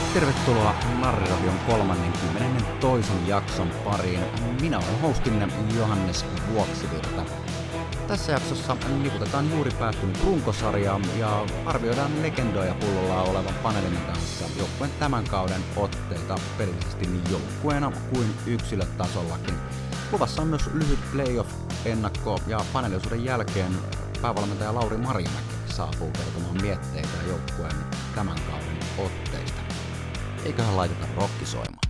Tervetuloa Narriradion 32. jakson pariin. Minä olen hostinne Johannes Vuoksivirta. Tässä jaksossa niputetaan juuri päättynyt runkosarja ja arvioidaan legendoja pullolla olevan paneelin kanssa joukkueen tämän kauden otteita pelillisesti niin joukkueena kuin yksilötasollakin. Luvassa on myös lyhyt playoff-ennakko ja paneeliosuuden jälkeen päävalmentaja Lauri Marimäki saapuu kertomaan mietteitä joukkueen tämän kauden otteista. Eiköhän laiteta rokki soimaan.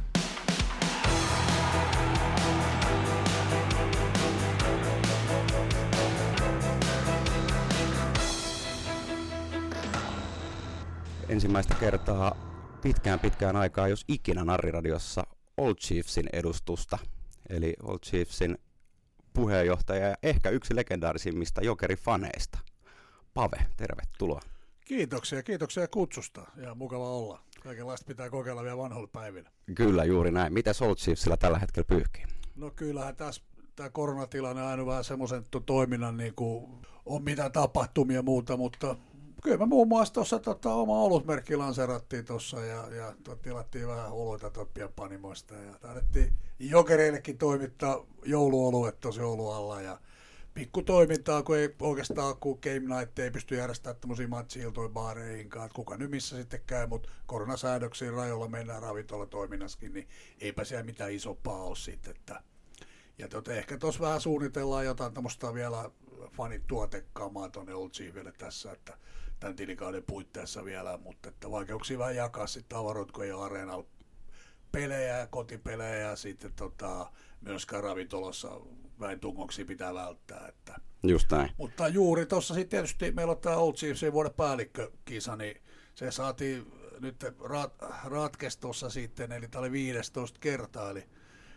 Ensimmäistä kertaa pitkään aikaa, jos ikinä Narriradiossa Old Chiefsin edustusta. Eli Old Chiefsin puheenjohtaja ja ehkä yksi legendaarisimmista jokerifaneista. Pave, tervetuloa. Kiitoksia kutsusta ja mukava olla. Kaikenlaista pitää kokeilla vielä vanhoilla päivinä. Kyllä, juuri näin. Mitäs Old Chiefsillä tällä hetkellä pyyhkii? No kyllähän tässä tämä koronatilanne on aina vähän semmoisen toiminnan, niin kuin on mitä tapahtumia ja muuta, mutta kyllä me muun muassa tuossa oma olutmerkki lanseerattiin tuossa ja tilattiin vähän oluita pienpanimoista ja taidettiin jokereillekin toimittaa jouluoluet tuossa joulualla ja pikku toimintaa, kun ei oikeastaan, kun Game Night ei pysty järjestämään tämmöisiä matsi-iltoja baareihinkaan, että kuka nyt missä sitten käy, mutta koronasäädöksiin rajoilla mennään ravintolatoiminnassakin, niin eipä siellä mitään isompaa ole sitten. Ja ehkä tuossa vähän suunnitellaan jotain tämmöistä vielä fanituotekamaa tuonne Old Chiefille tässä, että tämän tilikauden puitteissa vielä, mutta että vaikeuksia vähän jakaa sitten tavaroita, kun ei ole areenalla pelejä ja kotipelejä ja sitten myöskään ravintolassa väin tungoksia pitää välttää. Että. Just näin. Mutta juuri tuossa sitten tietysti meillä on tämä Old Chiefsin vuoden päällikkökisa, niin se saatiin nyt ratkes tuossa sitten, eli tämä oli 15 kertaa, eli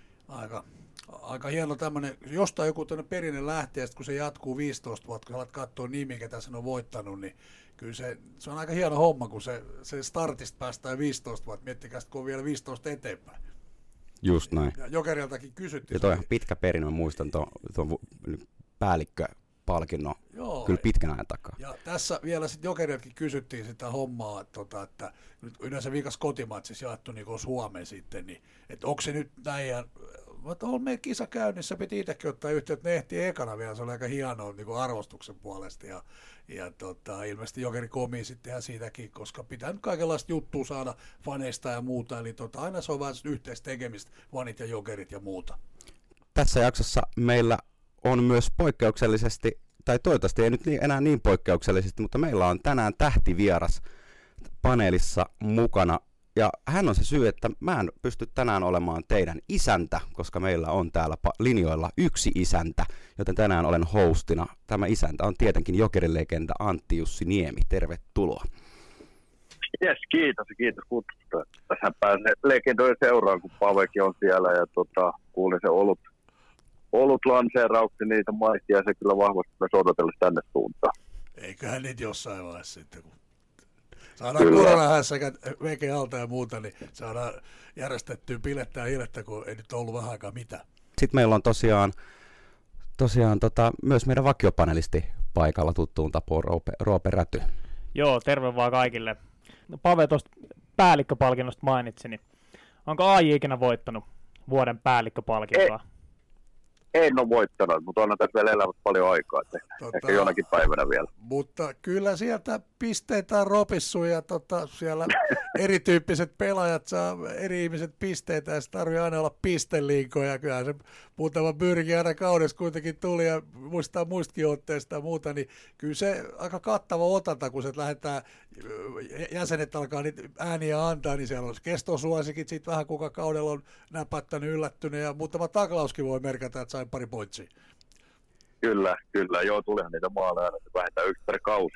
aika hieno tämmöinen, jostain joku tämmöinen perinne lähtee, kun se jatkuu 15 vuotta, kun sä alat katsoa nimi, ketä sen on voittanut, niin kyllä se on aika hieno homma, kun se startista päästään 15 vuotta, miettikää kun on vielä 15 eteenpäin. Just näin. Ja Jokeriltakin kysyttiin. Ja toi on pitkä perinne, mä muistan tuon päällikköpalkinnon kyllä pitkän ajan takaa. Ja tässä vielä sitten Jokeriltakin kysyttiin sitä hommaa, että nyt yleensä viikas kotimatsissa jaettu niin kuin Suomeen sitten, niin että onko se nyt näin, ja on meidän kisa käynnissä, piti itsekin ottaa yhteyttä, ne ehti ekana vielä, se oli aika hienoa niin kuin arvostuksen puolesta, ja ilmeisesti Jokeri komii sitten ihan siitäkin, koska pitää nyt kaikenlaista juttua saada faneista ja muuta, eli aina se on vähän yhteistekemistä, fanit ja Jokerit ja muuta. Tässä jaksossa meillä on myös poikkeuksellisesti, tai toivottavasti ei nyt enää niin poikkeuksellisesti, mutta meillä on tänään tähtivieras paneelissa mukana. Ja hän on se syy, että mä en pysty tänään olemaan teidän isäntä, koska meillä on täällä linjoilla yksi isäntä, joten tänään olen hostina. Tämä isäntä on tietenkin jokerilegenda Antti Jussi Niemi. Tervetuloa. Jes, kiitos kutsusta. Tässä pääsee legendojen seuraan, kun Pavekin on siellä ja kuulin se olut lanseerauksen, niitä maistia ja se kyllä vahvasti myös odotellessa tänne suuntaan. Eiköhän niitä jossain vaiheessa sitten, kun saadaan koronahässäkät veke alta ja muuta, niin saadaan järjestettyä bilettä ja hilettä, kun ei nyt ollut vähän aikaa mitään. Sitten meillä on tosiaan myös meidän vakiopanelisti paikalla tuttuun tapoon, Roope Räty. Joo, terve vaan kaikille. Pave tuosta päällikköpalkinnosta mainitsi, niin onko AJ ikinä voittanut vuoden päällikköpalkintoa? En ole voittanut, mutta onhan tässä vielä elämät paljon aikaa, ehkä jonakin päivänä vielä. Mutta kyllä sieltä pisteitä on ropissu ja siellä erityyppiset pelaajat saa eri ihmiset pisteitä ja se tarvii aina olla pisteliinkoja. Kyllähän se muutama pyrki aina kaudessa kuitenkin tuli ja muistaa muistakin otteista ja muuta, niin kyllä se aika kattava otanta, kun se lähdetään, jäsenet alkaa niitä ääniä antaa, niin siellä on kestosuosikit, sitten vähän kuka kaudella on näpättänyt, yllättynyt ja muutama taklauskin voi merkata, että sai pari pointsia. Kyllä, joo, tulihan niitä maaleja aina, vähintään yksi per kausi.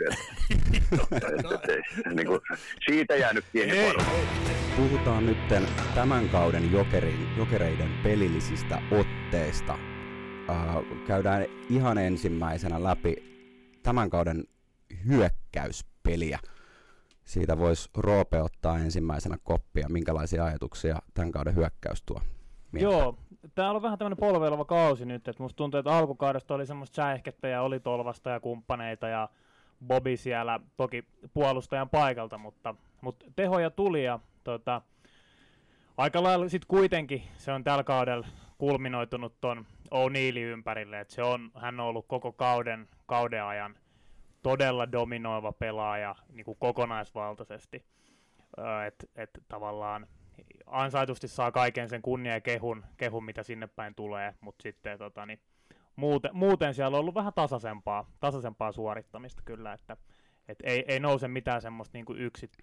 Niin kuin, siitä jäänyt pieni varo. Puhutaan nyt tämän kauden jokereiden pelillisistä otteista. Käydään ihan ensimmäisenä läpi tämän kauden hyökkäyspeliä. Siitä voisi Roope ottaa ensimmäisenä koppia. Minkälaisia ajatuksia tämän kauden hyökkäys tuo? Joo, tää on ollut vähän tämmönen polveileva kausi nyt, että musta tuntuu, että alkukaudesta oli semmoista säihkettä ja oli Tolvasta ja kumppaneita ja Bobby siellä toki puolustajan paikalta, mutta tehoja tuli ja aika lailla sitten kuitenkin se on tällä kaudella kulminoitunut ton O'Neillin ympärille, että hän on ollut koko kauden ajan todella dominoiva pelaaja niin kuin kokonaisvaltaisesti, että tavallaan ansaitusti saa kaiken sen kunnia ja kehun mitä sinne päin tulee, mutta sitten muuten siellä on ollut vähän tasaisempaa suorittamista kyllä, että ei nouse mitään semmoista niin kuin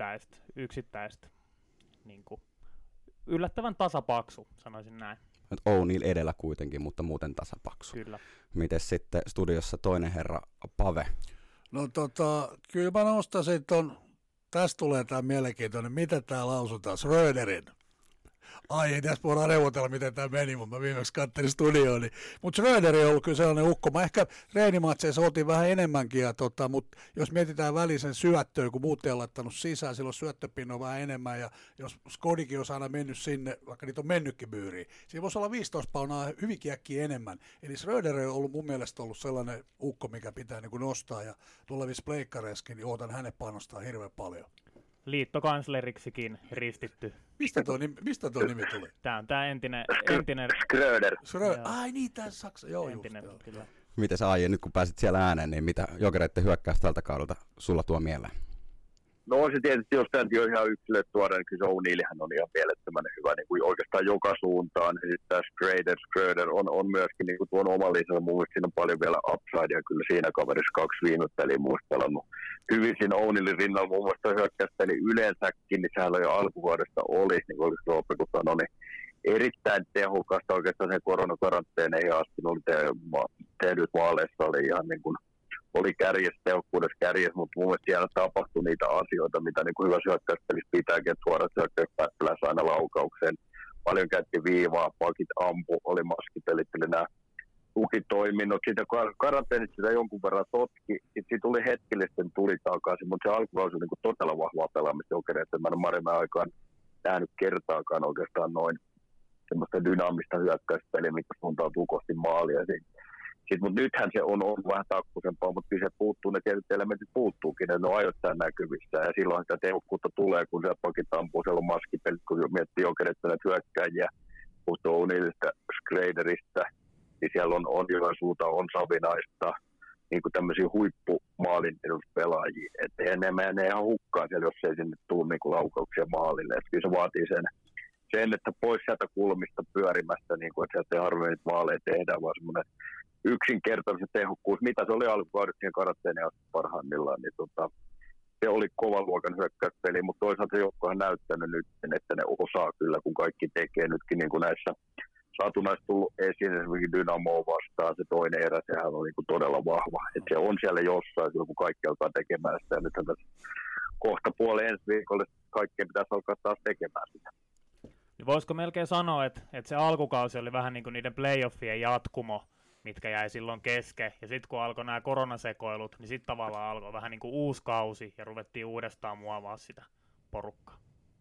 yksittäistä niin kuin yllättävän tasapaksu, sanoisin näin. O'Neill edellä kuitenkin, mutta muuten tasapaksu. Kyllä. Mites sitten studiossa toinen herra Pave? No kyllä mä nostaisin tästä tulee tämä mielenkiintoinen, miten tämä lausutaan, Schröderin. Ai, ei tässä voidaan neuvotella, miten tämä meni, mutta mä viimeksi katselin studioon. Mutta Schröder on ollut kyllä sellainen ukko. Mä ehkä reenimatseissa oltiin vähän enemmänkin, mutta jos mietitään välisen syöttöä, kun muut ei ole laittanut sisään, silloin syöttöpinno vähän enemmän, ja jos Skodikin olisi aina mennyt sinne, vaikka niitä on mennytkin myyriin, siinä voisi olla 15 paunaa hyvinkin äkkiä enemmän. Eli Schröder on ollut mun mielestä ollut sellainen ukko, mikä pitää niin kuin nostaa, ja tulevissa pleikkareissakin, niin ootan hänen panostaa hirveän paljon. Liittokansleriksikin ristitty. Mistä tuo nimi tuli? Tämä on tämä entinen Schröder. Ai niin, tämä Saksa. Joo, entinen, just, kyllä. Miten sä Aije, nyt kun pääsit siellä ääneen, niin mitä Jokereiden hyökkäys tältä kaudelta sulla tuo mieleen? No se tietysti, jos tämäkin on ihan yksilöt tuoda, niin kyllä se O'Neillihän on ihan mielettömän hyvä niin kuin oikeastaan joka suuntaan. Ja sitten tämä Schröder on myöskin niin kuin tuon oman lisänsä. Mun mielestä siinä on paljon vielä upsidea. Kyllä siinä kaverissa 2 viime peliä mun mielestä pelannut hyvin siinä O'Neillin rinnalla. Mun mielestä hyökkäyspeli yleensäkin, niin sehän jo alkuvuodesta oli, niin kuin olisi Roope kun sanoi, niin erittäin tehokasta oikeastaan sen koronakaranteeneihin asti. Ne oli tehdyt maaleissa oli ihan niin kuin oli tehokkuudessa kärjessä, mutta mun mielestä siellä tapahtui niitä asioita, mitä niin kuin hyvässä hyökkäyspelissä pitääkin, että suorat hyökkäys pääsi aina laukaukseen. Paljon käytti viivaa, pakit ampu, oli maskipelit, eli nämä tukitoiminnot. Sitten karanteenit sitä jonkun verran totki, sitten tuli hetkellisesti tuli takaisin, mutta se alkukausi oli niin kuin todella vahvaa pelaamista Jokereita. Mä en ole Marimäen aikaan nähnyt kertaakaan oikeastaan noin semmoista dynaamista hyökkäyspeliä, mikä suuntautuu kohti maalia. Mutta nythän se on ollut vähän takkusempaa, mutta kyllä se puuttuu, ne tietyt elementit puuttuukin, ne on ajoittain näkyvissä. Ja silloin sitä tehokkuutta tulee, kun se pakit ampuu, siellä on maskipelit, kun miettii Jokereita näitä hyökkäjiä, puhuttu O'Neillistä, Schröderistä, niin siellä on Joensuuta, on Savinaista, niin kuin tämmöisiä huippumaalin eduspelaajia. Että ne menee ihan hukkaan siellä, jos ei sinne tule niin kuin laukauksia maalille. Et kyllä se vaatii sen, että pois sieltä kulmista pyörimästä, niin kuin, että sieltä ei harvemmin maaleja tehdään, vaan semmoinen yksinkertaisen tehokkuus, mitä se oli alkukaudessa siihen karanteeneen asti parhaimmillaan, niin se oli kovan luokan hyökkäyspeli, mutta toisaalta se joukko on näyttänyt nyt, että ne osaa kyllä, kun kaikki tekee nytkin niin kuin näissä satunnaisesti tullut esiin, esimerkiksi Dynamoa vastaan, se toinen erä, sehän on niin kuin todella vahva, että se on siellä jossain, silloin kun kaikki alkaa tekemään sitä, ja nythän tässä kohta puoleen ensi viikolle kaikkien pitäisi alkaa taas tekemään sitä. Voisiko melkein sanoa, että se alkukausi oli vähän niin kuin niiden playoffien jatkumo, mitkä jäi silloin kesken, ja sitten kun alkoi nämä koronasekoilut, niin sitten tavallaan alkoi vähän niin kuin uusi kausi, ja ruvettiin uudestaan muovaa sitä porukkaa.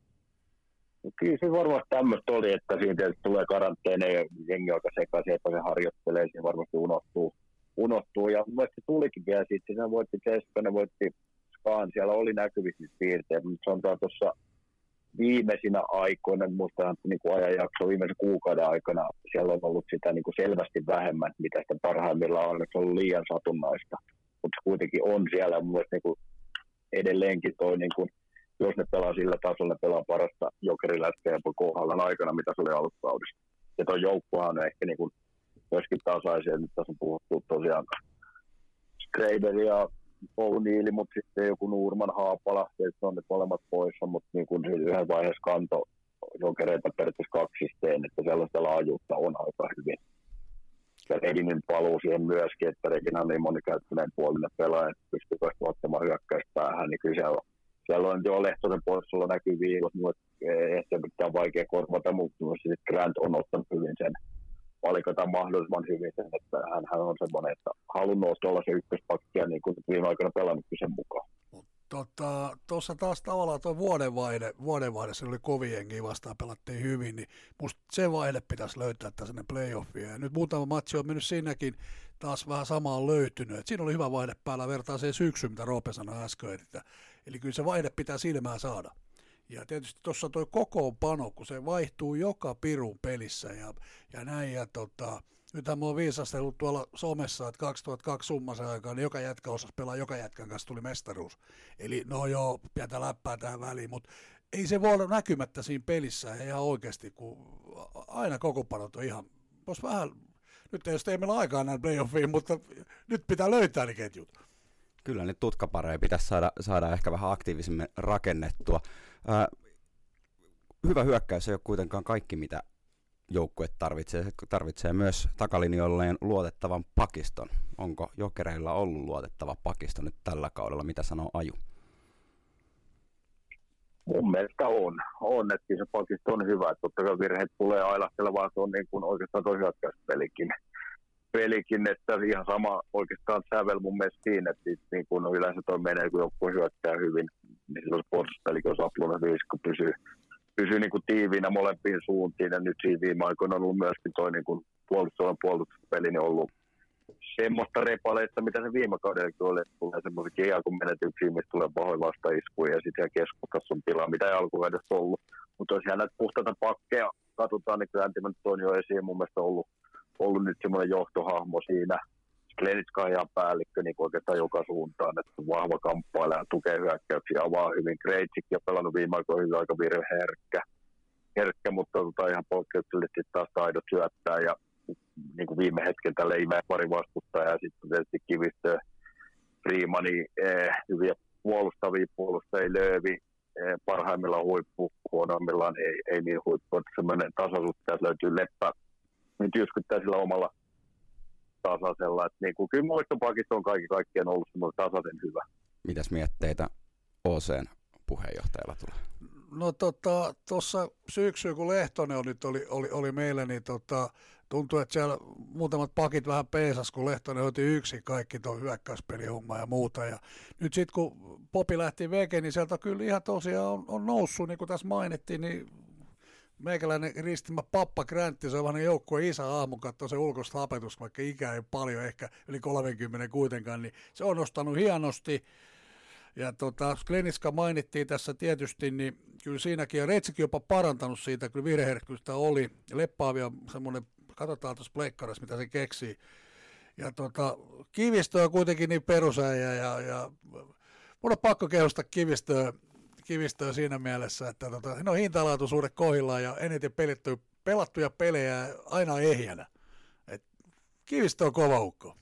No kyllä se varmasti tämmöistä oli, että siinä tietysti tulee karanteene ja jengi aika sekaisin, että se harjoittelee, siinä varmasti unohtuu. Ja mun mielestä se tulikin vielä siitä, siinä voitti Ceskanen, voitti Skaan, siellä oli näkyvissä piirteet, mutta sanotaan tuossa viimeisinä aikoina, muistan niin ajanjakso viimeisen kuukauden aikana, siellä on ollut sitä niin kuin selvästi vähemmän, mitä sitä parhaimmillaan on, se on ollut liian satunnaista. Mutta se kuitenkin on siellä mun mielestä niin kuin edelleenkin toi, niin kuin, jos ne pelaa sillä tasolla, ne pelaa parasta jokeriläistä ja kohdallaan aikana, mitä se oli alkukaudesta. Ja tuo joukkohan on ehkä niin kuin myöskin tasaisia, nyt tässä on puhuttu tosiaan Schröder ja O'Neill, mutta sitten joku Nurman, Haapala, tietysti on ne molemmat poissa, mutta niin kuin yhden vaiheessa kanto Jokereita periaatteessa kaksisteen, että sellaista laajuutta on aika hyvin. Ja Edinin paluu siihen myöskin, että Regina on niin monikäyttöinen puolinen pelaaja, että pystyy ottamaan hyökkäyspäähän, niin kyllä siellä on jo Lehtosen poissulla näkyy viikot, mutta ehkä pitää vaikea korvata, mutta sitten Grant on ottanut hyvin sen valikotaan mahdollisimman hyvin sen, että hän on semmoinen, että halunnut olla se ykköspakkia niin kuin viime aikoina pelannutkin sen mukaan. Tuossa taas tavallaan tuo vuodenvaihde, se oli kovin jengiä vastaan, pelattiin hyvin, niin musta se vaihde pitäisi löytää tässä playoffia. Ja nyt muutama matsi on mennyt siinäkin taas vähän samaan löytynyt. Et siinä oli hyvä vaihde päällä vertaa siihen syksyyn, mitä Roope sanoi äsken. Eli kyllä se vaihde pitää silmään saada. Ja tietysti tuossa toi kokoonpano, kun se vaihtuu joka pirun pelissä ja näin. Ja nythän mä oon viisastellut tuolla somessa, että 2002 summasen aikaan niin joka jätkä osasi pelaa, joka jätkän kanssa tuli mestaruus. Eli no joo, pientä läppää tähän väliin, mutta ei se voi olla näkymättä siinä pelissä ihan oikeasti, kun aina kokoonpanot on ihan, vähän, nyt ei ole meillä aikaa näin playoffiin, mutta nyt pitää löytää ne ketjut. Kyllä nyt tutkapareja pitäisi saada ehkä vähän aktiivisemmin rakennettua. Hyvä hyökkäys ei ole kuitenkaan kaikki, mitä joukkue tarvitsee. Se tarvitsee myös takalinjoilleen luotettavan pakiston. Onko Jokereilla ollut luotettava pakisto nyt tällä kaudella? Mitä sanoo Aju? Mun mielestä on, että se pakisto on hyvä. Totta kai virheet tulee ailahtelevaa, se on niin kuin oikeastaan tuo hyökkäyspelikin, että ihan sama oikeastaan sävel mun mielestä siinä, että niin kuin yleensä toi menee, kun joku hyökkää hyvin, niin silloin se puolustuspelikin on sapluna kun pysyy niin kuin tiiviinä molempiin suuntiin, ja nyt siinä viime aikoina on ollut myöskin toi niin kuin puolustuspeli niin ollut semmoista repaleista, mitä se viime kaudellakin oli, että tulee semmoisia kiekon menetyksiä, mistä tulee pahoin vastaiskuja, ja sitten keskustassa on tilaa, mitä ei alkukaudesta ollut. Mutta jos näitä puhtaita pakkeja katsotaan, niin kyllä Antti on jo esiin mun mielestä ollut nyt semmoinen johtohahmo siinä. Klenitska on ihan päällikkö niin oikeastaan joka suuntaan, että vahva kamppailija, tukee hyökkäyksiä, avaa hyvin. Krejcik on pelannut viime aikoina aika virheherkkä, mutta ihan poikkeuksellisesti taas taidot syöttää ja niin kuin viime hetken tälle imee pari vastustajaa ja sitten tietysti Kivistö, Freemani, hyviä puolustavia puolustajia, Löövi, parhaimmillaan huippu, huonoimmillaan ei niin huippu, että semmoinen tasaisuus tässä löytyy Leppä, nyt jyskyttää sillä omalla tasaisella, että niin kuin, kyllä muista pakista on kaikkien ollut semmoinen tasaisen hyvä. Mitäs mietteitä OC:n puheenjohtajalla tulee? No tuossa syksyyn, kun Lehtonen oli meillä, niin tuntui, että siellä muutamat pakit vähän peesas, kun Lehtonen hoiti yksin kaikki tuon hyökkäyspelihomma ja muuta. Ja nyt sitten kun Popi lähti veke, niin sieltä kyllä ihan tosiaan on noussut, niin kuin tässä mainittiin, niin meikäläinen ristimä Pappa Gräntti, se on vähän joukkueen isä aamu, katsoo se ulkoista hapetusta, vaikka ikä ei paljon, ehkä yli 30 kuitenkaan, niin se on nostanut hienosti. Ja Klenitska mainittiin tässä tietysti, niin kyllä siinäkin, ja Reitsikin jopa parantanut siitä, kyllä virheherkkyystä oli. Leppaavi on semmoinen, katsotaan tuossa pleikkarissa, mitä se keksii. Ja Kivistö on kuitenkin niin perusäijä, ja mun on pakko kehostaa Kivistöä siinä mielessä, että ne on hintalaatuisuudet kohdillaan ja eniten pelattuja pelejä aina ehjänä. Et Kivistö on kova ukko.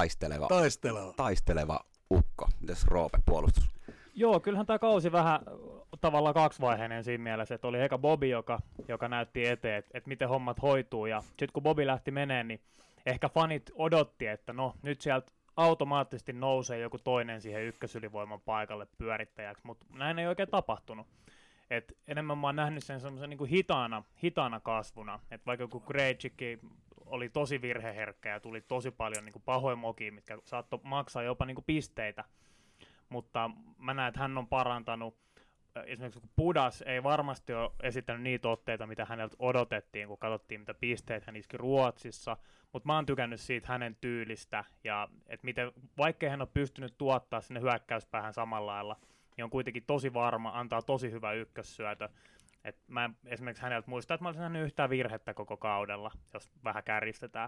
Taisteleva ukko. Mites Roope puolustus? Joo, kyllähän tämä kausi vähän tavallaan kaksivaiheinen siinä mielessä, että oli eka Bobby, joka näytti eteen, että miten hommat hoituu, ja sitten kun Bobby lähti meneen, niin ehkä fanit odotti, että no nyt sieltä automaattisesti nousee joku toinen siihen ykkösylivoiman paikalle pyörittäjäksi, mutta näin ei oikein tapahtunut. Et enemmän mä oon nähnyt sen semmoisen niin kuin hitaana kasvuna, että vaikka kun Krejcik oli tosi virheherkkä ja tuli tosi paljon niin kuin pahoja mokia, mitkä saattoi maksaa jopa niin kuin pisteitä, mutta mä näen, että hän on parantanut. Esimerkiksi kun Pudas ei varmasti ole esittänyt niitä otteita, mitä häneltä odotettiin, kun katsottiin, mitä pisteitä hän iski Ruotsissa, mutta mä oon tykännyt siitä hänen tyylistä, ja että miten, vaikkei hän ole pystynyt tuottaa sinne hyökkäyspäähän samalla lailla, niin on kuitenkin tosi varma, antaa tosi hyvä ykkössyötö. Et mä en esimerkiksi häneltä muista, että mä olisin nähnyt yhtään virhettä koko kaudella, jos vähän kärjistetään.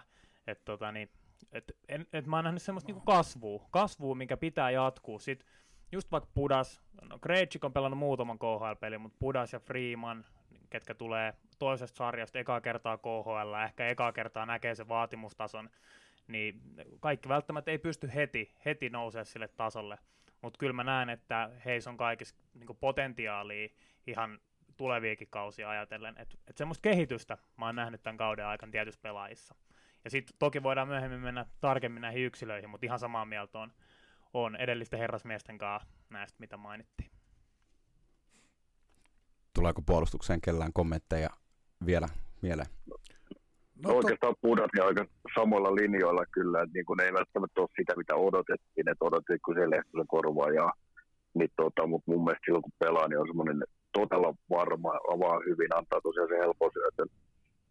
Mä oon nähnyt semmoista niinku kasvua, minkä pitää jatkuu. Sitten just vaikka Pudas, no Krejcik on pelannut muutaman KHL-pelin, mutta Pudas ja Freeman, ketkä tulee toisesta sarjasta ekaa kertaa KHL, ehkä ekaa kertaa näkee sen vaatimustason, niin kaikki välttämättä ei pysty heti nousemaan sille tasolle. Mutta kyllä mä näen, että heissä on kaikissa niinku potentiaalia ihan tuleviakin kausia ajatellen. Että semmoista kehitystä mä oon nähnyt tämän kauden aikana tietyissä pelaajissa. Ja sitten toki voidaan myöhemmin mennä tarkemmin näihin yksilöihin, mutta ihan samaa mieltä on edellisten herrasmiesten kanssa näistä, mitä mainittiin. Tuleeko puolustukseen kellään kommentteja vielä mieleen? No oikeastaan Pudas aika samoilla linjoilla kyllä, että niin ei välttämättä ole sitä, mitä odotettiin, että odotettiin, kun se Lehtosen korvaajaa, niin mutta mun mielestä silloin kun pelaa, niin on semmoinen todella varma, avaa hyvin, antaa tosiaan se helpon syötön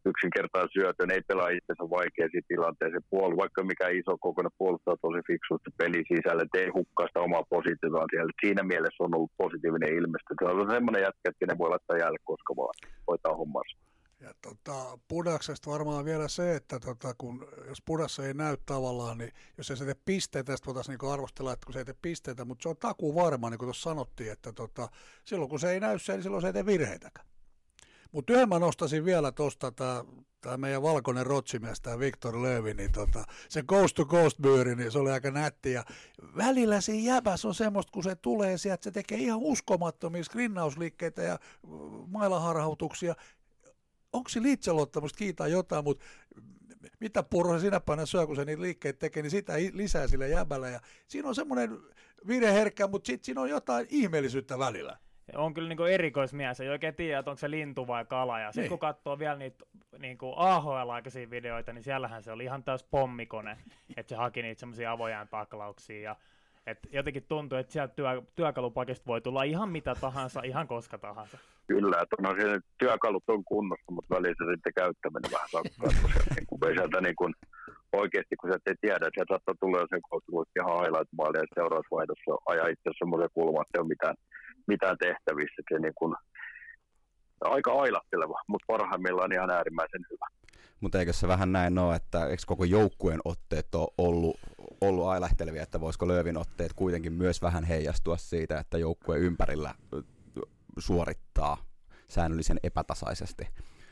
yksinkertainen syötön, ei pelaa itsensä vaikeisiin tilanteeseen. Vaikka mikä iso kokoinen puolustaa tosi fiksusti peli sisälle, ei hukkaa sitä omaa positiivaa siellä. Siinä mielessä on ollut positiivinen ilmestys. Se on semmoinen jätkä, että ne voi laittaa jäälle koska vaan hoitaa hommansa. Ja Pudaksesta varmaan vielä se, että jos Pudassa ei näy tavallaan, niin jos ei se tee pisteitä, tästä voitaisiin niin arvostella, että kun se ei tee pisteitä, mutta se on takuu varma, niin kuin tuossa sanottiin, että silloin kun se ei näy niin silloin se ei tee virheitäkään. Mutta yhden mä nostaisin vielä tuosta, tämä meidän valkoinen rotsimies, tämä Victor Löövi, niin se Coast to Coast -byyri, niin se oli aika nätti. Ja välillä siinä jäbäs on semmoista, kun se tulee sieltä, se tekee ihan uskomattomia skrinnausliikkeitä ja mailaharhautuksia. Onko sillä itseluottamusta, kiitaa jotain, mutta mitä purro sinä päivänä syö, kun se niitä liikkeitä tekee, niin sitä lisää sillä jäbällä. Ja siinä on semmoinen virheherkkä, mutta sitten siinä on jotain ihmeellisyyttä välillä. On kyllä niinku erikoismies, ei oikein tiedä, että onko se lintu vai kala. Ja sitten kun katsoo vielä niitä niinku AHL-aikaisia videoita, niin siellähän se oli ihan täys pommikone, että se haki niitä semmoisia avojään taklauksia. Ja et jotenkin tuntuu, että sieltä työkalupakista voi tulla ihan mitä tahansa, ihan koska tahansa. Kyllä, että onhan siellä työkalut on kunnossa, mutta välissä sitten käyttäminen vähän sakkaa. Ei sieltä niin kuin oikeasti, kun sä et tiedä, että sieltä saattaa tulla jo sen kautta, kun ihan highlight-maalia ja seuraavassa vaihdossa ajaa itse asiassa semmoisen kulman, että ei ole mitään tehtävissä. Se niin kuin aika ailahteleva, mutta parhaimmillaan ihan äärimmäisen hyvä. Mutta eikö se vähän näin ole, että eikö koko joukkueen otteet ole ollut ailahtelevia, että voisiko Löövin otteet kuitenkin myös vähän heijastua siitä, että joukkue ympärillä suorittaa säännöllisen epätasaisesti?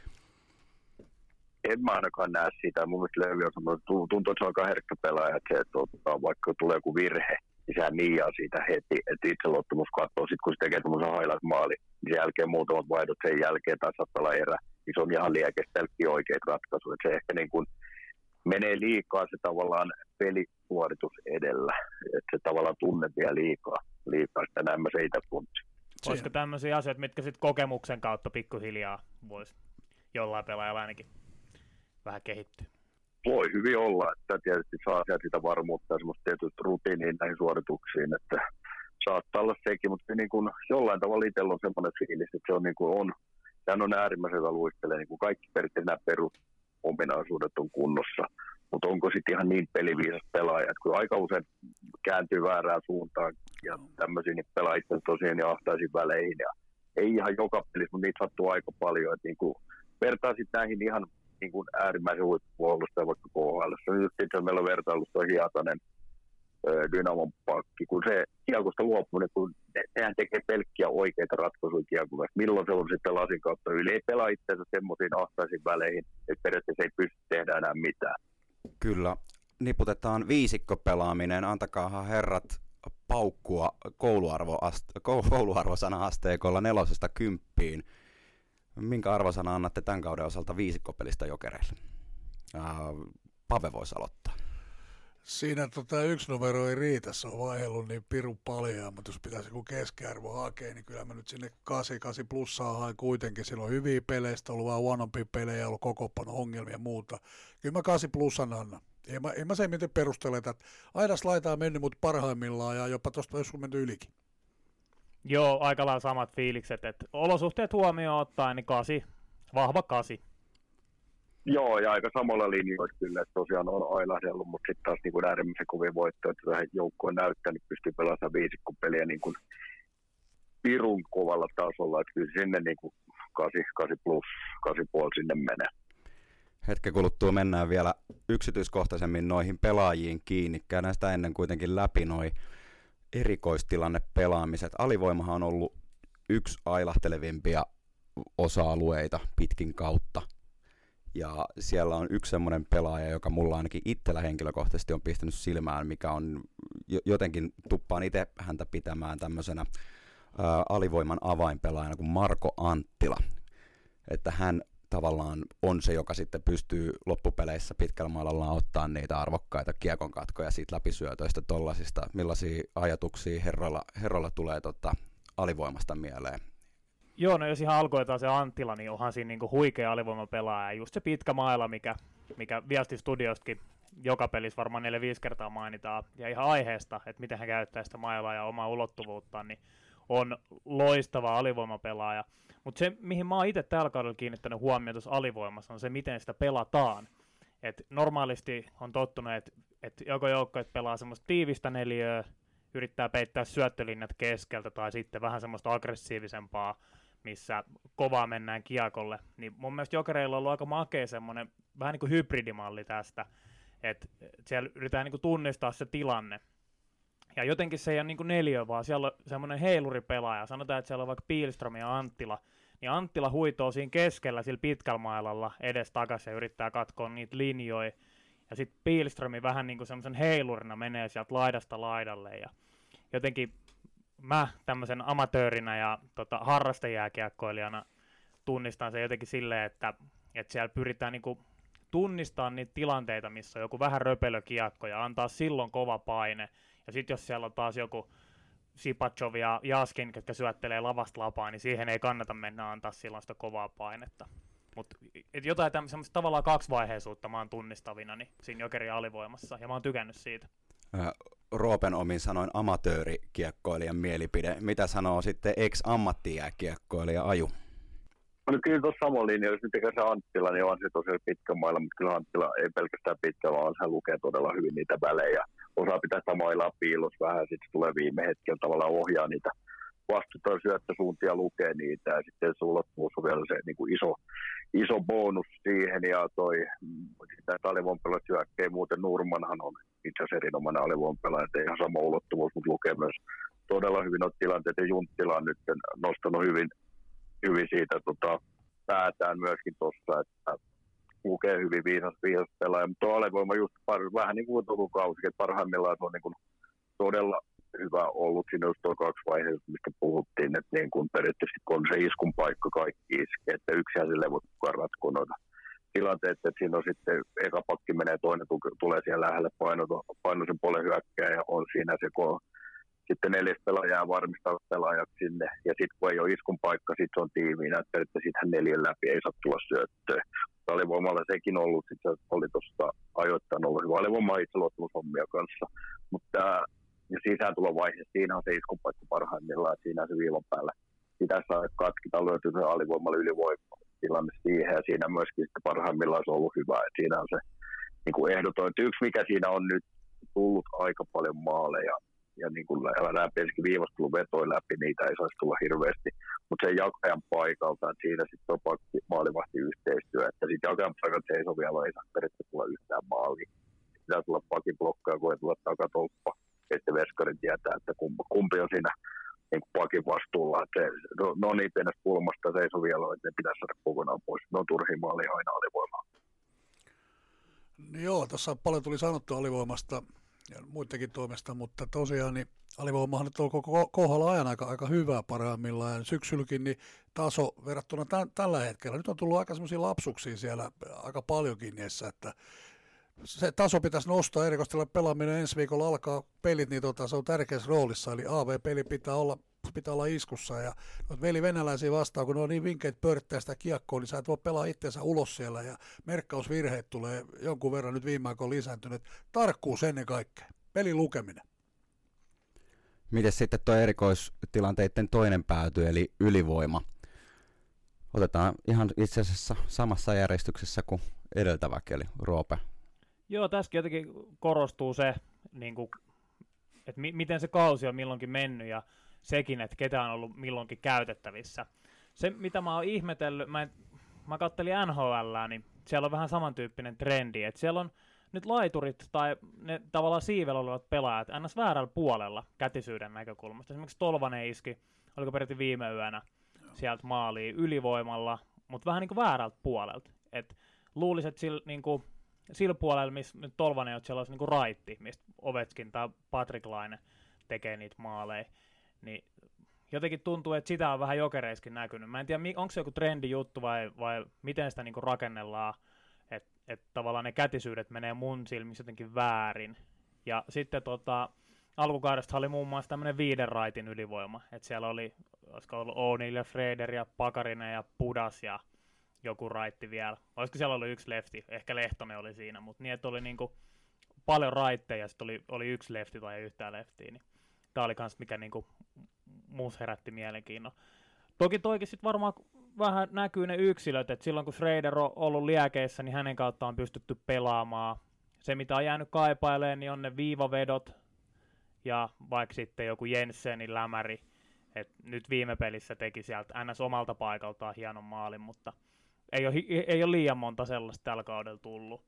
En mä ainakaan näe sitä. Mun mielestä Löövi on semmoinen, tuntuu, että se on aika herkkä pelaaja, että se, että vaikka tulee joku virhe, niin sehän niiaa siitä heti, että itseluottamus katsoo. Sitten kun se tekee semmoisen highlight-maali, niin sen jälkeen muutamat vaihdot sen jälkeen tai saattaa olla erä, niin se on ihan liekestä oikeita ratkaisuja. Se ehkä niin kuin menee liikaa se tavallaan pelisuoritus edellä, että se tavallaan tunne vielä liikaa sitä näin mä se itse tunsin. Olisiko tämmöisiä asioita, mitkä sitten kokemuksen kautta pikkuhiljaa voisi jollain pelaajalla ainakin vähän kehittyä? Voi hyvin olla, että tietysti saa sieltä sitä varmuutta ja semmoista tietysti rutiiniin näihin suorituksiin, että saattaa olla sekin, mutta niin kuin jollain tavalla itsellä on semmoinen fiilis, että se on niin kuin on. Sehän on äärimmäisen hyvä luistelee, niin kuin kaikki periaatteessa nämä perusominaisuudet on kunnossa, mutta onko sitten ihan niin peliviisas pelaaja, että kun aika usein kääntyy väärään suuntaan ja tämmöisiä, niin pelaa itse tosiaan ja ahtaisiin väleihin ja ei ihan joka pelissä, mutta niitä sattuu aika paljon, että niin kuin vertaa sitten näihin ihan niin kuin äärimmäisen huippupuolustaja vaikka KHL. Itse meillä on vertailussa Hietanen, Dynamon pakki, kun se kiekosta luopuu, niin kun nehän tekee pelkkiä oikeita ratkaisuja kiekosta. Milloin se on sitten lasin kautta yli? Ei pelaa itseänsä semmoisiin ahtaisiin väleihin, että periaatteessa ei pysty tehdä enää mitään. Kyllä. Niputetaan viisikkopelaaminen. Antakaahan herrat paukkua kouluarvosana-asteikolla 4–10. Minkä arvosana annatte tämän kauden osalta viisikkopelistä Jokereille? Pave voisi aloittaa. Siinä yksi numero ei riitä, se on vaihdellut niin pirun paljon, mutta jos pitäisi joku keskiarvo hakea, niin kyllä mä nyt sinne 8 plussaa haen kuitenkin. Siellä on hyviä pelejä, ollut vähän huonompia pelejä, ollut kokoonpano ongelmia ja muuta. Kyllä mä 8 plussan annan. En mä se miten perustele, että aidas laitaa mennyt, mutta parhaimmillaan ja jopa tuosta joskus menty ylikin. Joo, aika lailla samat fiilikset, että olosuhteet huomioon ottaen, niin 8, vahva 8. Joo, ja aika samalla linjoilla kyllä, että tosiaan on ailahdellut, mutta sitten taas niin kuin äärimmäisen kovia voittoja, että tähän joukkoon näyttää, niin pystyy pelaamaan viisikkopeliä niin kuin pirun kovalla tasolla, että kyllä sinne niin kuin 8 plus, 8,5 sinne menee. Hetken kuluttua mennään vielä yksityiskohtaisemmin noihin pelaajiin kiinni. Käydään sitä ennen kuitenkin läpi noi erikoistilannepelaamiset. Alivoimahan on ollut yksi ailahtelevimpia osa-alueita pitkin kautta. Ja siellä on yksi semmoinen pelaaja, joka mulla ainakin itsellä henkilökohtaisesti on pistänyt silmään, mikä on jotenkin tuppaan itse häntä pitämään tämmöisenä alivoiman avainpelaajana kuin Marko Anttila. Että hän tavallaan on se, joka sitten pystyy loppupeleissä pitkällä maalalla ottaa niitä arvokkaita kiekonkatkoja siitä läpisyötöistä tollasista. Millaisia ajatuksia herrolla tulee alivoimasta mieleen? Joo, no jos ihan alkoitaan se Anttila, niin onhan siinä niinku huikea alivoimapelaaja. Just se pitkä maila, mikä Viesti-studiostakin joka pelissä varmaan 4–5 kertaa mainitaan. Ja ihan aiheesta, että miten hän käyttää sitä mailaa ja omaa ulottuvuuttaan, niin on loistava alivoimapelaaja. Mutta se, mihin mä oon itse tällä kaudella kiinnittänyt huomioon tuossa alivoimassa, on se, miten sitä pelataan. Et normaalisti on tottunut, että joko joukkueet pelaa semmoista tiivistä neliöä, yrittää peittää syöttölinjat keskeltä, tai sitten vähän semmoista aggressiivisempaa, missä kovaa mennään kiekolle. Niin mun mielestä Jokereilla on ollut aika makea semmoinen vähän niin kuin hybridimalli tästä, että siellä yritetään niin kuin tunnistaa se tilanne. Ja jotenkin se ei ole niin kuin neliö, vaan siellä on semmoinen heiluripelaaja. Sanotaan, että siellä on vaikka Pihlström ja Anttila. Niin Anttila huitoo siinä keskellä sillä pitkällä mailalla edes takaisin ja yrittää katkoa niitä linjoja. Ja sitten Pihlströmi vähän niin kuin semmoisen heilurina menee sieltä laidasta laidalle. Ja jotenkin mä tämmöisen amatöörinä ja harrastajääkiekkoilijana tunnistan sen jotenkin silleen, että siellä pyritään niin kuin tunnistamaan niitä tilanteita, missä on joku vähän röpelökiekko ja antaa silloin kova paine. Ja sitten jos siellä on taas joku Sipachov ja Jaskin, jotka syöttelee lavasta lapaa, niin siihen ei kannata mennä antaa silloin sitä kovaa painetta. Mutta jotain semmoista tavallaan kaksivaiheisuutta mä oon tunnistavinani siinä Jokerin alivoimassa, ja mä oon tykännyt siitä. Roopen omin sanoin amatöörikiekkoilijan mielipide. Mitä sanoo sitten ex-ammattijääkiekkoilija Aju? No kyllä tuossa samoin linja, jos nyt se Anttila, niin on se tosiaan pitkä mailla, mutta kyllä Anttila ei pelkästään pitkä, vaan hän lukee todella hyvin niitä välejä. Osaa pitää samoilla piilossa vähän, sitten tulee viime hetkellä tavallaan ohjaa niitä vastuutaan syöttösuuntia, lukee niitä, ja sitten se ulottuvuus on vielä se niin kuin iso bonus siihen, ja sitä alivoimapelaaja syökkei, muuten Nurmanhan on itse asiassa erinomainen alivoimapelaaja, että ihan sama ulottuvuus, mutta lukee myös todella hyvin noita tilanteita, ja Junttila on nyt nostanut hyvin siitä päätään myöskin tuossa, että lukee hyvin viisas pelaaja, mutta tuo alivoima just vähän niin kuin tuo kausi, että parhaimmillaan se on niin kuin todella hyvä ollut siinä just tuo kaksivaiheessa, mistä puhuttiin, että niin kuin periaatteessa kun on se iskun paikka kaikki iskee, että yksihän se levut kukaan ratkoo noita tilanteet, että siinä on sitten eka pakki menee, toinen tulee siellä lähelle painoisen puolen hyökkää ja on siinä se, kun sitten 4 pelaajaa varmistaa pelaajaksi sinne, ja sitten kun ei ole iskun paikka, sitten se on tiimiinä, että periaatteessa sitten 4 läpi ei saa tulla syöttöä. Alivoimalla sekin ollut, sitten se oli tuosta ajoittain ollut hyvä alivoimaa itseluottamushommia kanssa, mutta ja sisääntulovaiheessa siinä on se iskun paikka parhaimmillaan, että siinä on se viivan päällä. Sitä saa katkita löytyy se alivoimalla ylivoimatilanne siihen, ja siinä myöskin sitten parhaimmillaan se on ollut hyvä, että siinä on se niin kuin ehdoton. Yksi mikä siinä on nyt tullut aika paljon maaleja, ja niin kuin läpi ensikin viivasta tullut vetoja läpi, niitä ei saisi tulla hirveästi, mutta sen jakajan paikalta, että siinä sitten on pakki maalivahti yhteistyö, että sitten jakajan paikalta seisovia ei saa periaatteessa tulla yhtään maalia. Pitää tulla pakin blokkaa, kun ei tulla takatolppa, että veskarin tietää, että kumpi on siinä niin kuin pakin vastuulla, että no niin pienestä kulmasta seisovia, että ne pitäisi saada kokonaan pois. Ne on turhia maalia aina alivoimaa. Joo, tuossa paljon tuli sanottu alivoimasta ja muidenkin toimesta, mutta tosiaan niin alivoimahan nyt on koko kohdalla ajan aika hyvää parhaimmillaan, ja syksylläkin niin taso verrattuna tällä hetkellä. Nyt on tullut aika semmoisia lapsuksia siellä aika paljonkin niissä, että se taso pitäisi nostaa, erikoisesti pelaaminen ensi viikolla alkaa pelit, niin se on tärkeässä roolissa, eli AV-peli pitää olla iskussa, ja veli venäläisiä vastaan, kun ne on niin vinkkeet pörttää sitä kiekkoa, niin sä et voi pelaa itseensä ulos siellä, ja merkkausvirheet tulee jonkun verran nyt viime aikoina lisääntynyt. Tarkkuus ennen kaikkea, pelin lukeminen. Miten sitten tuo erikoistilanteiden toinen pääty, eli ylivoima? Otetaan ihan itse asiassa samassa järjestyksessä kuin edeltäväkin, eli Roope. Joo, tässäkin jotenkin korostuu se, niin kuin, että miten se kausi on milloinkin mennyt ja sekin, että ketä on ollut milloinkin käytettävissä. Se, mitä mä oon ihmetellyt, mä kattelin NHL:ää, niin siellä on vähän samantyyppinen trendi, että siellä on nyt laiturit tai ne tavallaan siivellä olevat pelaajat ns. Väärällä puolella kätisyyden näkökulmasta. Esimerkiksi Tolvanen iski, oliko peräti viime yönä, sieltä maaliin ylivoimalla, mutta vähän niin kuin väärältä puolelta. Et luulisin, että sillä puolella, missä nyt Tolvanen on, siellä olisi niin raitti, mistä Ovechkin tai Patrick Laine tekee niitä maaleja, niin jotenkin tuntuu, että sitä on vähän Jokereissakin näkynyt. Mä en tiedä, onko se joku trendijuttu vai miten sitä niin rakennellaan, että tavallaan ne kätisyydet menee mun silmissä jotenkin väärin. Ja sitten alkukaudesta oli muun muassa tämmöinen 5 raitin ylivoima, että siellä olisiko ollut O'Neill ja Freder ja Pakarinen ja Pudas ja joku raitti vielä. Olisiko siellä ollut 1 lefti, ehkä Lehtonen oli siinä, mutta niin, että oli niinku paljon raitteja ja sitten oli 1 lefti tai yhtään leftiä. Niin tämä oli kans mikä niinku muus herätti mielenkiinnon. Toki toikin sitten varmaan vähän näkyy ne yksilöt, että silloin kun Schrader on ollut liekeissä, niin hänen kautta on pystytty pelaamaan. Se, mitä on jäänyt kaipailemaan, niin on ne viivavedot ja vaikka sitten joku Jensenin lämäri. Et nyt viime pelissä teki sieltä NS omalta paikaltaan hienon maalin, mutta ei ole liian monta sellaista tällä kaudella tullut.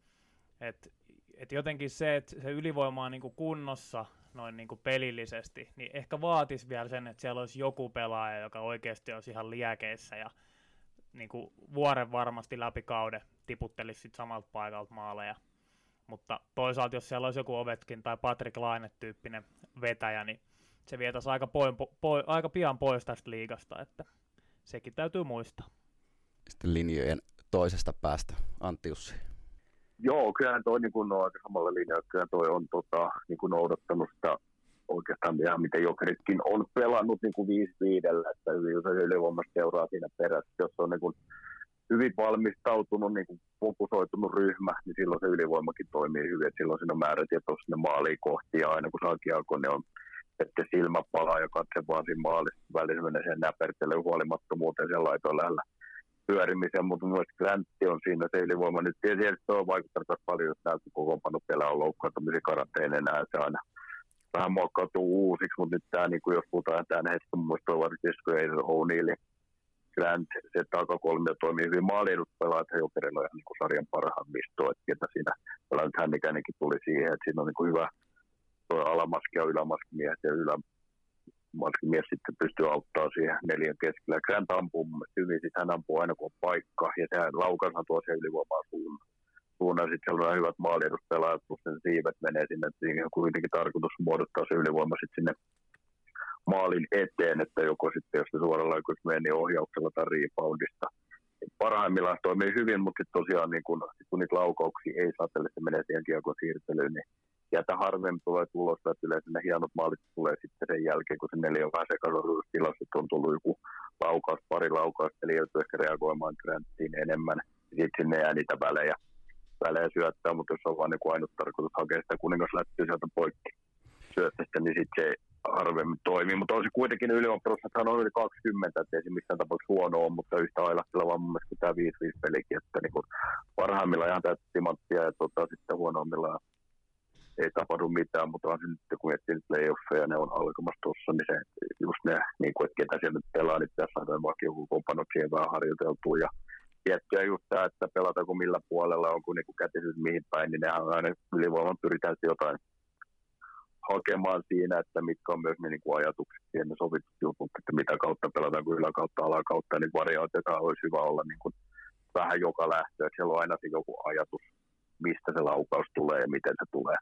Et jotenkin se, että se ylivoima on niinku kunnossa noin niinku pelillisesti, niin ehkä vaatisi vielä sen, että siellä olisi joku pelaaja, joka oikeasti olisi ihan liekeissä ja niinku vuoren varmasti läpi kauden tiputtelisi sit samalta paikalta maaleja. Mutta toisaalta, jos siellä olisi joku Ovechkin tai Patrick Laine-tyyppinen vetäjä, niin se vietäisi aika pian pois tästä liigasta, että sekin täytyy muistaa. Sitten linjojen toisesta päästä, Antti Jussi. Joo, kyllähän toi niin kuin aika samalla linjalla, kyllähän toi on niin kuin noudattanut sitä oikeastaan ihan miten Jokeritkin on pelannut niin kuin 5-5, että hyvin usein ylivoimasta seuraa siinä perässä. Jos on niin kuin hyvin valmistautunut, niin kuin fokusoitunut ryhmä, niin silloin se ylivoimakin toimii hyvin, että silloin siinä on määrätieto sinne maaliin kohti ja aina kun saa kiekon, niin on että silmä palaa ja katse vaan siinä maalissa välissä menee sen näpertelyyn huolimattomuuteen sen laitoon lähellä pyörimiseen, mutta myös Gräntti on siinä se ylivoima. Nyt tietysti on vaikuttanut paljon, jos näyttö kokoonpano pelaa on loukkaantumisen karanteen enää, se aina vähän muokkautuu uusiksi, mutta nyt tämä, niin jos puhutaan tämän hetken, mun mielestä on varsinkin O'Neill, Grant, se takakolmio toimii hyvin maaliedut pelaat, että Jokerilla on niin sarjan parhaimmistoa, että ketä siinä pelaa nyt Hännikäinenkin tuli siihen, että siinä on niin hyvä tuo alamaski ja ylämaskimies ja ylämaskimies sitten pystyy auttamaan siihen neljän keskellä. Grant ampuu mun mielestä hyvin, sitten hän ampuu aina kun on paikka ja sehän laukaushan tuo siihen ylivoimaan suunnan. Sitten siellä on hyvät maalieduspelaajat, plus ne siivet menee sinne, että siinä on kuitenkin tarkoitus muodottaa se ylivoima sitten sinne maalin eteen, että joko sitten jos se suoralla laikuissa menee, niin ohjauksella tai reboundista. Parhaimmillaan toimii hyvin, mutta sitten tosiaan niin kun niitä laukauksia ei satele, se menee siihen kiekon siirtelyyn, niin jätä harvemmin tulee tulosta, että yleensä ne hienot maalit tulee sitten sen jälkeen, kun se 4 on vähän sekaisin tilassa, että on tullut joku laukaus, pari laukausta, eli joutuu ehkä reagoimaan Granttiin enemmän, ja sitten sinne jää niitä välejä syöttää, mutta jos on vaan niin ainut tarkoitus hakea sitä kuningaslättyä sieltä poikki syöttästä, niin sitten se harvemmin toimii, mutta on se kuitenkin ylivoimaprosenttihan on yli 20, että ei se missään tapauksessa huono ole, mutta yhtä ailahtella vaan mun mielestä kuin tämä 5-5 pelikin, että niin kuin parhaimmillaan ihan täyttä timanttia ja sitten huonoimmillaan ei tapahdu mitään, mutta on se nyt kun miettii nyt playoffeja, ne on alkamassa tuossa, niin se just ne, niin kuin, että ketä siellä nyt pelaa, niin pitäisi saada vaikka joku kompanot siihen vähän harjoiteltua ja tiettyä just tämä, että pelataanko millä puolella, onko niin kätisyys mihin päin, niin nehän aina ylivoiman pyritään jotain hakemaan siinä, että mitkä on myös ne niin kuin ajatukset siihen, ne sovitut jutut, että mitä kautta pelataan, kun yläkautta, alakautta, niin variaatioita olisi hyvä olla niin kuin vähän joka lähtö, että siellä on aina se joku ajatus, mistä se laukaus tulee ja miten se tulee.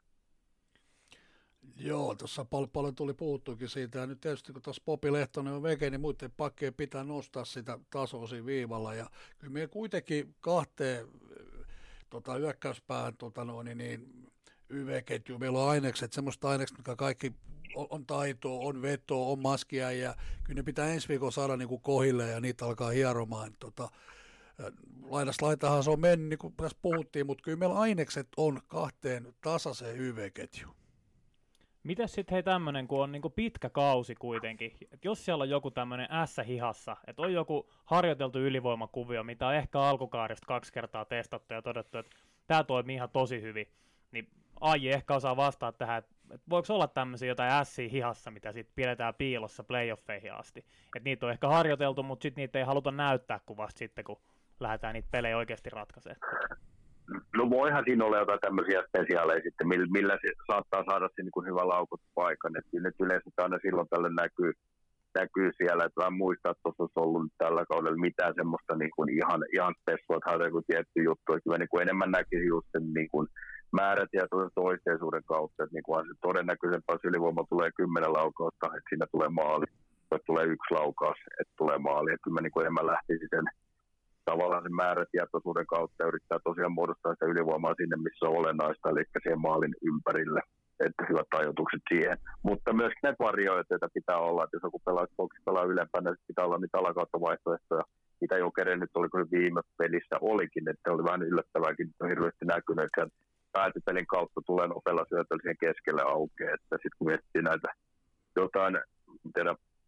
Joo, tuossa paljon tuli puhuttukin siitä, ja nyt tietysti kun tuossa Popi Lehtonen on veke, niin muiden pakkeen pitää nostaa sitä tasoa siinä viivalla, ja kyllä meillä kuitenkin kahteen hyökkäyspäähän YV-ketju, meillä on ainekset, semmoista ainekset, mitkä kaikki on taitoa, on vetoa, on maskia, ja kyllä ne pitää ensi viikolla saada niin kuin kohille, ja niitä alkaa hieromaan. Laidasta laitahan se on mennyt, niin kuin tässä puhuttiin, mutta kyllä meillä ainekset on kahteen tasaiseen YV-ketjuun. Mites sitten hei tämmönen, kun on niinku pitkä kausi kuitenkin, että jos siellä on joku tämmönen hihassa, että on joku harjoiteltu ylivoimakuvio, mitä on ehkä alkukaudesta 2 kertaa testattu ja todettu, että tämä toimii ihan tosi hyvin, niin Aiji ehkä osaa vastaa tähän, että voiko olla tämmöisiä jotain hihassa, mitä sitten pidetään piilossa playoffeihin asti, että niitä on ehkä harjoiteltu, mutta sitten niitä ei haluta näyttää kuvasta sitten, kun lähdetään niitä pelejä oikeasti ratkaisemaan. No voihan siinä olla jotain tämmöisiä spesiaaleja sitten, millä se saattaa saada siinä niin hyvä laukutuspaikan. Että nyt yleensä aina silloin tällöin näkyy siellä, että vähän muistaa, että tuossa olisi ollut tällä kaudella mitään semmoista niin kuin ihan spessua, että on joku tietty juttu. Että kyllä niin kuin enemmän näkisi just sen niin kuin määrätietoisen toisteisuuden kautta, että niin kuin se todennäköisempää, jos ylivoima tulee 10 laukausta, että siinä tulee maali, tai tulee 1 laukaus, että tulee maali. Että kyllä mä niin kuin enemmän lähtisi sen tavallaan sen määrätietoisuuden kautta yrittää tosiaan muodostaa sitä ylivoimaa sinne, missä on olennaista, eli siihen maalin ympärille, että hyvät ajatukset siihen. Mutta myös näitä varioita pitää olla, että jos joku pelaa ylempänä, niin pitää olla niitä alakautta vaihtoehtoja, mitä Jokeri nyt oli, kun viime pelissä olikin, että oli vähän yllättävääkin, että on hirveästi näkynyt, että päätypelin kautta tulee nopealla syötöllä siihen keskelle aukeaa, että sitten kun miettii näitä jotain,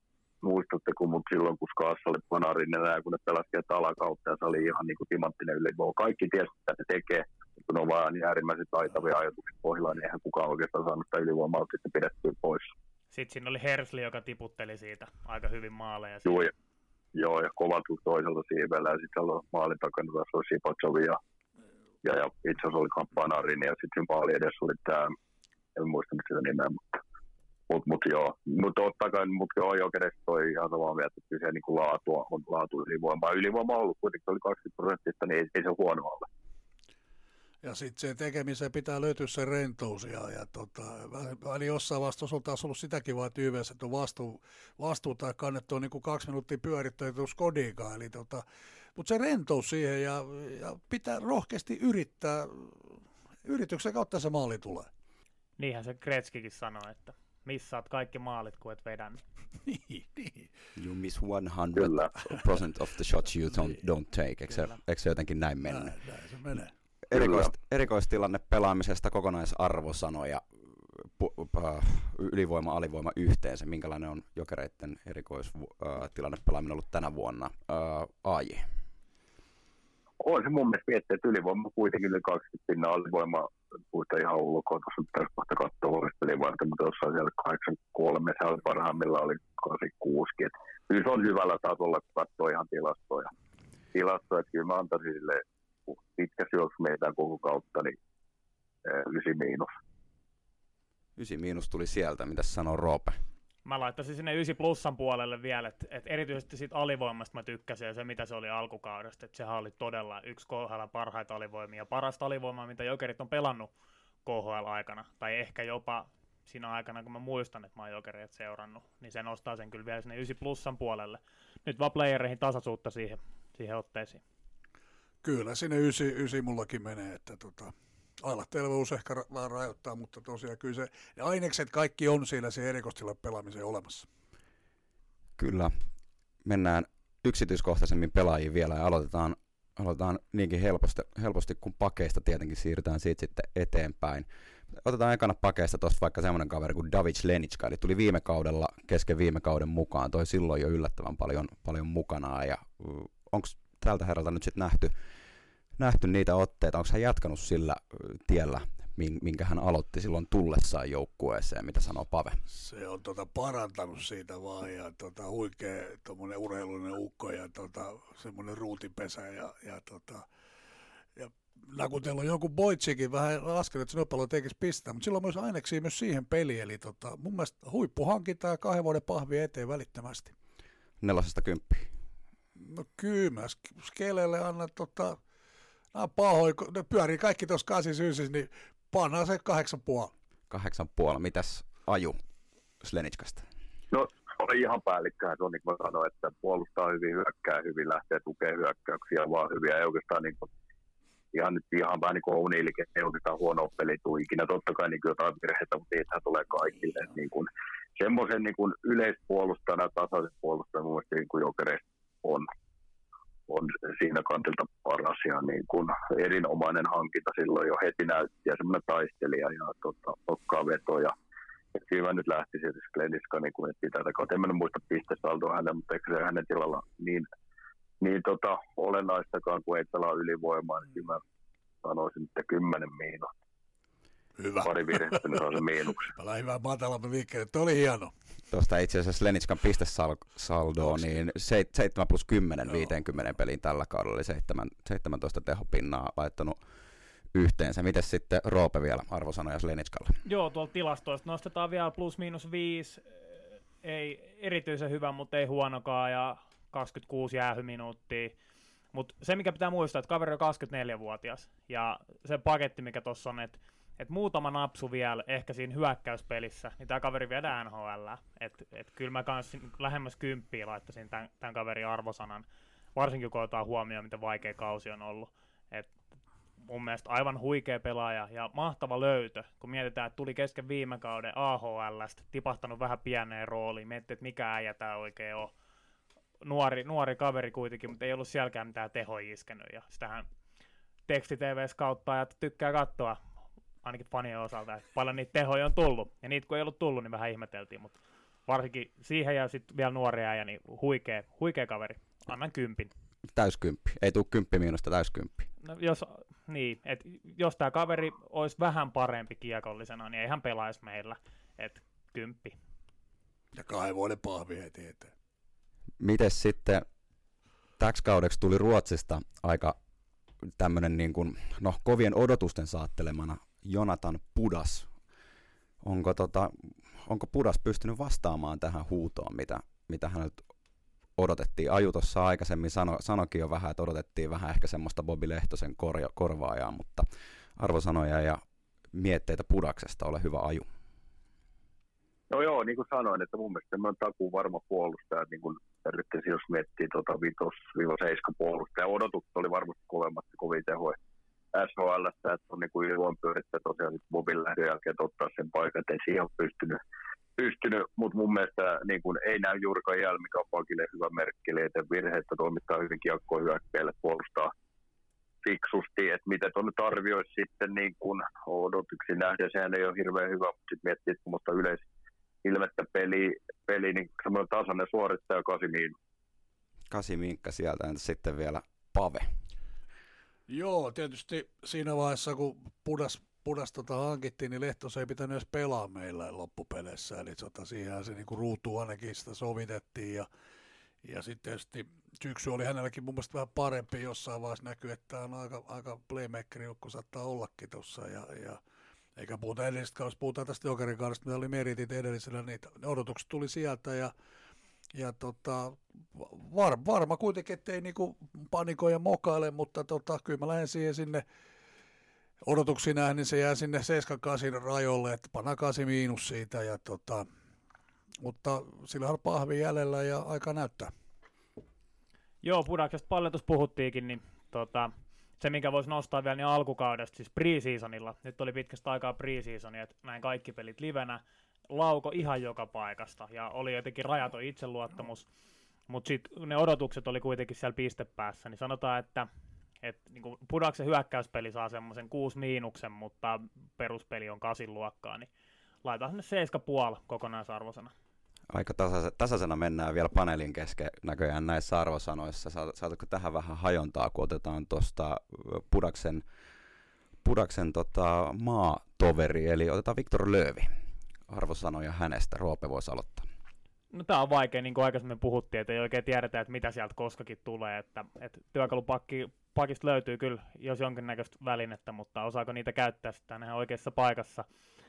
muistatteko, mutta silloin kun Skaassa oli Panarin, kun ne pelasivat alakautta ja se oli ihan niin kuin timanttinen ylivoima. Kaikki tiesi, mitä ne tekee, mutta ne on vaan niin äärimmäisen taitavia ajatuksia pohjalla, niin eihän kukaan oikeastaan saanut sitä ylivoimaa sitten pidettyä pois. Sitten siinä oli Hersley, joka tiputteli siitä aika hyvin maaleja. Joo, ja kovatus toiselta siivellä, ja sitten maalin takana taas oli Sipatsovi, ja itse asiassa oli Panarin, ja sitten siinä maali edessä oli tämä, en muista nyt sitä nimeä, mutta joo. Mutta totta kai, Jokereissa toi ihan samaa mieltä, että se niin laatua on laatu ylivoimaa. Ylivoima on ollut kuitenkin, oli 20%, niin ei se huono ole. Ja sitten se tekemiseen pitää löytyä se rentous. Ja väli jossain vaiheessa on taas ollut sitäkin vaan tyyveessä, että on vastuuta kannettu on niin 2 minuuttia pyörittää, että skodiikaan. Mutta se rentous siihen ja pitää rohkeasti yrittää. Yrityksen kautta se maali tulee. Niinhän se Gretzkykin sanoi, että missaat kaikki maalit, kun et vedä. Niin. You miss 100% of the shots you don't take. Eikö se jotenkin näin mennyt? Näin se menee. Erikoistilanne pelaamisesta, kokonaisarvosanoja, ylivoima, alivoima yhteensä. Minkälainen on Jokereiden erikoistilanne pelaaminen ollut tänä vuonna? AJ. On se mun mielestä miettiä, että ylivoima kuitenkin yli 20 pinnaa alivoima puhutaan ihan ulkoa. Tuossa nyt täytyy kohta katsoa huolesteliin varten, mutta jossain siellä 83, se oli parhaimmillaan oli 86. Kyllä se on hyvällä tasolla, kun katsoo ihan tilastoja. Että kyllä mä antaisin sille pitkä syöksy meitä koko kautta, niin 9-. 9- tuli sieltä, mitä sanoo Roope? Mä laittaisin sinne 9+ puolelle vielä, että erityisesti siitä alivoimasta mä tykkäsin ja se mitä se oli alkukaudesta, että sehän oli todella yksi KHL parhaita alivoimia ja parasta alivoimaa, mitä Jokerit on pelannut KHL-aikana, tai ehkä jopa siinä aikana, kun mä muistan, että mä oon Jokerit seurannut, niin se nostaa sen kyllä vielä sinne 9+ puolelle. Nyt vaan playereihin tasaisuutta siihen otteisiin. Kyllä, sinne 9 mullakin menee, että ailahtelevuus ehkä vähän rajoittaa, mutta tosiaan kyllä se, ne ainekset kaikki on siellä se erikoistilan pelaamiseen olemassa. Kyllä, mennään yksityiskohtaisemmin pelaajiin vielä ja aloitetaan niinkin helposti kuin pakeista tietenkin siirrytään siitä sitten eteenpäin. Otetaan ekana pakeista tuosta vaikka semmoinen kaveri kuin David Schlenicka, eli tuli kesken viime kauden mukaan, toi silloin jo yllättävän paljon mukanaan ja onko tältä herralta nyt sitten nähty niitä otteita, onko hän jatkanut sillä tiellä, minkä hän aloitti silloin tullessaan joukkueeseen, mitä sanoo Pave? Se on parantanut siitä vaan ja huikea tommonen urheilullinen ukko ja semmoinen ruutipesä ja nakutellut on jonkun Boitsikin vähän laskenut, että se nopeulla tekisi pistää, mutta silloin myös aineksia myös siihen peliin, eli mun mielestä huippuhankinta ja 2 vuoden pahvi eteen välittömästi. 4-10. No kyllä, mä Skelelle annan nämä pahoin, ne pyörii kaikki tuossa 8-9, niin pannaan se 8,5. 8,5. Mitäs Aju Schlenicskasta? No oli ihan päällikköhän, se on niin kuin mä sanoin, että puolustaa hyvin, hyökkää hyvin, lähtee tukemaan hyökkäyksiä vaan hyviä, ei oikeastaan niin kuin, ihan vähän niin kuin O'Neillikin, ei oikeastaan huonoa peliä tule ikinä, totta kai niin kuin jotain virheitä, mutta niitähän tulee kaikille, niin kuin, semmoisen niin kuin yleispuolustajana, tasaisen puolustajana mun mielestä niin kuin Jokereista on siinä kantilta paras ja niin kuin erinomainen hankinta silloin jo heti näytti ja semmoinen taistelija ja nokkaa vetoja. Kyllä mä nyt lähtisin Schlenicka niin kuin etsii tätä kautta. En mä nyt muista pistesaldoa hänelle, mutta eikö se hänen tilalla niin olennaistakaan, kun ei pelaa ylivoimaa, niin kyllä mä sanoisin, että 10-. Hyvä. Pari virhettä, niin saa se miinuksen. Mä lähdin vähän matalammin liikkeelle, että oli hieno. Tuosta itse asiassa Schlenitskan pistesaldoa, niin 7+10 50 peliin tällä kaudella, eli 17 tehopinnaa laittanut yhteensä. Mites sitten Roope vielä arvosanoja Schlenitskalle? Joo, tuolta tilastoista nostetaan vielä +/-5, ei erityisen hyvä, mutta ei huonokaan, ja 26 jäähyminuuttia. Mutta se, mikä pitää muistaa, että kaveri on 24-vuotias, ja se paketti, mikä tuossa on, että muutama napsu vielä ehkä siinä hyökkäyspelissä, niin tämä kaveri viedään NHL. Että kyllä mä kans lähemmäs 10 laittaisin tämän kaverin arvosanan, varsinkin kun otetaan huomioon, miten vaikea kausi on ollut. Et mun mielestä aivan huikea pelaaja ja mahtava löytö, kun mietitään, että tuli kesken viime kauden AHL:stä, tipahtanut vähän pieneen rooliin, miettii, että mikä äijä tämä oikein on. Nuori kaveri kuitenkin, mutta ei ollut sielläkään mitään tehoja iskenyt, ja sitähän teksti-TV-skauttajat tykkää katsoa, ainakin fanien osalta, että paljon niitä tehoja on tullut, ja niitä kun ei ollut tullut, niin vähän ihmeteltiin, mutta varsinkin siihen ja sitten vielä nuoria äijä, niin huikea kaveri. Annan 10. Täyskymppi. Ei tule 10 miinusta, täyskymppi. No, jos tämä kaveri olisi vähän parempi kiekollisena, niin ei hän pelaisi meillä. 10. Ja 2 vuoden pahvi heti eteen. Mites sitten täksi kaudeksi tuli Ruotsista aika tämmöinen niin kuin, kovien odotusten saattelemana Jonathan Pudas. Onko Pudas pystynyt vastaamaan tähän huutoon, mitä häneltä odotettiin? Aju tuossa aikaisemmin sanoikin jo vähän, että odotettiin vähän ehkä semmoista Bobby Lehtosen korvaajaa, mutta arvosanoja ja mietteitä Pudaksesta, ole hyvä Aju. No joo, niin kuin sanoin, että mun mielestä mä oon takuun varma puolustaja, niin kuin periaatteessa jos miettii 5-7 puolustaja, odotukset oli varmasti kovemmat kovin tehoja SHL:stä, että on niin kuin ilman pyörittä tosiaan Bobin lähdön jälkeen ottaa sen paikan, että ei siihen ole pystynyt, mutta mun mielestä niin kuin ei näy juurikaan jäällä, mikä on pakille hyvä merkki, eli että virheitä toimittaa hyvin kiekkoa hyökkäille, puolustaa fiksusti, että mitä tuonne arvioisi sitten niin kuin odotuksiin nähdä, sehän ei ole hirveän hyvä, mutta sitten miettii, että semmoista ilmettä peli niin semmoinen tasainen suorittaja 8 miinus. 8 minkka sieltä, entä sitten vielä Pave? Joo, tietysti siinä vaiheessa, kun Pudas hankittiin, niin Lehtos ei pitänyt edes pelaa meillä loppupeleissä, eli siihen se niinku ruutuun ainakin sitä sovitettiin, ja sitten tietysti syksy oli hänelläkin mun mielestä vähän parempi, jossain vaiheessa näkyy, että tämä on aika playmakeri, kun saattaa ollakin tuossa, ja eikä puhuta edellisestä kaudesta, puhutaan tästä Jokerin kaudesta, mitä oli meritit edellisellä, niitä odotukset tuli sieltä, ja varma kuitenkin, ettei niinku panikoja mokaile, mutta kyllä mä lähden sinne odotuksiin nähden, niin se jää sinne 7-8 rajoille, että pannaan 8 miinus siitä, mutta sillä on pahvi jäljellä ja aika näyttää. Joo, Pudaksesta paljon tuossa puhuttiinkin, niin se, minkä voisi nostaa vielä niin alkukaudesta, siis pre-seasonilla, nyt oli pitkästä aikaa pre-seasonia, että näin kaikki pelit livenä, lauko ihan joka paikasta, ja oli jotenkin rajaton itseluottamus, mutta sitten ne odotukset oli kuitenkin siellä pistepäässä, niin sanotaan, että niin kuin Pudaksen hyökkäyspeli saa semmoisen 6 miinuksen, mutta peruspeli on 8 luokkaa, niin laitetaan sinne 7,5 kokonaisarvosana. Aika tasaisena mennään vielä paneelin kesken näköjään näissä arvosanoissa. Saatko tähän vähän hajontaa, kun otetaan tuosta Pudaksen maatoveri, eli otetaan Victor Löövi. Arvosanoja hänestä. Roope voisi aloittaa. No tää on vaikea, niin kuin aikaisemmin puhuttiin, että ei oikein tiedetä, että mitä sieltä koskakin tulee. Että työkalupakista löytyy kyllä jos jonkinnäköistä välinettä, mutta osaako niitä käyttää sitten ihan oikeassa paikassa.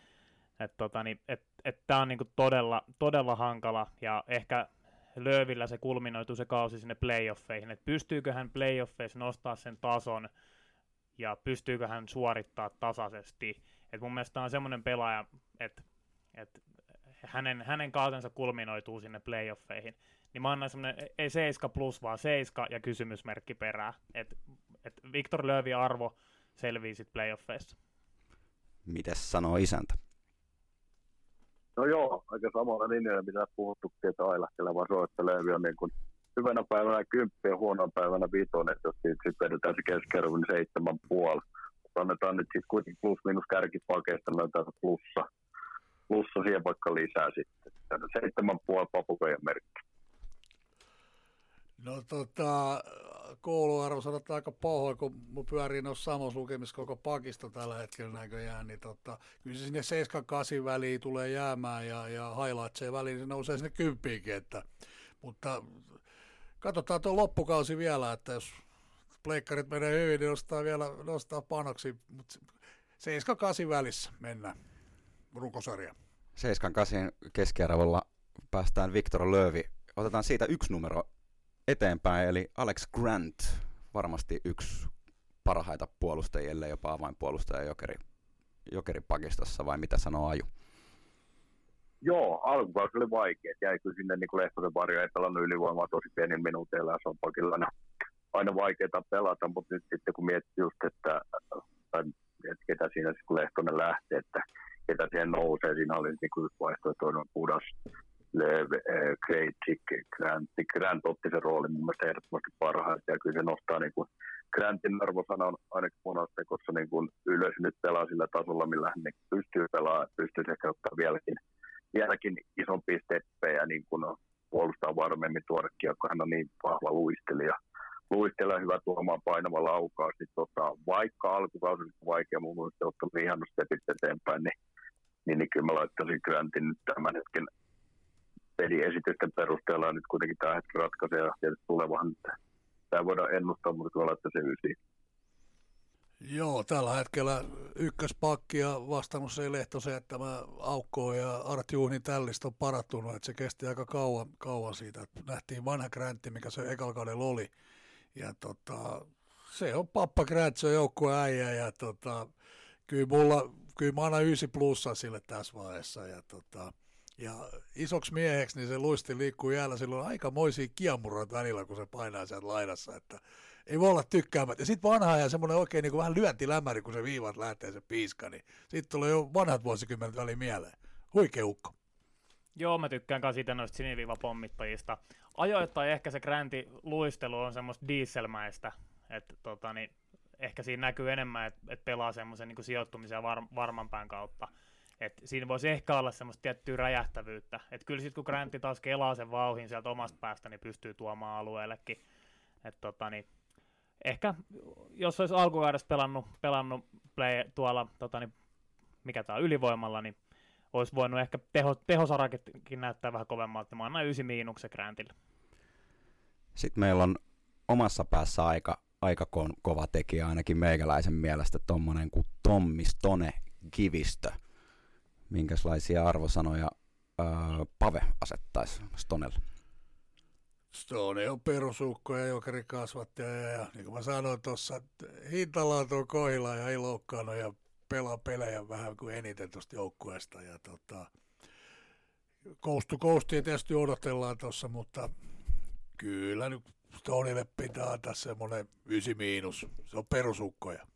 Tämä on niinku todella hankala, ja ehkä Löövillä se kulminoituu se kausi sinne playoffeihin, että pystyykö hän playoffeissa nostaa sen tason, ja pystyykö hän suorittaa tasaisesti. Et mun mielestä on semmoinen pelaaja, että hänen kautensa kulminoituu sinne playoffeihin. Niin mä annan semmoinen, ei 7 plus, vaan 7 ja kysymysmerkki perään. Et Victor Löövin arvo selvii sitten playoffeissa. Mites sanoo isäntä? No joo, aika samalla linjalla, mitä puhuttukin, että ailahteleva se on, että Löövi on niin kuin hyvänä päivänä 10 ja huonona päivänä 5, että jos sitten vedetään se keskiarvo, niin 7,5. Annetaan nyt sitten kuitenkin plus minus kärkipakeista, löytää plussa siihen vaikka lisää sitten. 7,5 papukojen merkki. No kouluarvo sanotaan aika pahoin, kun mun pyörii noissa samoissa lukemissa koko pakista tällä hetkellä näköjään, niin kyllä se sinne 7-8 väliin tulee jäämään ja highlightseen väliin se nousee sinne 10-kin, mutta katsotaan tuon loppukausi vielä, että jos pleikkarit menee hyvin, niin nostaa panoksi, mutta 7-8 välissä mennään runkosarjaan. 7-8 keskiarvolla päästään Victor Löövi. Otetaan siitä yksi numero eteenpäin, eli Alex Grant, varmasti yksi parhaita puolustajia, ellei jopa avainpuolustaja Jokeripakistossa, vai mitä sanoo Aju? Joo, alkukausi oli vaikea. Jäi kyllä sinne niin Lehtosen varjo, ei pelannut ylivoimaa tosi pienin minuuteilla, ja se on pakilla aina vaikeaa pelata, mutta nyt sitten kun miettii just, että ketä siinä sitten kun Lehtonen lähtee, että ketä siihen nousee, siinä oli niin yksi vaihtoehtoinen Pudas, Lööv, Krejcik, Grant otti sen roolin mun mielestä ehdottomasti parhaiten, ja kyllä se nostaa niin kuin Grantin arvosana on ainakin monastekossa niin kuin ylös nyt pelaa sillä tasolla, millä hän pystyy pelaamaan, pystyy ehkä ottaa vieläkin isompia steppejä niin kun puolustaa varmemmin tuoda kiekko. Hän on niin vahva luistelija. Luistella hyvä tuomaan painava laukaus, niin vaikka alkukausi on vaikea mun mielestä ottaa ihan stepit eteenpäin, niin kyllä mä laittaisin Grantin nyt tämän hetken peliesitysten perusteella nyt kuitenkin tämä hetki ratkaisee ja tietysti tulevahan tämä voidaan ennustaa, mutta kyllä laittaisin 9. Joo, tällä hetkellä ykköspakki ja vastannut se Lehtosen, että tämä Aukko ja Art Juhnin tällistä on parantunut, että se kesti aika kauan siitä, että nähtiin vanha Grantti, mikä se ekalla kaudella oli. Ja se on Pappa Grant, se on joukkueen äijä ja kyllä mä annan 9 plussaa sille tässä vaiheessa. Ja isoksi mieheksi niin se luisti liikkuu jäällä silloin aikamoisia kiemuroita välillä, kun se painaa sieltä laidassa, että ei voi olla tykkäämättä. Ja sitten vanha ja semmoinen oikein niin kuin vähän lyöntilämäri, kun se viivat lähtee se piiska, niin sitten tulee jo vanhat vuosikymmenet väliin mieleen. Huikea ukko. Joo, mä tykkään myös itse noista siniviivapommittajista. Ajoittain ehkä se Grantin luistelu on semmoista dieselmäistä, että ehkä siinä näkyy enemmän, että pelaa semmoisen niin sijoittumisen varman pään kautta. Et siinä voisi ehkä olla semmoista tiettyä räjähtävyyttä. Et kyllä sitten kun Grantti taas kelaa sen vauhin sieltä omasta päästä, niin pystyy tuomaan alueellekin. Ehkä jos olisi alkukaudesta pelannut tuolla mikä tää on, ylivoimalla, niin olisi voinut ehkä tehosarakin näyttää vähän kovemmalta. Mä annan 9 miinuksen Grantille. Sitten meillä on omassa päässä aika kova tekijä ainakin meikäläisen mielestä, tommonen kuin Tommi Stone Kivistö. Minkälaisia arvosanoja Pave asettaisi Stonelle? Stone on perusukko ja jokerikasvattaja ja niin kuin mä sanoin tuossa, hintalaatu on kohdilla ja ei loukkaannut ja pelaa pelejä vähän kuin eniten tuosta joukkueesta. Ja koustia tietysti odotellaan tuossa, mutta kyllä nyt Stonelle pitää antaa semmoinen 9 miinus. Se on perusukkoja.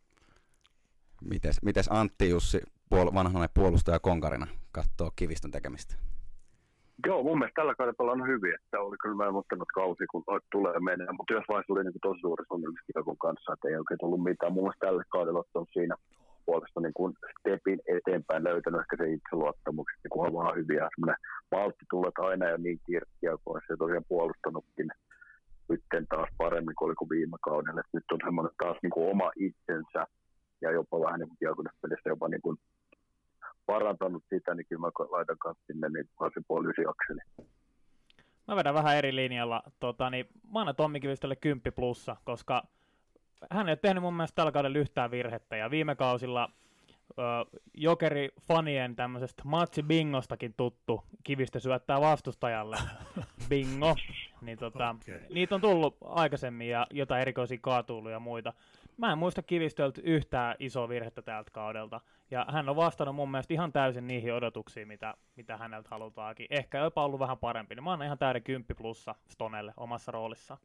Mites Antti Jussi vanhana puolustaja konkarina katsoo Kivistön tekemistä? Joo, mun mielestä tällä kaudella on hyvin, että oli kyllä mä en ottanut kausi, kun tulee menee, mutta jos vaiheessa oli niin tosi suuri ongelmista kiekon kanssa, että ei oikein tullut mitään. Mun mielestä tällä kaudella on siinä puolesta niin kuin stepin eteenpäin löytänyt ehkä se itseluottamuksen, niin kun on vaan hyviä. Semmoinen maltti tullut aina ja niin kierkkiakoissa ja tosiaan puolustanutkin nyt taas paremmin kuin oli kuin viime kaudella. Nyt on semmoinen taas niin kuin oma itsensä ja jopa vähän niin kuin kiekonespelissä jopa niin kuin parantanut sitä, niin kyllä mä laitan kanssa sinne niin 8,5 akseli. Mä vedän vähän eri linjalla. Mä annan Tommi Kivistölle 10 plussa, koska hän ei ole tehnyt mun mielestä tällä kaudella yhtään virhettä, ja viime kausilla Jokeri-fanien tämmöisestä matsi-bingostakin tuttu Kivistö syöttää vastustajalle bingo, niin niitä on tullut aikaisemmin ja jotain erikoisia kaatuiluja ja muita. Mä en muista Kivistöltä yhtään isoa virhettä tältä kaudelta, ja hän on vastannut mun mielestä ihan täysin niihin odotuksiin, mitä häneltä halutaankin. Ehkä jopa ollut vähän parempi, niin mä annan ihan täyden 10 plussa Stonelle omassa roolissaan.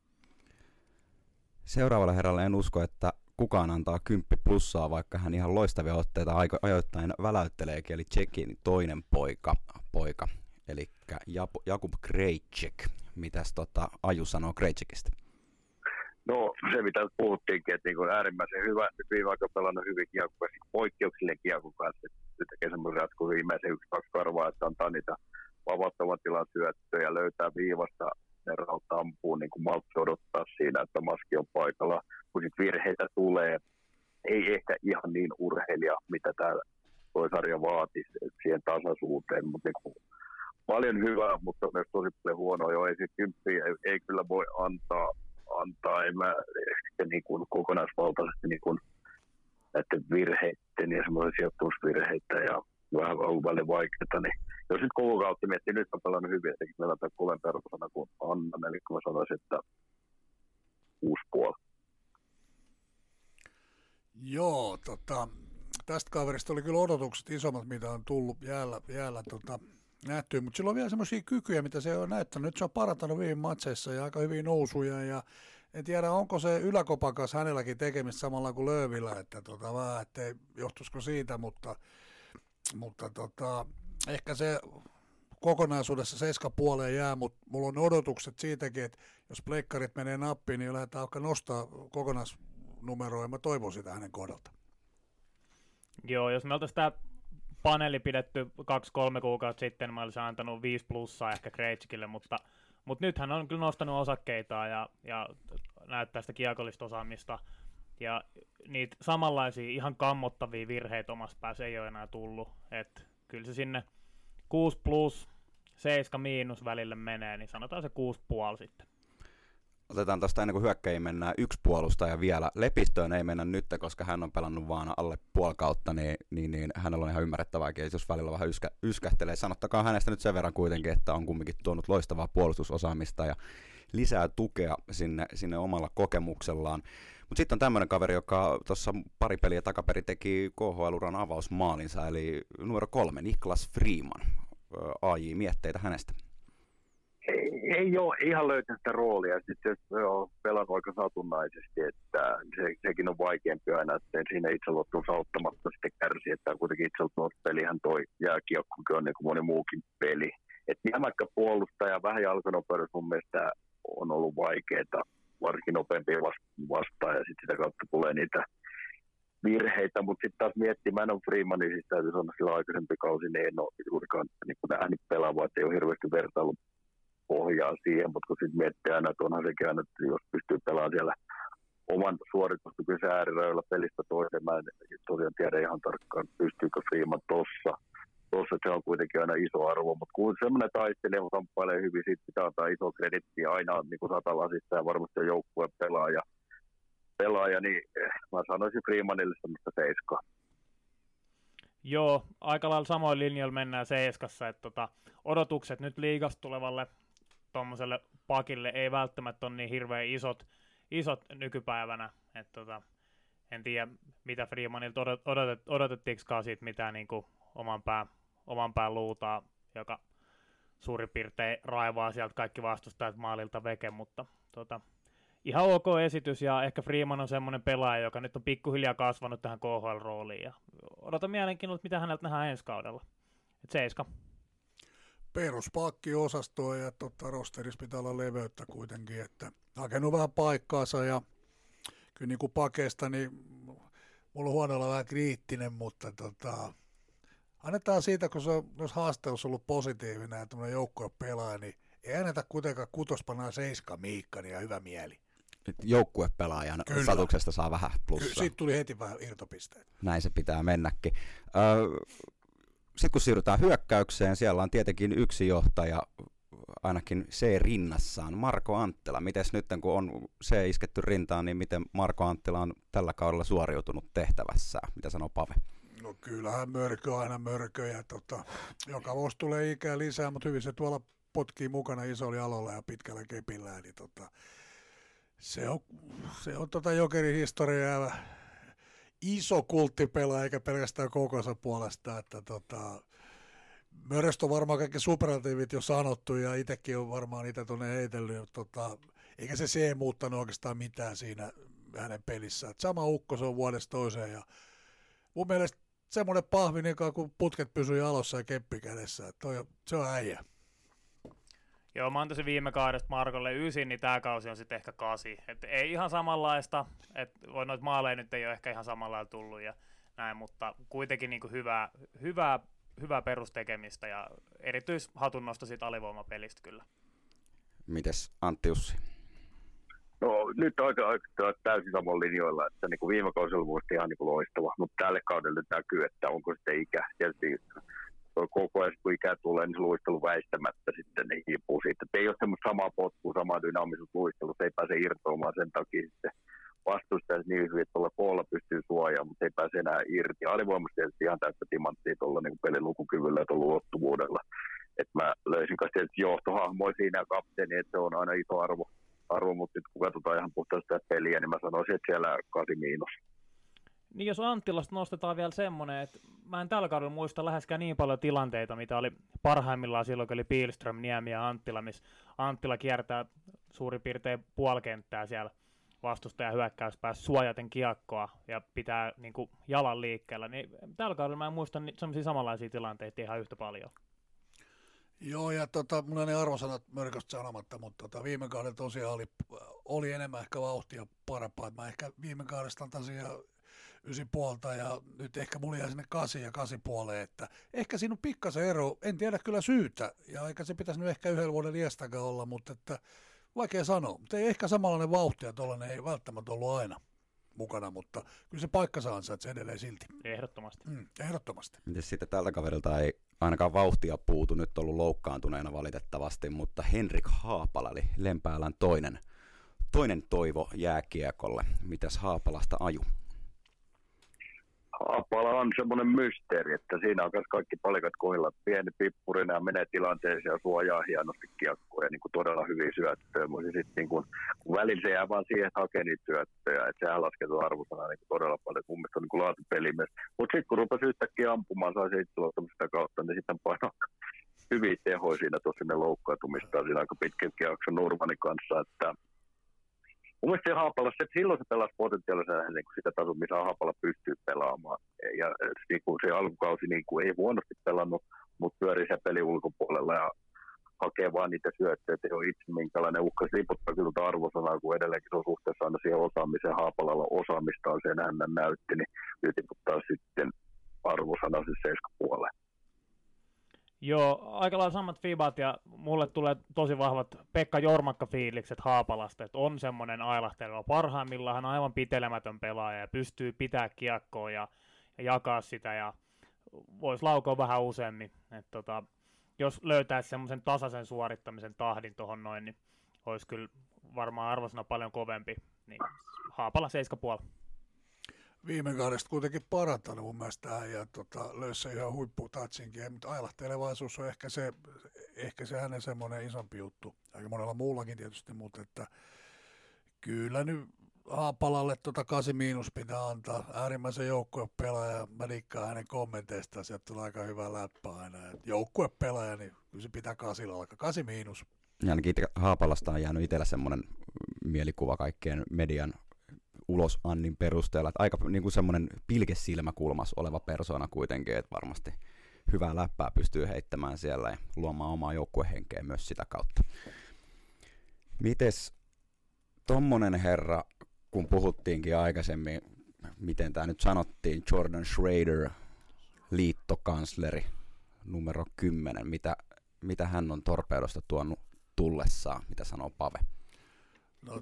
Seuraavalla herralla en usko, että kukaan antaa 10 plussaa, vaikka hän ihan loistavia otteita ajoittain väläytteleekin, eli Tšekin toinen poika eli Jakub Krejček. Mitäs Aju sanoo Krejčekistä? No se mitä puhuttiinkin, että niin äärimmäisen hyvä, nyt viime aikoina pelannut hyvin kiekkoa, poikkeuksellinen kiekon kanssa, että tekee semmoisen ratkun viimeisen 1-2 karvaa, että antaa niitä vapauttavan tilan syöttöjä, löytää viivasta, ne rautta ampuu, niin kuin maltti odottaa siinä, että maski on paikalla, kun sitten virheitä tulee, ei ehkä ihan niin urheilija, mitä täällä toi sarja vaatisi siihen tasaisuuteen, mutta niin paljon hyvää, mutta myös tosi paljon huonoa, jo ei se 10 ei kyllä voi antaa en mä niin kuin kokonaisvaltaisesti niin kuin näiden virheiden ja semmoisen sijoittumusvirheitä ja vähän välillä vaikeita, niin jos nyt koko kautta miettii, nyt on pelannut hyvin, että meillä on tämä koven perusana kuin Anna, eli mä sanoisin, että 6,5. Joo, tästä kaverista oli kyllä odotukset isommat, mitä on tullut jäällä nähtyä, mutta sillä on vielä semmoisia kykyjä, mitä se on näyttänyt. Nyt se on parantanut viime matseissa ja aika hyviä nousuja ja en tiedä, onko se yläkopan kanssa hänelläkin tekemistä samalla kuin Löövillä, että vähän, ettei johtuisiko siitä, mutta ehkä se kokonaisuudessa 7,5 jää, mutta mulla on odotukset siitäkin, että jos pleikkarit menee nappiin, niin lähdetään alkaa nostaa kokonaisnumeroa ja mä toivon sitä hänen kohdalta. Joo, jos me oltaisiin tämä paneeli pidetty 2-3 kuukautta sitten, mä olisin antanut 5+ ehkä Krejcikille, mutta nyt hän on kyllä nostanut osakkeitaan ja näyttää sitä kiekollista osaamista. Ja niitä samanlaisia ihan kammottavia virheitä omassa päässä ei ole enää tullut. Et kyllä se sinne 6+, 7- välille menee, niin sanotaan se 6,5 sitten. Otetaan tuosta ennen kuin hyökkäjiin mennään yksi puolustaja vielä. Lepistöön ei mennä nyt, koska hän on pelannut vaan alle puoli kautta, niin hänellä on ihan ymmärrettävääkin, jos välillä vähän yskähtelee. Sanottakaa hänestä nyt sen verran kuitenkin, että on kumminkin tuonut loistavaa puolustusosaamista ja lisää tukea sinne omalla kokemuksellaan. Mutta sitten on tämmöinen kaveri, joka tuossa pari peliä takaperin teki KHL-uran avausmaalinsa, eli numero 3, Niklas Freeman. AJ-mietteitä hänestä? Ei ole ihan löytänyt sitä roolia. Sitten se on pelannut aika satunnaisesti, että sekin on vaikeampi aina, että siinä itseluottamus auttamatta sitten kärsii, että kuitenkin itseluottamuspelihän toi jääkiekkokin on niin kuin moni muukin peli. Että jämäkkä puolustaja, vähän jalkanopeudessa mun mielestä on ollut vaikeaa, varsinkin nopeampia vastaan, ja sitten sitä kautta tulee niitä virheitä, mutta sitten taas miettimään on Freemanin, siis täytyy sanoa sillä aikaisempi kausi, niin en ole juurikaan niin nähnyt pelaavaa, että ei ole hirveästi vertailupohjaa siihen, mutta kun sitten miettii aina, että onhan sekin aina, että jos pystyy pelaamaan siellä oman suorituskykyisen äärirajoilla pelistä toiseen, mä en tosiaan tiedä ihan tarkkaan, pystyykö Freeman tossa, se on kuitenkin aina iso arvo, mutta kun semmoinen taistelija kamppailee hyvin, siitä pitää antaa iso kreditti aina niin kuin satalasissa ja varmasti on joukkueen pelaaja, niin mä sanoisin Freemanille semmoista 7. Joo, aika lailla samoin linjoilla mennään 7, että odotukset nyt liigasta tulevalle tuommoiselle pakille ei välttämättä ole niin hirveän isot nykypäivänä, että en tiedä mitä Freemanilta odotettiinkaan siitä mitään niin kuin oman pään luutaa, joka suurin piirtein raivaa sieltä kaikki vastustajat maalilta veke, mutta ihan ok esitys, ja ehkä Freeman on semmoinen pelaaja, joka nyt on pikkuhiljaa kasvanut tähän KHL-rooliin, ja odotan mielenkiinnolla, mitä häneltä nähdään ensi kaudella. 7. Peruspakkiosastoa, ja rosterissa pitää olla leveyttä kuitenkin, että hakenut vähän paikkaansa, ja kyllä niin kuin pakeista, niin mulla on huonolla vähän kriittinen, mutta annetaan siitä, kun jos haaste olisi ollut positiivinen ja tämmöinen joukkue pelaaja, niin ei anneta kuitenkaan kutospannaan 7 Miikkani ja hyvä mieli. Joukkuepelaajan statuksesta saa vähän plussaa. Siitä tuli heti vähän irtopisteet. Näin se pitää mennäkin. Sitten kun siirrytään hyökkäykseen, siellä on tietenkin yksi johtaja, ainakin C-rinnassaan, Marko Anttila. Mites nyt, kun on C isketty rintaan, niin miten Marko Anttila on tällä kaudella suoriutunut tehtävässään? Mitä sanoo Pave? No kyllähän mörkö aina mörkö, ja joka vuosi tulee ikää lisää, mutta hyvin se tuolla potkii mukana isolla jalolla ja pitkällä kepillä, eli se on Jokerin historiaa iso kulttipelaaja, eikä pelkästään kokonsa puolesta, että Möröstä on varmaan kaikki superlatiivit jo sanottu, ja itsekin on varmaan niitä tuonne heitellyt, eikä se muuttanut oikeastaan mitään siinä hänen pelissään. Et sama ukko se on vuodesta toiseen, ja mun mielestä semmoinen pahvinen, kun putket pysyy jalossa ja keppi kädessä, että se on äijä. Joo, mä antaisin viime kaudesta Markolle 9, niin tää kausi on sitten ehkä 8. Et ei ihan samanlaista, että noita maaleja nyt ei ole ehkä ihan samalla lailla tullut ja näin, mutta kuitenkin niin kuin hyvää perustekemistä ja erityishatunnosto siitä alivoimapelistä kyllä. Mites Antti Jussi? No nyt aika täysin samalla linjoilla, että niin kuin viime kaudella oli muista ihan niin kuin loistava, mutta tälle kaudelle näkyy, että onko sitten ikä. Tietysti koko ajan kun ikä tulee, niin se luistelu väistämättä sitten niin hiipuu siitä. Et ei ole semmoista samaa potkua, samaa dynaamisuutta luistelussa, ei pääse irtoamaan sen takia sitten vastustajat niin hyvin, että tuolla koolla pystyy suojaamaan, mutta ei pääse enää irti. Alivoimassa tietysti ihan täyttä timanttia tuolla niin pelin lukukyvyllä ja tuolla ulottuvuudella. Et mä löysin kanssa tietysti johtohahmoja siinä ja kapteeni, että se on aina iso arvo, mutta nyt kun katsotaan ihan puhtaasti sitä peliä, niin mä sanoisin, että siellä 8-. Niin jos Anttilasta nostetaan vielä semmoinen, että mä en tällä kaudella muista läheskään niin paljon tilanteita, mitä oli parhaimmillaan silloin, kun oli Pihlström, Niemi ja Anttila, missä Anttila kiertää suurin piirtein puolikenttää siellä vastustajan hyökkäyspäässä suojaten kiekkoa ja pitää niin kuin jalan liikkeellä, niin tällä kaudella mä en muista sellaisia samanlaisia tilanteita ihan yhtä paljon. Joo, ja mulla on ne arvosanat Mörköstä sanomatta, mutta viime kaudella tosiaan oli enemmän ehkä vauhtia parempaa. Mä ehkä viime kaudesta antaisin 9,5 ja nyt ehkä mulla jää sinne 8 ja 8,5, että ehkä siinä on pikkasen ero, en tiedä kyllä syytä, ja eikä se pitäisi nyt ehkä 1 vuoden liestäkään olla, mutta että vaikea sanoa, mutta ei ehkä samanlainen vauhti, ja tuollainen ei välttämättä ollut aina mukana, mutta kyllä se paikkansa ansaitsee edelleen silti. Ehdottomasti. Ehdottomasti. Miten sitten tältä kaverilta ei ainakaan vauhtia puutu, nyt ollut loukkaantuneena valitettavasti, mutta Henrik Haapala, eli Lempäälän toinen toivo jääkiekolle. Mitäs Haapalasta aju? Haapala on semmoinen mysteeri, että siinä on myös kaikki palikat kohdilla. Pieni pippurina ja menee tilanteeseen ja suojaa hienosti kiekkoja, niin kuin todella hyviä syöttöjä. Mutta sitten niin kun välillä se jää vaan siihen, että hakee niitä syöttöjä. Että sehän lasketaan arvosana niin todella paljon. Mun mielestä on niin laatupelimies. Mutta sitten kun rupesi yhtäkkiä ampumaan, sai se itseluottamista kautta, niin sitten painaa hyviä tehoja siinä tosiaan loukkaantumista. Siinä aika pitkänkin jakson Nurmanin kanssa, että mun mielestä se Haapala, silloin se pelasi potentiaalisena niin kuin sitä tasoa, missä Haapala pystyy pelaamaan. Ja niin kuin se alkukausi niin kuin ei huonosti pelannut, mutta pyörii se peli ulkopuolella ja hakee vaan niitä syöttöjä, että ei ole itse minkälainen uhka. Se liputtaa kyllä arvosanaa, kun edelleenkin se on suhteessa aina siihen osaamiseen. Haapalalla osaamista on sen hän näytti, niin nyt tiputtaa sitten arvosana siis 7,5. Joo, aika lailla samat fibat ja mulle tulee tosi vahvat Pekka Jormakka-fiilikset Haapalasta, että on semmoinen ailahteleva. Parhaimmillaan hän on aivan pitelemätön pelaaja ja pystyy pitää kiekkoa ja jakaa sitä ja voisi laukoa vähän useammin. Jos löytäisi semmoisen tasaisen suorittamisen tahdin tuohon noin, niin olisi kyllä varmaan arvosana paljon kovempi. Niin Haapala 7,5. Viime kaudesta kuitenkin parantanut mun mielestä ja löysi ihan huipputatsinkin, mutta ailahtelevaisuus on ehkä se hänen semmoinen isompi juttu. Aika monella muullakin tietysti, mutta että kyllä nyt Haapalalle 8 miinus pitää antaa. Äärimmäisen joukkuepelaaja, mä dikkaan hänen kommenteistaan, sieltä tulee aika hyvä läppä aina. Joukkuepelaaja, niin kyllä se pitää 8 alkaa, 8 miinus. Ja ainakin Haapalasta on jäänyt itsellä semmoinen mielikuva kaikkien median ulosannin perusteella, että aika niin kuin semmoinen pilkesilmäkulmas oleva persoona kuitenkin, että varmasti hyvää läppää pystyy heittämään siellä ja luomaan omaa joukkuehenkeä myös sitä kautta. Mites tommonen herra, kun puhuttiinkin aikaisemmin, miten tämä nyt sanottiin, Jordan Schrader, liittokansleri numero 10, mitä hän on Torpedosta tuonut tullessaan, mitä sanoo Pave? No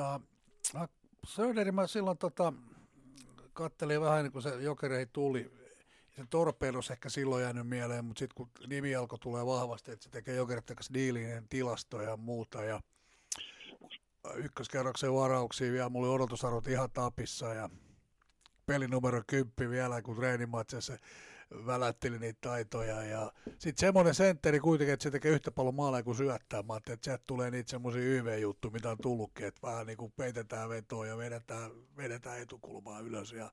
Söderi mä silloin kattelin vähän niin kuin se Jokereihin tuli. Se Torpedos ehkä silloin jäänyt mieleen, mutta sitten kun nimi alkoi tulee vahvasti, että se tekee Jokereiden kanssa diilinen tilastoja ja muuta. Ja ykköskerroksen varauksia vielä, mulla oli odotusarvot ihan tapissa ja pelinumero 10 vielä, kun treenimatseissa välätteli niitä taitoja. Ja sitten semmoinen sentteri kuitenkin, että se tekee yhtä paljon maaleja kuin syöttää. Mä ajattelin, että sieltä tulee niitä semmoisia YV-juttuja, mitä on tullutkin, että vähän niin kuin peitetään vetoa ja vedetään etukulmaa ylös. Ja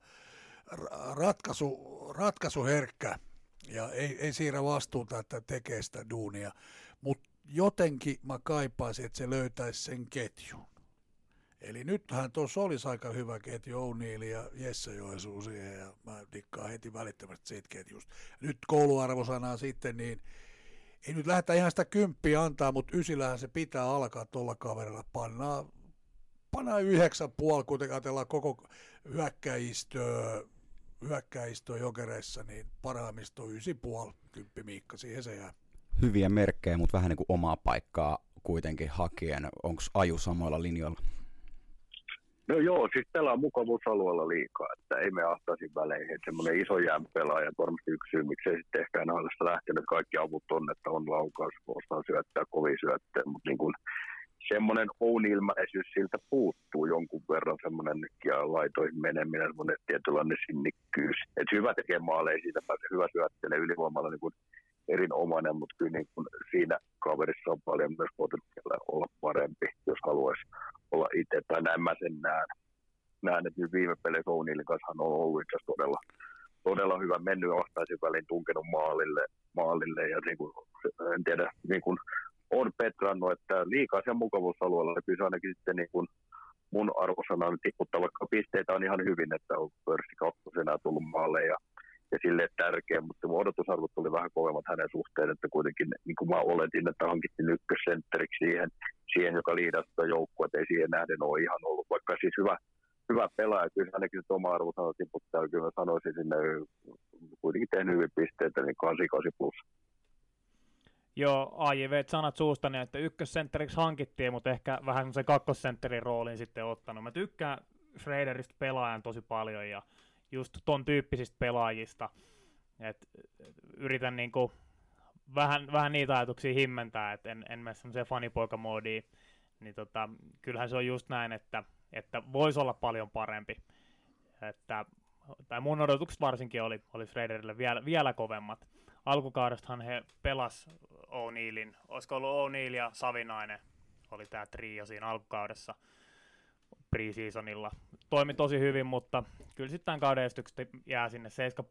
ratkaisu herkkä ja ei siirrä vastuuta, että tekee sitä duunia. Mutta jotenkin mä kaipaisin, että se löytäisi sen ketjun. Eli nythän tuossa olisi aika hyvä ketju, O'Neill ja Jesse Joensuu siihen, ja mä dikkaan heti välittömästi siitä ketjusta. Nyt kouluarvosanaa sitten, niin ei nyt lähdetä ihan sitä 10 antaa, mutta 9 se pitää alkaa tuolla kaverilla. Pannaan 9,5, kuitenkin ajatellaan koko hyökkäistöä Jokereissa, niin parhaimmista on 9,5, 10 Miikka, siihen se jää. Hyviä merkkejä, mutta vähän niin kuin omaa paikkaa kuitenkin hakien. Onko Aju samoilla linjoilla? No joo, siis pelaa mukavuusalueella liikaa, että ei me ahtaisin väleihin. Että semmoinen iso jämpelaaja, varmasti yksi syy, miksei sitten ehkä NHL:stä lähtenyt. Kaikki avut on, että on laukaus, osaa syöttää, kovin syöttää, mutta niin kuin semmoinen O'Neill-mäisyys siltä puuttuu jonkun verran, semmoinen ja laitoihin meneminen, semmoinen tietynlainen sinnikkyys. Että hyvä tekee maaleja, siitä pääsee hyvä syöttelee ylivoimalla niin kuin erinomainen, mutta kyllä niin kuin siinä kaverissa on paljon myös potentiaalia olla parempi, jos haluaisi olla itse, tai näin mä sen näen, että nyt viime peleissä O'Neillin kanssa on ollut itse asiassa todella hyvä mennyt vahtaisin väliin, tunkenut maalille ja niin kuin, en tiedä, niin kuin on petrannut, että liikaa sen mukavuusalueella, kyllä se ainakin sitten niin kuin mun arvosanaan tipputtaa, vaikka pisteitä on ihan hyvin, että on pörssikaupassa enää tullut maaleja ja sille tärkeä, mutta odotusarvot tuli vähän kovemmat hänen suhteen, että kuitenkin niin kuin mä oletin, että hankittiin ykkössentteriksi siihen, joka liidaa sitä joukkoa, että ei siihen nähden ole ihan ollut, vaikka siis hyvä pelaaja. Kyllä ainakin se oma arvosana tiputtaa. Kyllä mä sanoisin sinne kuitenkin tehnyt hyvin pisteitä, niin 8 plus. Joo, AJV sanat suustani, että ykkössentteriksi hankittiin, mutta ehkä vähän semmoisen kakkosentterin roolin sitten ottanut. Mä tykkään Schraderista pelaajan tosi paljon ja just ton tyyppisistä pelaajista. Et yritän niinku vähän niitä ajatuksia himmentää, että en mene semmoiseen fanipoikamoodiin. Niin kyllähän se on just näin, että voisi olla paljon parempi. Tai mun odotukset varsinkin oli Schraderille vielä kovemmat. Alkukaudestahan he pelas O'Neillin, olisiko ollut O'Neill ja Savinainen, oli tämä trio siinä alkukaudessa pre-seasonilla. Toimi tosi hyvin, mutta kyllä sitten tämän kauden esitykset jää sinne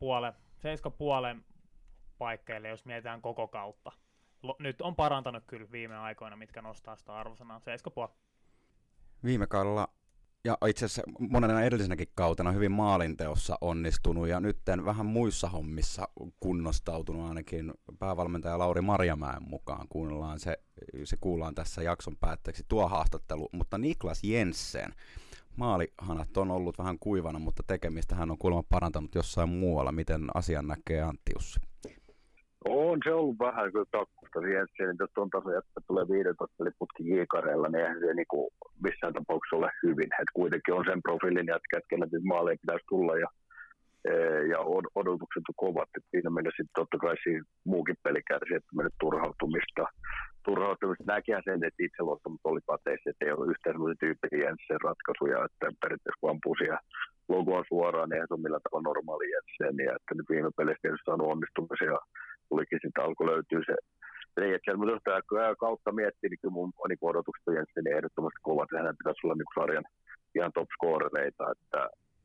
7,5 paikkeille, jos mietitään koko kautta. Nyt on parantanut kyllä viime aikoina, mitkä nostaa sitä arvosanaa 7,5. Viime kaudella ja itse asiassa monena edellisenäkin kautena hyvin maalinteossa onnistunut ja nyt vähän muissa hommissa kunnostautunut ainakin päävalmentaja Lauri Marjamäen mukaan. Se kuullaan tässä jakson päätteeksi tuo haastattelu, mutta Niklas Jensen, maalihanat on ollut vähän kuivana, mutta tekemistä hän on kuulemma parantanut jossain muualla. Miten asian näkee Antti Jussi? On se ollut vähän kyllä takkusta Jensen, jos tuon tason jättä tulee 15 peliputki J-kareella, niin eihän se niinku missään tapauksessa ole hyvin. Et kuitenkin on sen profiilin jätkä, että kenellä nyt maaleja pitäisi tulla ja odotukset on kovat. Et siinä mielessä sitten totta kai siinä muukin peli kärsi, että menet turhautumista. Näkihän sen, että itseluottamus oli kateissa, että ei ole yhtään sellaisia tyyppisiä Jensen ratkaisuja, että periaatteessa kun ampuu siihen logoa suoraan, niin eihän se ole millään tavalla normaali Jensen. Ja että nyt viime peleissä tietysti saanut onnistumisia. Tulikin sitten alkoi löytyä se Jensen, mutta jos tämä kautta miettii, niin kyllä mun niin odotukset on Jensenin ehdottomasti kovat. Hänen pitäisi olla niin sarjan ihan top scorereita, että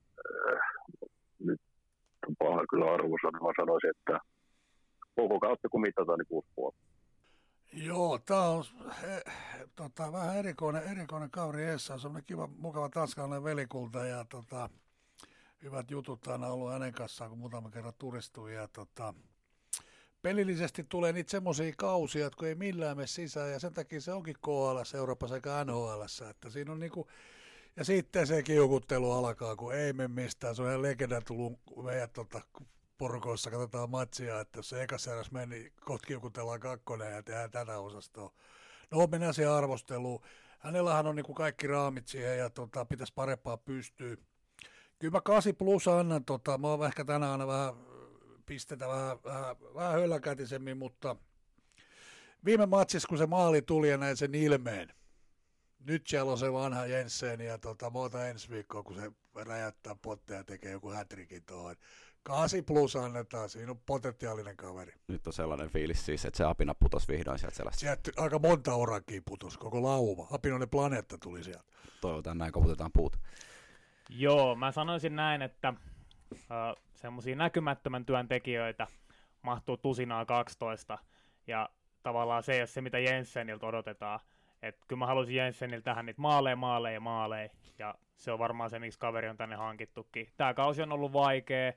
nyt on paha kyllä arvosana. Mä sanoisin, että koko kautta kun mitataan, niin 6,5. Joo, tämä on vähän erikoinen kauri Essa. On semmoinen kiva, mukava tanskalainen velikulta ja hyvät jutut aina ollut hänen kanssaan, kun muutaman kerran turistuin. Ja pelillisesti tulee niitä semmoisia kausia, että kun ei millään mene sisään, ja sen takia se onkin KHL, Euroopassa sekä NHL, että siinä on niinku, ja sitten se kiukuttelu alkaa, kun ei mene mistään, se on ihan legenda tullut meidän porukoissa, katsotaan matsia, että jos se ekas eräs meni, niin kohta kiukutellaan kakkonen ja tehdään tätä osastoa. No mennään siihen arvosteluun. Hänellähän on niinku kaikki raamit siihen ja pitäisi parempaa pystyä. Kyllä mä 8 plus annan, mä oon ehkä tänään aina vähän pistetä vähän hölläkätisemmin, mutta viime matsissa, kun se maali tuli ja näin sen ilmeen, nyt siellä on se vanha Jensen ja mä otan ensi viikkoa, kun se räjättää potteja ja tekee joku hätrikin tuohon. 8 plus annetaan, siinä on potentiaalinen kaveri. Nyt on sellainen fiilis siis, että se apina putosi vihdoin sieltä selästä. Sieltä aika monta orakia putosi, koko lauma. Apinoinen planeetta tuli sieltä. Toivotaan näin, koputetaan puut. Joo, mä sanoisin näin, että semmoisia näkymättömän työntekijöitä mahtuu tusinaa 12, ja tavallaan se ei ole se, mitä Jenseniltä odotetaan. Että kyllä mä haluaisin Jenseniltä tähän niitä maaleja, ja se on varmaan se, miksi kaveri on tänne hankittukin. Tämä kausi on ollut vaikea,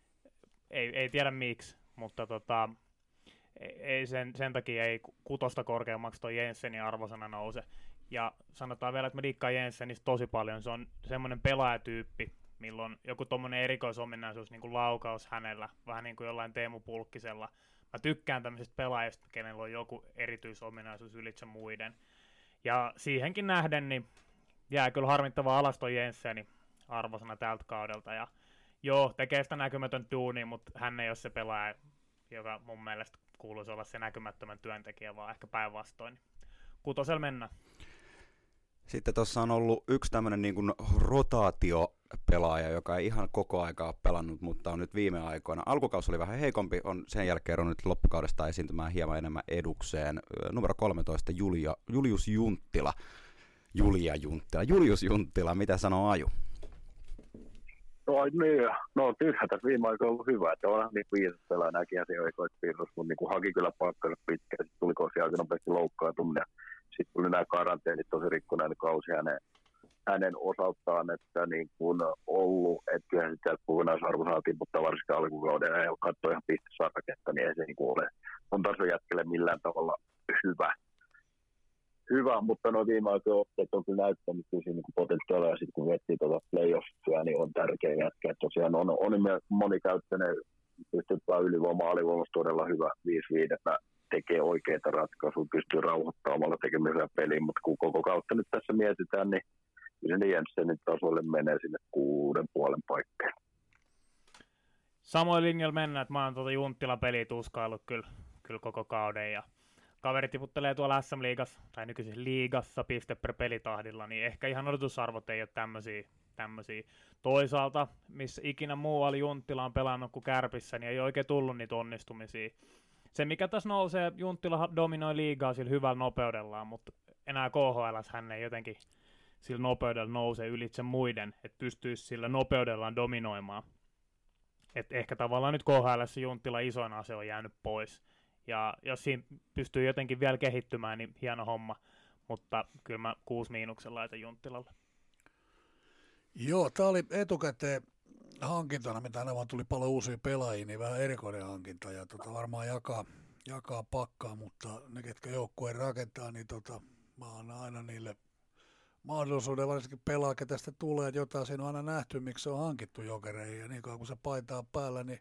ei tiedä miksi, mutta ei sen takia ei 6 korkeammaksi toi Jensenin arvosana nouse. Ja sanotaan vielä, että mä dikkaan Jensenistä tosi paljon, se on semmoinen pelaajatyyppi, milloin joku tommonen erikoisominaisuus, niin kuin laukaus hänellä, vähän niin kuin jollain Teemu Pulkkisella. Mä tykkään tämmöisistä pelaajista, kenellä on joku erityisominaisuus ylitse muiden. Ja siihenkin nähden, niin jää kyllä harmittavaa alas toi Jensseni arvosana tältä kaudelta. Ja joo, tekee sitä näkymätön duunia, mutta hän ei ole se pelaaja, joka mun mielestä kuuluisi olla se näkymättömän työntekijä, vaan ehkä päinvastoin. 6 mennään. Sitten tuossa on ollut yksi tämmöinen niin kuin rotaatiopelaaja, joka ei ihan koko aikaa pelannut, mutta on nyt viime aikoina. Alkukausi oli vähän heikompi, on sen jälkeen on nyt loppukaudesta esiintymään hieman enemmän edukseen. Numero 13, Julius Junttila, mitä sanoo Aju? No tyhjä tässä viime aikoina ollut hyvä, että onhan niin viisas pelaa näkin asioita piirros, mutta niin haki kyllä paikkansa pitkään, sitten tuli kosi aika nopeasti loukkaantuminen. Sitten tuli nämä karanteenit tosi rikkonainen kausi hänen osaltaan, että niin kuin ollut, että kyllähän sitten kokonaisarvo saatiin, mutta varsinkin alkukauden ja katsoi ihan pistesarraketta, niin ei se niin kuin ole mun tason jätkelle millään tavalla hyvä. hyvä, mutta nuo viime aikoina otteet on kyllä näyttänyt kyllä siinä niin potentiaalia, ja sitten kun miettii tuota playoffia, niin on tärkeä jätkä. Tosiaan on monikäyttöinen, pystyy ylivoima, alivoimassa todella hyvä 5-5, tekee oikeita ratkaisuja, pystyy rauhoittamaan omalla tekemisellä peliin, mutta kun koko kautta nyt tässä mietitään, niin kyllä Jensenin tasolle menee sinne 6,5 paikkaan. Samoin linjalla mennään, että mä oon tuota Junttilan peliä tuskaillut kyllä koko kauden, ja kaveri tiputtelee tuolla SM-liigassa, tai nykyisessä liigassa piste per pelitahdilla, niin ehkä ihan odotusarvot ei ole tämmöisiä. Toisaalta, missä ikinä muualla Junttila on pelannut kuin Kärpissä, niin ei oikein tullut niitä onnistumisia. Se, mikä tässä nousee, Junttila dominoi liigaa sillä hyvällä nopeudellaan, mutta enää KHL:ssä hän ei jotenkin sillä nopeudella nouse ylitse muiden, että pystyisi sillä nopeudellaan dominoimaan. Et ehkä tavallaan nyt KHL:ssä Junttila isoin ase on jäänyt pois. Ja jos siinä pystyy jotenkin vielä kehittymään, niin hieno homma. Mutta kyllä mä 6 miinuksella laitan Junttilalle. Joo, tämä oli etukäteen hankintana, mitä aina vaan tuli paljon uusia pelaajia, niin vähän erikoinen hankinta. Ja varmaan jakaa pakkaa, mutta ne, ketkä joukkueen rakentaa, niin mä annan aina niille mahdollisuuden, varsinkin pelaa, ketä sitä tulee, että jotain siinä on aina nähty, miksi se on hankittu Jokereihin. Ja niin kauan kun se paitaa päällä, niin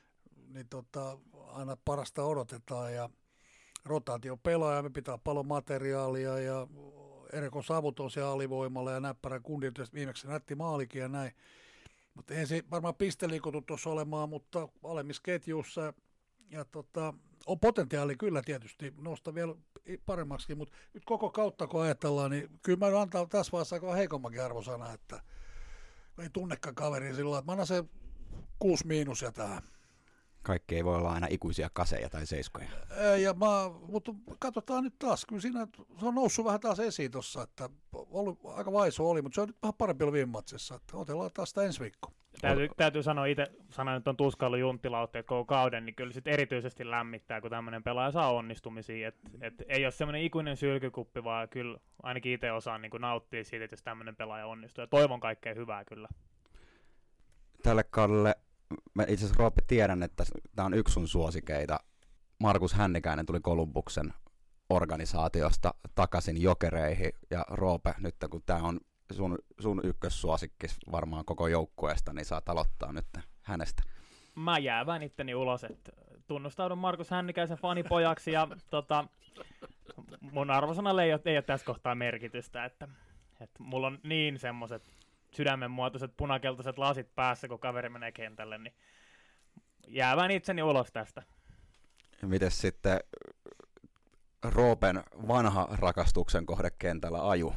aina parasta odotetaan ja rotaatio pelaaja, me pitää paljon materiaalia ja Erko Savut on siellä alivoimalla ja näppärän kundin, viimeksi nätti maalikin ja näin. Mutta ei se varmaan pisteliikutu tuossa olemaan, mutta alemmissa ketjussa ja on potentiaali kyllä tietysti nostaa vielä paremmaksi, mutta nyt koko kautta kun ajatellaan, niin kyllä mä antaa tässä vaiheessa aika heikommankin arvosana, että ei tunnekaan kaveria sillä lailla, että mä annan se 6 miinusia tähän. Kaikki ei voi olla aina ikuisia kaseja tai seiskoja. Mutta katsotaan nyt taas, kyllä siinä se on noussut vähän taas esiin tuossa, että aika vaisu oli, mutta se on nyt vähän parempi ollut viime matsissa, että otellaan taas sitä ensi viikkoa. Täytyy sanoa itse, että on tuskaillut Junttila-otteet koko kauden, niin kyllä sitten erityisesti lämmittää, kun tämmöinen pelaaja saa onnistumisia. Et ei ole semmoinen ikuinen sylkykuppi, vaan kyllä ainakin itse osaan niin nauttia siitä, että jos tämmöinen pelaaja onnistuu. Ja toivon kaikkea hyvää kyllä. Tälle kaudelle mä itse asiassa Roope tiedän, että tämä on yksi sun suosikeita. Markus Hännikäinen tuli Columbuksen organisaatiosta takaisin Jokereihin. Ja Roope, nyt kun tämä on sun ykkössuosikkis varmaan koko joukkueesta, niin saat aloittaa nyt hänestä. Mä jäävän itteni ulos, että tunnustaudun Markus Hännikäisen fanipojaksi ja mun arvosanalle ei ole tässä kohtaa merkitystä, että mulla on niin semmoiset sydämenmuotoiset punakeltaiset lasit päässä, kun kaveri menee kentälle, niin jäävän itseni ulos tästä. Mites sitten Roopen vanha rakastuksen kohde kentällä Aju?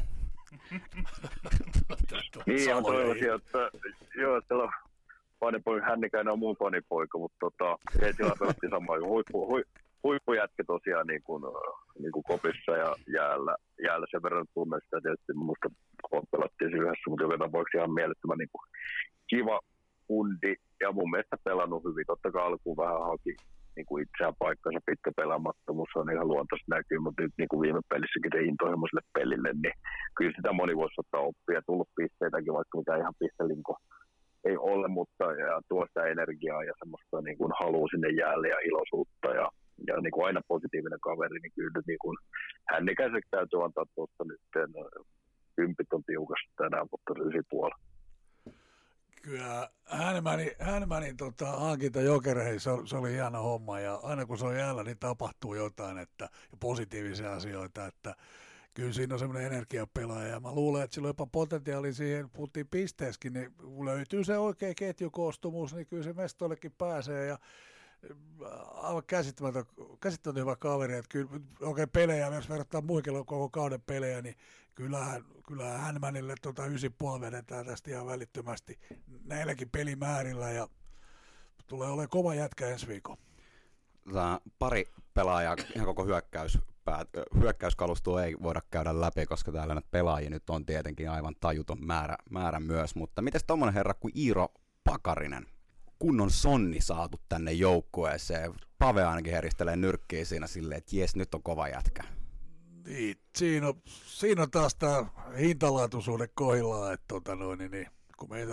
Niin, ja toivoisin, että teillä on fanipoika, Hännikäinen on mun fanipoika, mutta ei tila pelattiin samaa. Huippujätkä tosiaan niin kuin kopissa ja jäällä sen verran tunne sitä tietysti. Minusta pelattiin yhdessä, mutta joka tapauksessa ihan mielettömän niin kuin kiva kundi ja mun mielestä pelannut hyvin. Totta kai alkuun vähän haki niin kuin itseään paikkansa, pitkä pelaamattomuus on ihan luontaisesti näkyy, mutta nyt niin kuin viime pelissäkin se intohimoiselle pelille, niin kyllä sitä moni voisi ottaa oppia. Tullut pisteitäkin, vaikka mitä ihan pistelinko ei ole, mutta ja tuo sitä energiaa ja semmoista niin kuin halua sinne jäälle ja iloisuutta ja niin kuin aina positiivinen kaveri, niin kyllä nyt niin kuin Hännikäiseksi täytyy antaa tuosta nyt 10 on tiukasti tänään, mutta 9,5. Kyllä Hänmänin hankinta Jokereihin, se oli hieno homma ja aina kun se on jäällä, niin tapahtuu jotain ja positiivisia asioita, että kyllä siinä on semmoinen energiapelaaja ja mä luulen, että sillä on jopa potentiaali siihen, puhuttiin pisteessäkin, niin kun löytyy se oikea ketjukoostumus, niin kyllä se mestoillekin pääsee ja aivan käsittämätön hyvä kaveri, että kyllä oikein pelejä, jos verrataan muihin koko kauden pelejä, niin kyllähän Hänmänille 9,5 vedetään tästä ihan välittömästi näilläkin pelimäärillä ja tulee olemaan kova jätkä ensi viikon. Pari pelaajaa, ihan koko hyökkäyskalustua ei voida käydä läpi, koska täällä näitä pelaajia nyt on tietenkin aivan tajuton määrä myös, mutta mites tommonen herra kuin Iiro Pakarinen? Kunnon sonni saatu tänne joukkueeseen. Pave ainakin heristelee nyrkkiä siinä silleen, että jes, nyt on kova jätkä. Niin, siinä on taas tämä hintalaatuisuuden kohdillaan, että kun me ei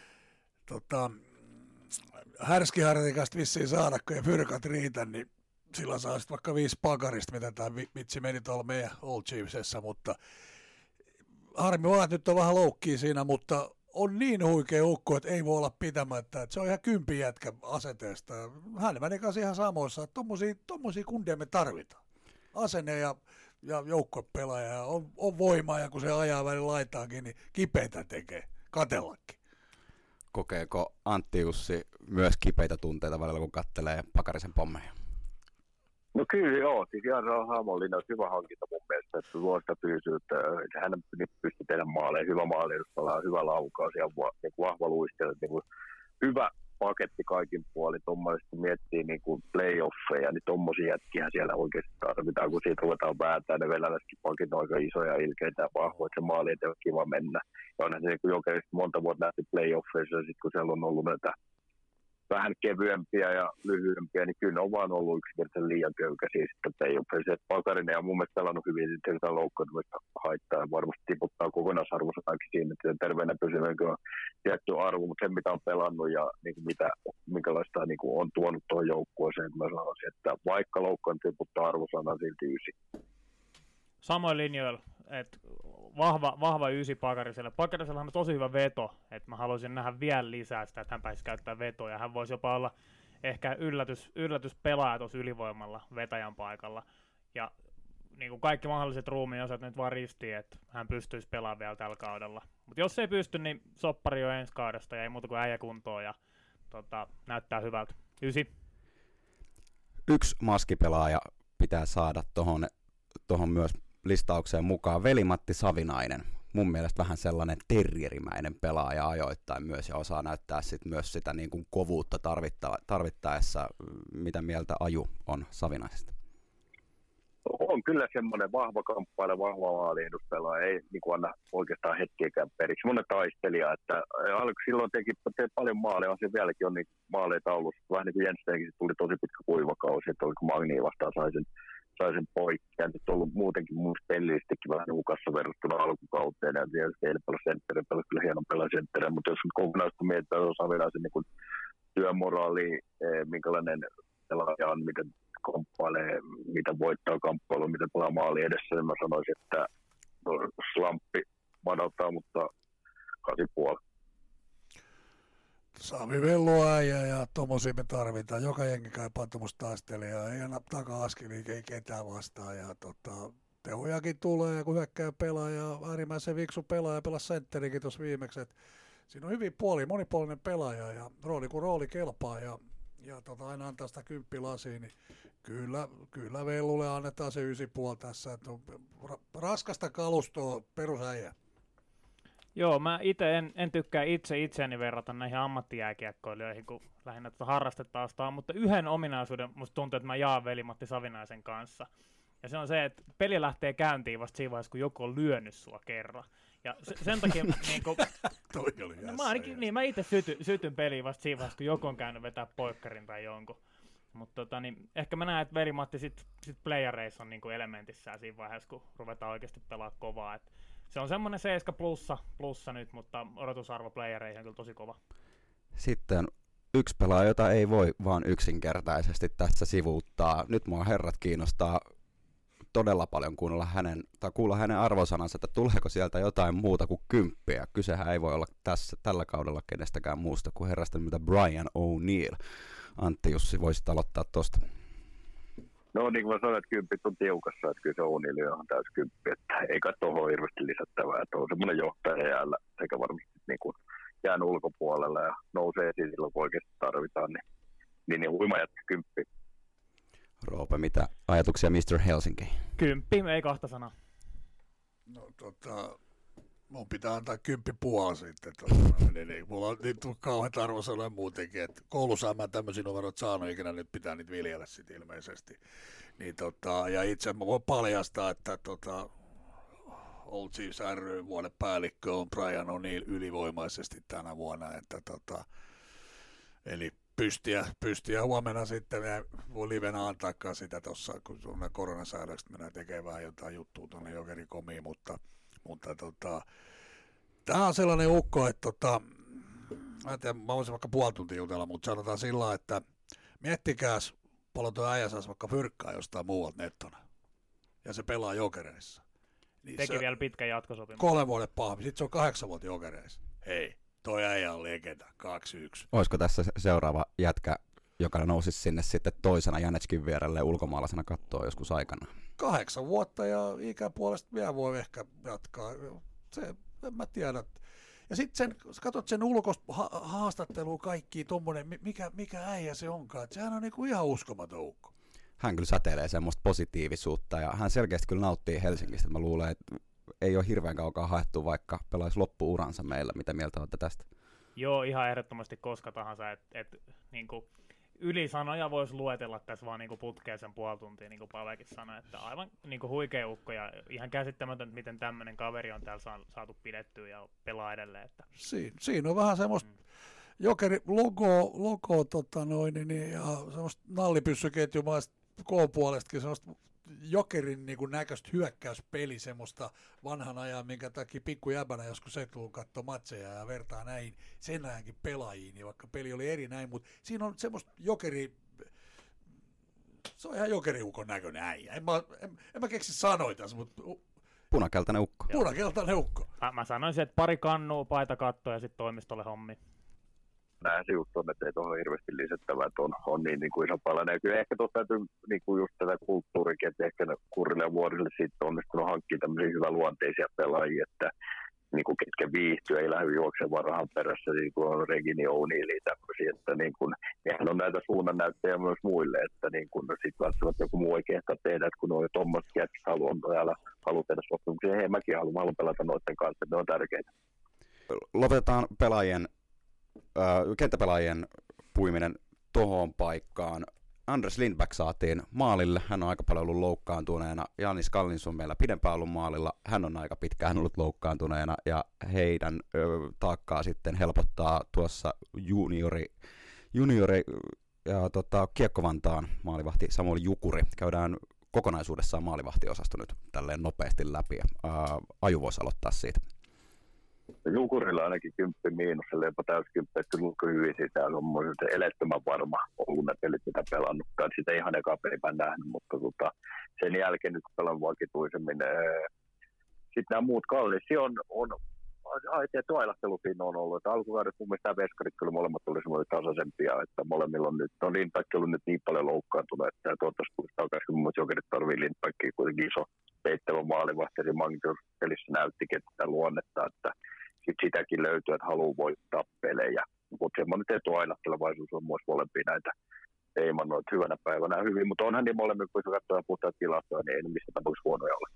härskihartikasta vissiin saada, kun ei fyrkat riitä, niin sillä saa sitten vaikka 5 pakarista, mitä tämä vitsi meni tuolla meidän Old Chiefsessä, mutta harmi vaan, että nyt on vähän loukkiä siinä, mutta on niin huikea ukko, että ei voi olla pitämättä, että se on ihan 10 jätkä asenteesta. Hän meni kanssa ihan samoissa, että tommosia kundia me tarvitaan. Asenne ja joukkuepelaaja ja on voimaa, ja kun se ajaa välillä laitaankin, niin kipeitä tekee, katellakin. Kokeeko Antti Jussi myös kipeitä tunteita välillä, kun kattelee Pakarisen pommeja? No kyllä joo, siis ihan Haamonlinna on hyvä hankinta mun mielestä, että luo sitä fyysyyttä, hän pystyy tehdä maaleja, hyvä maaliedustala, hyvä laukaus ja vahva luistelu, niin hyvä paketti kaikin puolin, tuommoisesti kun miettii niin kuin playoffeja, niin tommosia jätkiä siellä oikeasti tarvitaan, kun siitä ruvetaan vääntää, ne venäläisetkin pakit on aika isoja, ilkeitä ja vahvoja, että se maali ei ole kiva mennä. Ja onhan se niin jokerista monta vuotta nähty playoffeissa, ja sitten kun siellä on ollut näitä vähän kevyempiä ja lyhyempiä, niin kyllä ne on vaan ollut yksinkertaisesti liian köykäisiä sitten playoffeissa. Pakarinen on mun mielestä pelannut hyvin, sitten sitä loukkaantumista haittaa ja varmasti tiputtaa kokonaisarvosanakin siinä, että terveenä pysyminen on tietty arvo, mutta se mitä on pelannut ja niin kuin minkälaista niin kuin on tuonut tuohon joukkueeseen, kun mä sanoisin, että vaikka loukkaan tiputtaa arvosanaa silti 9. Samoin linjoilla, että vahva 9 Pakariselle. Pakarisellahan on tosi hyvä veto, että mä haluaisin nähdä vielä lisää sitä, että hän pääsisi käyttämään vetoa, ja hän voisi jopa olla ehkä yllätyspelaaja tuossa ylivoimalla vetäjän paikalla. Ja niin kuin kaikki mahdolliset ruumiin osat nyt vaan ristiin, että hän pystyisi pelaamaan vielä tällä kaudella. Mutta jos ei pysty, niin soppari on ensi kaudesta, ja ei muuta kuin äijä kuntoon, ja näyttää hyvältä. 9. Yksi maskipelaaja pitää saada tohon myös listaukseen mukaan, Veli-Matti Savinainen. Mun mielestä vähän sellainen terrierimäinen pelaaja ajoittain myös, ja osaa näyttää sit myös sitä niin kuin kovuutta tarvittaessa. Mitä mieltä Aju on Savinaisesta? On kyllä semmoinen vahva kamppailija, vahva maaliedustpelaaja, ei niin kuin anna oikeastaan hetkeäkään periksi. Semmoinen taistelija, että silloin teki paljon maaleja, on se vieläkin on niin maaleja taulussa. Vähän niin kuin Jensenkin tuli tosi pitkä kuivakausi, että oliko Magni vastaan sai sen poikki. Ja nyt on ollut muutenkin mun pelillistikin vähän hukassa verrattuna alkukauteen. Ja tietysti eilen pelasi sentterin, pelasi kyllä hienon pelaa sentterin, mutta jos kokonaista mietitään, on Savinaisen niin työmoraali, minkälainen pelaaja on, miten komppailee, mitä voittaa kamppailua, miten pelaa maali edessä, niin mä sanoisin, että slamppi madaltaa, mutta 8,5. Saami Vellu äijä ja tommosia me tarvitaan. Joka jengi kaipaa tommoista taistelijaa. Ei anna taka-askeliin, ei ketään vastaan. Ja tehojakin tulee, ja kun hyökkää pelaaja, äärimmäisen viksu pelaaja, pelasi sentterikin tuossa viimeksi. Siinä on hyvin monipuolinen pelaaja, ja rooli kun rooli kelpaa, ja aina antaa sitä 10 lasia, niin kyllä Vellulle annetaan se 9,5 tässä. Että on raskasta kalustoa perusäijä. Joo, mä itse en tykkää itseäni verrata näihin ammattijääkiekkoilijoihin, kun lähinnä harrastetaustaa, mutta yhden ominaisuuden musta tuntuu, että mä jaan Veli-Matti Savinaisen kanssa. Ja se on se, että peli lähtee käyntiin vasta siinä vaiheessa, kun joku on lyönyt sua kerran. Ja sen takia niinku, mä itse sytyn peliin vasta siinä vaiheessa, kun joku on käynyt vetää poikkarin tai jonkun. Mutta ehkä mä näen, että Veli-Matti sit playareissa on niinku elementissään siinä vaiheessa, kun ruvetaan oikeasti pelaa kovaa. Et se on semmoinen 7 plussa nyt, mutta odotusarvo playereihin on kyllä tosi kova. Sitten yksi pelaaja, jota ei voi vaan yksinkertaisesti tässä sivuuttaa. Nyt mua herrat kiinnostaa todella paljon kuulla hänen arvosanansa, että tuleeko sieltä jotain muuta kuin 10. Kysehän ei voi olla tällä kaudella kenestäkään muusta kuin herrastelmiltä Brian O'Neill. Antti Jussi, voisit aloittaa tuosta. No niin kuin mä sanoin, että 10 on tiukassa, että kyllä se O'Neill on täys 10, että ei kai tuohon hirveästi lisättävää, että on semmoinen johtaja jäällä sekä varmasti niin kuin jään ulkopuolella ja nousee esiin silloin, kun oikeasti tarvitaan, niin huima jätkä 10. Roope, mitä ajatuksia Mr. Helsinki? 10, ei 2 sanaa. No mun pitää antaa 10,5 sitten. Niin, mulla on nyt kauheat arvosanoja muutenkin, että koulussa mä tämmöisiä numeroita saanut ikinä, nyt pitää niitä viljellä sitten ilmeisesti. Niin, ja itse mä voin paljastaa, että Old Chiefs ry vuoden päällikkö on Brian O'Neill ylivoimaisesti tänä vuonna, että eli pystiä huomenna sitten, me voi livenä antaakaan sitä tuossa, kun on koronasäädökset mennään tekemään jotain juttua tuonne Jokerikomiin, mutta tämä on sellainen ukko, että mä en tiedä, mä voisin vaikka puoli tuntia jutella, mutta sanotaan sillä, että miettikääs paljon tuo äijä saisi vaikka fyrkkaa jostain muualta nettona. Ja se pelaa Jokereissa. Niin Teki se vielä pitkän jatkosopimuksen. 3 vuoden pahvi, sitten se on 8 vuotta Jokereissa. Hei, toi äijä on legenda, 2-1. Olisiko tässä seuraava jätkä, joka nousisi sinne sitten toisena Janetskin vierelle ulkomaalaisena kattoa joskus aikana? 8 vuotta ja ikäpuolesta vielä voi ehkä jatkaa. Se, en mä tiedä. Ja sitten katsot sen haastattelua kaikki tommonen, mikä äijä se onkaan. Sehän on niinku ihan uskomaton ukko. Hän kyllä säteilee semmoista positiivisuutta ja hän selkeästi kyllä nauttii Helsingistä. Mä luulen, että ei ole hirveän kaukaa haettu, vaikka pelaisi loppuuransa meillä. Mitä mieltä olette tästä? Joo, ihan ehdottomasti koska tahansa. Niinku, ylisanoja voisi luetella tässä vaan niinku putkeen sen puoli tuntia, niin kuin Pavekin sanoi, että aivan niinku huikea ukko ja ihan käsittämätöntä, miten tämmöinen kaveri on täällä saatu pidettyä ja pelaa edelleen. Että. Siinä on vähän semmoista Jokeri logo ja semmoista nallipyssyketjumaista K-puolestakin semmoista Jokerin niin näköistä hyökkäyspeli, semmoista vanhan ajan, minkä takia pikkujäbänä joskus 70-luvun katsoi matseja ja vertaa näihin sen ajankin pelaajiin, niin vaikka peli oli eri näin, mutta siinä on semmoista se on ihan jokeriukon näköinen äijä. En mä keksi sanoita, mutta Punakeltainen ukko. Punakeltainen ukko. Mä sanoisin, että pari kannua, paita kattoa ja sitten toimistolle hommi. Näin se just on, että ei tuohon hirveästi lisättävää, että on niin kuin iso palanen. Ja kyllä ehkä tuossa täytyy niin kuin just tätä kulttuurikin, että ehkä Kurille ja Vuoriselle siitä on onnistunut hankkia tämmöisiä hyväluonteisia pelaajia, että niin kuin ketkä viihtyy, ei lähde juoksemaan vaan rahan perässä, niin kuin on Regini O'Neillia tämmöisiä, että niin kuin, eihän on näitä suunnannäyttäjiä myös muille, että niin kuin sitten välttämättä joku muu ei kehtaa tehdä, että kun on jo tuommoiset jätkät haluaa tehdä sopimuksia, hei mäkin haluan pelata noiden kanssa, että ne on tärkeitä. Lopetetaan kenttäpelaajien puiminen tohon paikkaan. Anders Lindback saatiin maalille, hän on aika paljon ollut loukkaantuneena. Janis Kallins on meillä pidempään ollut maalilla, hän on aika pitkään ollut loukkaantuneena ja heidän taakkaa sitten helpottaa tuossa juniori ja Kiekko-Vantaan maalivahti Samuel Jukuri. Käydään kokonaisuudessaan maalivahtiosasto nyt tälleen nopeasti läpi. Aju voisi aloittaa siitä. Jukurilla ainakin 10 miinus, jopa täyskymppi, että kyllä hyvin siitä on elettömän varma ollut ne pelit, mitä pelannut. Sitä ei ihan ekaa pelipään nähnyt, mutta sen jälkeen nyt pelan vakituisemmin. Sitten nämä muut Kallissi on tietty ailahtelu siinä on ollut. Että alkukaudessa mun mielestä veskarit kyllä molemmat tuli semmoinen tasaisempia, että molemmilla on nyt, Lindback on nyt niin paljon loukkaantunut, että toivottavasti tulisi takaisin, mutta Jokerit tarvii Lindbackia kuitenkin iso peittävä maalivahti, eli Magnus-pelissä näyttikin sitä luonnetta, että sitäkin löytyy, että haluaa voittaa pelejä. Mutta semmoinen etuailahtelevaisuus on myös molempia näitä Eimannoita hyvänä päivänä hyvin, mutta onhan niin molemmin, kun katsotaan ja puhutaan tilastoja, niin ei mistä tapauksessa huonoja ole.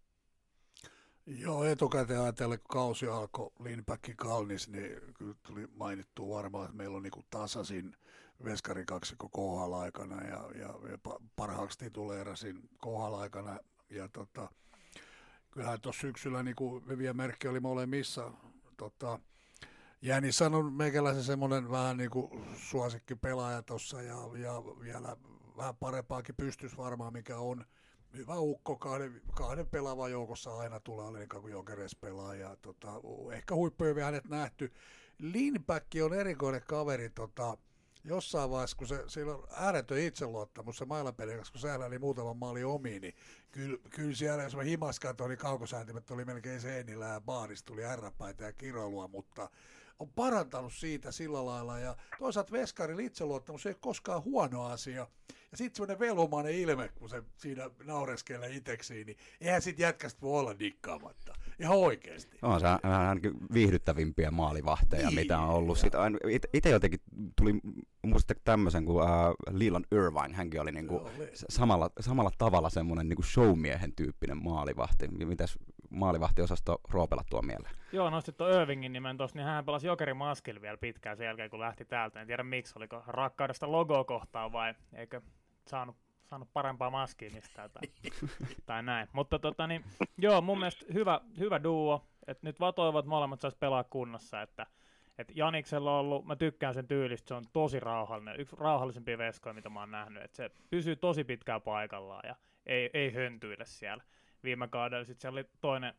Joo, etukäteen ajatellen, kun kausi alkoi Lindbackin Kalnis, niin kyllä tuli mainittua varmaan, että meillä on niin tasaisin veskarin kaksikko KHL-aikana ja parhaaksi tituleerasin KHL-aikana. Ja kyllähän tuossa syksyllä niin hyviä merkkejä oli molemmissa. Jänis on meikäläisen semmoinen vähän niin kuin suosikkipelaaja tuossa ja vielä vähän parempaakin pystys varmaan, mikä on hyvä ukko. Kahden pelaavan joukossa aina tulee olemaan, kun Jokeres pelaa. Ja ehkä huippuja vielä hänet nähty. Lindback on erikoinen kaveri. Jossain vaiheessa, kun sillä on ääretön itseluottamus se mailapeli, kun siellä oli muutaman maali omiin, niin kyllä siellä, jos mä himas katsoin, niin kaukosääntimet oli melkein seinillä ja baarista tuli ärräpäitä ja kiroilua, mutta on parantanut siitä sillä lailla. Ja toisaalta veskarin itseluottamus ei ole koskaan huono asia. Ja sitten semmoinen velhomainen ilme, kun se siinä naureskelee itseksiin, niin eihän sit jätkästä voi olla dikkaamatta. Ihan oikeasti. On se ainakin viihdyttävimpiä maalivahteja, mitä on ollut. Itse jotenkin tuli, muistatte tämmöisen kuin Leland Irvine, hänkin oli niinku samalla tavalla semmoinen niinku showmiehen tyyppinen maalivahti. Mitäs maalivahtiosasto Roopela tuo mieleen? Joo, nostit tuon Irvingin nimen tuossa, niin hän pelasi Jokerin maskilla vielä pitkään sen jälkeen, kun lähti täältä. En tiedä miksi, oliko rakkaudesta logoa kohtaan vai eikö saanut parempaa maskia mistään tai näin. Mutta joo, mun mielestä hyvä duo, että nyt vaan toivon, että molemmat sais pelaa kunnossa, että Janiksella on ollut, mä tykkään sen tyylistä, se on tosi rauhallinen, yksi rauhallisempia veskoja, mitä mä oon nähnyt, että se pysyy tosi pitkään paikallaan ja ei höntyile siellä. Viime kaudella sitten siellä oli toinen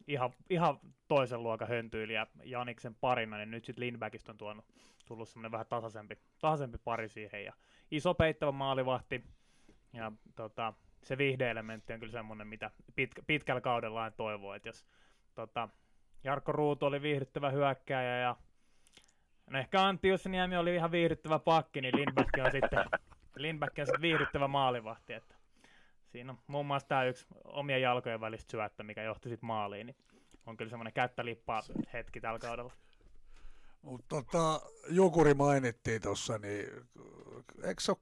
ihan toisen luokan höntyylijä Janiksen parina, niin nyt sitten Lindbackista on tullut semmoinen vähän tasaisempi pari siihen, ja iso peittävä maalivahti, ja se viihde-elementti on kyllä semmoinen, mitä pitkällä kaudella en toivoo, että jos Jarkko Ruutu oli viihdyttävä hyökkääjä, ja no ehkä Antti Jussiniemi oli ihan viihdyttävä pakki, niin Lindback on sitten viihdyttävä maalivahti, että siinä on muun muassa tämä yksi omien jalkojen välistä syöttö, mikä johti sitten maaliin, niin on kyllä semmoinen kättä lippaa hetki tällä kaudella. Mutta Jukuri mainittiin tuossa, niin eikö se ole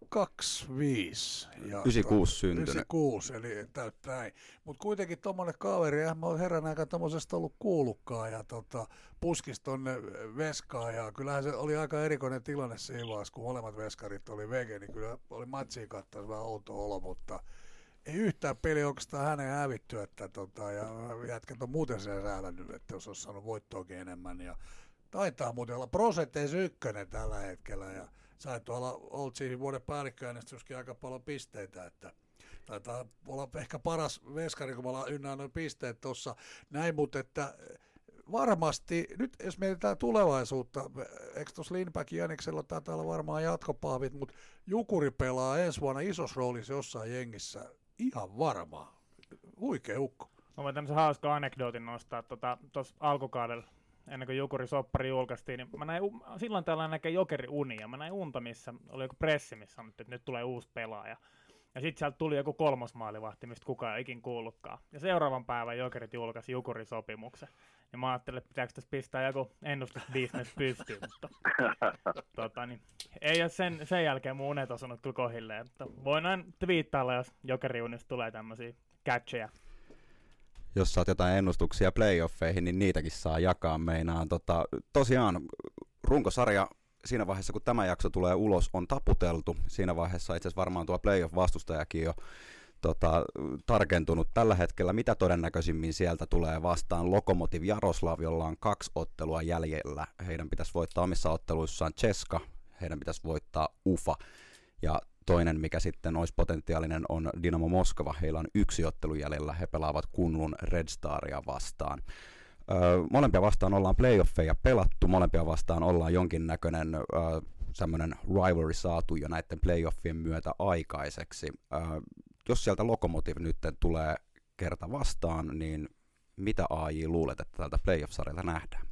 25? 96 syntynyt. 96, eli täyttää näin. Mutta kuitenkin tuommoinen kaveri, mä oon herran aikaan tommosesta ollut kuullutkaan, ja puskisi tonne veskaan, ja kyllähän se oli aika erikoinen tilanne siinä vaiheessa, kun molemmat veskarit oli vege, niin kyllä oli matsiin kattaa vähän outo olo, mutta ei yhtään peli oikeastaan hänen hävitty, ja jätkät on muuten sen säälännyt, että jos olisi saanut voittoakin enemmän, ja taitaa muuten olla prosenteissa 1 tällä hetkellä, ja sai tuolla Old vuoden päällikköäänestyskin aika paljon pisteitä, että taitaa olla ehkä paras veskari, kun me ollaan ynnään noin pisteet tuossa näin, mutta että varmasti, nyt jos mietitään tulevaisuutta, eikö tuossa Lindback Jäniksellä taitaa olla varmaan jatkopaavit, mutta Jukuri pelaa ensi vuonna isossa roolissa jossain jengissä, ihan varmaan, huikea ukko. Mä voin tämmöisen hauska anekdootin nostaa tuossa alkukaudella, ennen kuin Jukuri soppari julkaistiin, niin mä näin, silloin tällainen näkee Jokeri uni, ja mä näin unta, missä oli joku pressi, missä sanottiin, että nyt tulee uusi pelaaja. Ja sitten sieltä tuli joku 3. maalivahti, mistä kukaan ei ikin kuullutkaan. Ja seuraavan päivän Jokerit julkaisi Jukurin sopimuksen. Ja mä ajattelin, että pitääkö tässä pistää joku ennustusbusiness pystyyn, mutta niin, ei ole sen jälkeen mun unet osunut kyllä kohilleen. Voidaan twiittailla, jos Jokeri unista tulee tämmöisiä catcheja. Jos saat jotain ennustuksia playoffeihin, niin niitäkin saa jakaa meinaan. Tosiaan runkosarja siinä vaiheessa, kun tämä jakso tulee ulos, on taputeltu. Siinä vaiheessa itse asiassa varmaan tuo playoff-vastustajakin jo tarkentunut tällä hetkellä. Mitä todennäköisimmin sieltä tulee vastaan Lokomotiv Jaroslav, jolla on 2 ottelua jäljellä. Heidän pitäisi voittaa omissa otteluissaan CSKA, heidän pitäisi voittaa UFA. Ja toinen, mikä sitten olisi potentiaalinen, on Dynamo Moskova. Heillä on 1 ottelu jäljellä. He pelaavat Kunlun Red Staria vastaan. Molempia vastaan ollaan playoffeja pelattu. Molempia vastaan ollaan jonkinnäköinen semmoinen rivalry saatu jo näiden playoffien myötä aikaiseksi. Jos sieltä Lokomotiv nyt tulee kerta vastaan, niin mitä AJ luulet, että tältä playoff-sarjalta nähdään?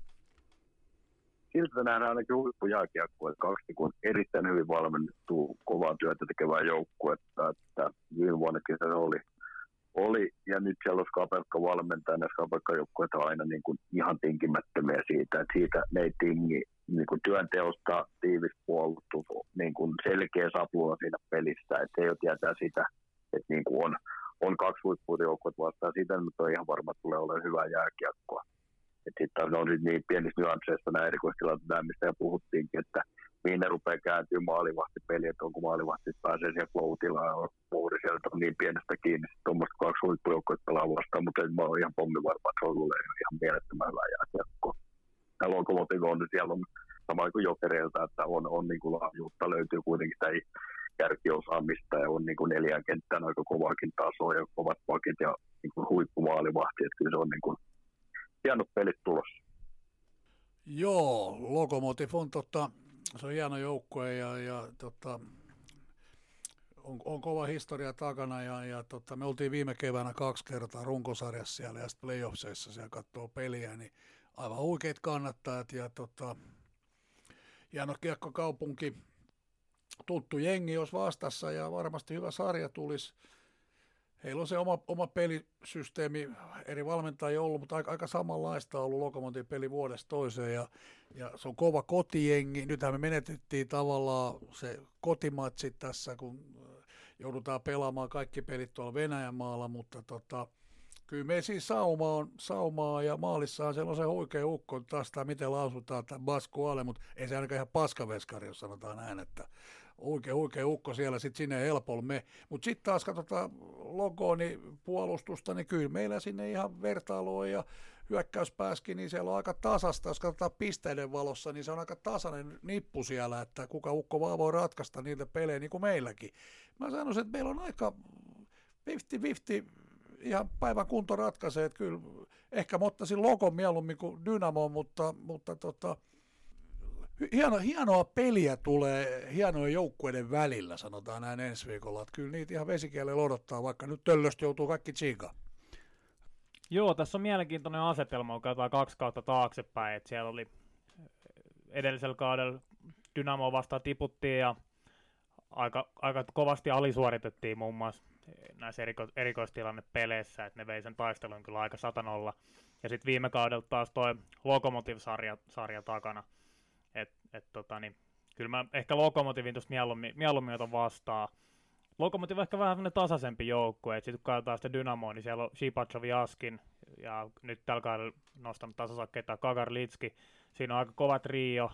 Siltä nähdään ainakin huippujääkiekkoa, että 2 niin erittäin hyvin valmennettua, kovaa työtä tekevää joukkuetta, että viime vuonnakin se oli, ja nyt siellä on Skapelka valmentajana, ja Skapelka-joukkueet on aina niin kuin ihan tinkimättömiä siitä, että siitä ne ei tingi niin kuin työnteosta, tiivis puolustus, niin kuin selkeä sapluuna siinä pelissä, että se jo tietää sitä, että niin kuin on 2 huippujoukkuetta vastaan, siitä nyt on ihan varma, että tulee olemaan hyvää jääkiekkoa. Sitten taas ne on nyt niin pienissä nyansseissa nämä erikoistilanteet, mistä jo puhuttiinkin, että mihin ne rupeaa kääntyä maalivahtipeli, että onko maalivahti pääsee siellä flow-tilaan ja muuri sieltä on niin pienestä kiinni, että tuommoista 2 huippujoukkoita pelaa vastaan, mutta mä oon ihan pommivarma, että se on ihan mielettömän hyvää jääkiekkoa. Tämä Lokomotiv on, siellä on sama kuin Jokereilta, että on niin kuin laajuutta, löytyy kuitenkin sitä kärkiosaamista ja on niin kuin 4 kenttään aika kovaakin tasoa ja kovat pakit ja niin kuin huippumaalivahti, että kyllä se on niin kuin hienot pelit tulossa. Joo, Lokomotiv on se on hieno joukkue ja on kova historia takana ja me oltiin viime keväänä 2 kertaa runkosarjassa siellä ja sitten playoffseissa siellä katsoo peliä, niin aivan huikeat kannattajat ja hieno kiekkokaupunki, tuttu jengi jos vastassa ja varmasti hyvä sarja tulisi. Heillä on se oma pelisysteemi, eri valmentajia ollut, mutta aika samanlaista on ollut Lokomotiv peli vuodesta toiseen ja se on kova kotijengi. Nythän me menetettiin tavallaan se kotimatsi tässä, kun joudutaan pelaamaan kaikki pelit tuolla Venäjän maalla, mutta kyllä me siis saumaa ja maalissaan siellä on se huikea ukko, taas tämä miten lausutaan, tämä Baskuale, mutta ei se ainakaan ihan paskaveskari, jos sanotaan näin, että huikea ukko siellä, sitten sinne helpolla me. Mutta sitten taas katsotaan logoa, niin puolustusta, niin kyllä meillä sinne ihan vertailua ja hyökkäyspääskin, niin siellä on aika tasasta. Jos katsotaan pisteiden valossa, niin se on aika tasainen nippu siellä, että kuka ukko vaan voi ratkaista niitä pelejä niin kuin meilläkin. Mä sanoisin, että meillä on aika 50-50 ihan päivän kunto ratkaisee, että kyllä ehkä mä ottaisin Lokon mieluummin kuin Dynamo, mutta hienoa peliä tulee hienojen joukkueiden välillä, sanotaan näin ensi viikolla, että kyllä niitä ihan vesikielellä odottaa, vaikka nyt Töllöstä joutuu kaikki tsiikaan. Joo, tässä on mielenkiintoinen asetelma, kun katsotaan 2 kautta taaksepäin, että siellä oli edellisellä kaudella Dynamo vastaan tiputtiin ja aika kovasti alisuoritettiin muun muassa näissä erikoistilannepeleissä, että ne vei sen taistelun kyllä aika 100-0. Ja sitten viime kaudella taas toi Lokomotiv-sarja takana. Kyllä mä ehkä Lokomotivin tuosta mieluummin otan vastaan. Lokomotiv on ehkä vähän sellainen tasaisempi joukkue, että sitten kun katsotaan sitä Dynamoa, niin siellä on Shipachyov Jaskin, ja nyt tällä kaudella nostanut tasosakkeita Kagarlitski. Siinä on aika kova trio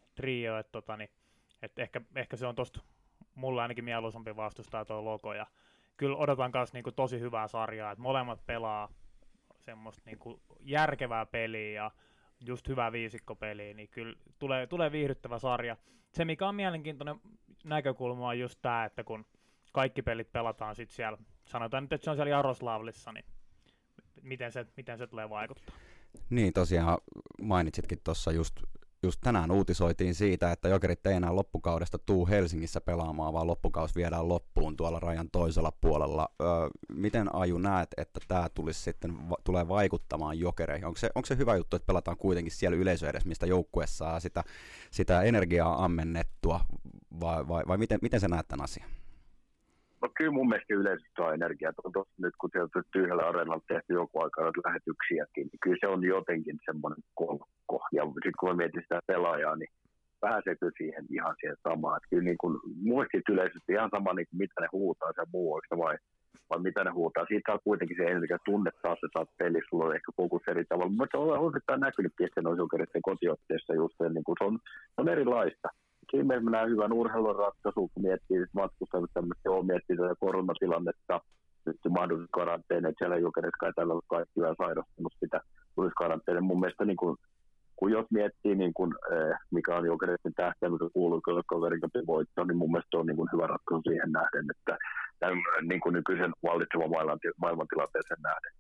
että ehkä se on tosta mulle ainakin mieluisampi vastustaa tuo Loko, ja kyllä odotan myös niinku tosi hyvää sarjaa, että molemmat pelaa semmoista niinku järkevää peliä ja just hyvää viisikkopeliä, niin kyllä tulee viihdyttävä sarja. Se, mikä on mielenkiintoinen näkökulma, on just tämä, että kun kaikki pelit pelataan sitten siellä, sanotaan nyt, että se on siellä Jaroslavlissa, niin miten se tulee vaikuttaa? Niin, tosiaan mainitsitkin tuossa just tänään uutisoitiin siitä, että Jokerit ei enää loppukaudesta tuu Helsingissä pelaamaan, vaan loppukausi viedään loppuun tuolla rajan toisella puolella. Miten Aju näet, että tämä tulee vaikuttamaan Jokereihin? Onko se hyvä juttu, että pelataan kuitenkin siellä yleisö edes, mistä joukkue saa sitä energiaa ammennettua, vai miten sä näet tämän asian? No kyllä mun mielestä yleisesti saa energiaa. Nyt kun sieltä tyhjällä areenalla tehty joku aikaa lähetyksiäkin, niin kyllä se on jotenkin semmoinen kolkko. Ja sitten kun mä mietin sitä pelaajaa, niin pääseekö siihen ihan siihen samaan. Että kyllä niin kuin, muistit yleisesti ihan sama, niin kuin mitä ne huutaa sen muu, vai mitä ne huutaa. Siitä saa kuitenkin se energia, tunnet taas, että saat pelissä, sulla on ehkä fokus eri tavalla. Mutta se on osittain näkynyt pienten Jokereiden kotiotteessa just, niin kuin se on erilaista. Siinä meillä mennään hyvän urheiluratkaisun, kun miettii matkustamista, miettii tätä koronatilannetta, nyt mahdollisesti karanteena, että siellä Jokerit kai tällä on kaikki hyvän sairastunut sitä tulisi karanteena. Mun mielestä niin kun jos miettii, niin kun, mikä on Jokereiden tähtäjä, mikä kuuluu kaverikapin voittoon, niin mun mielestä on niin hyvä ratkaisu siihen nähden, että niin kuin nykyisen vallitsevan maailmantilanteeseen nähden.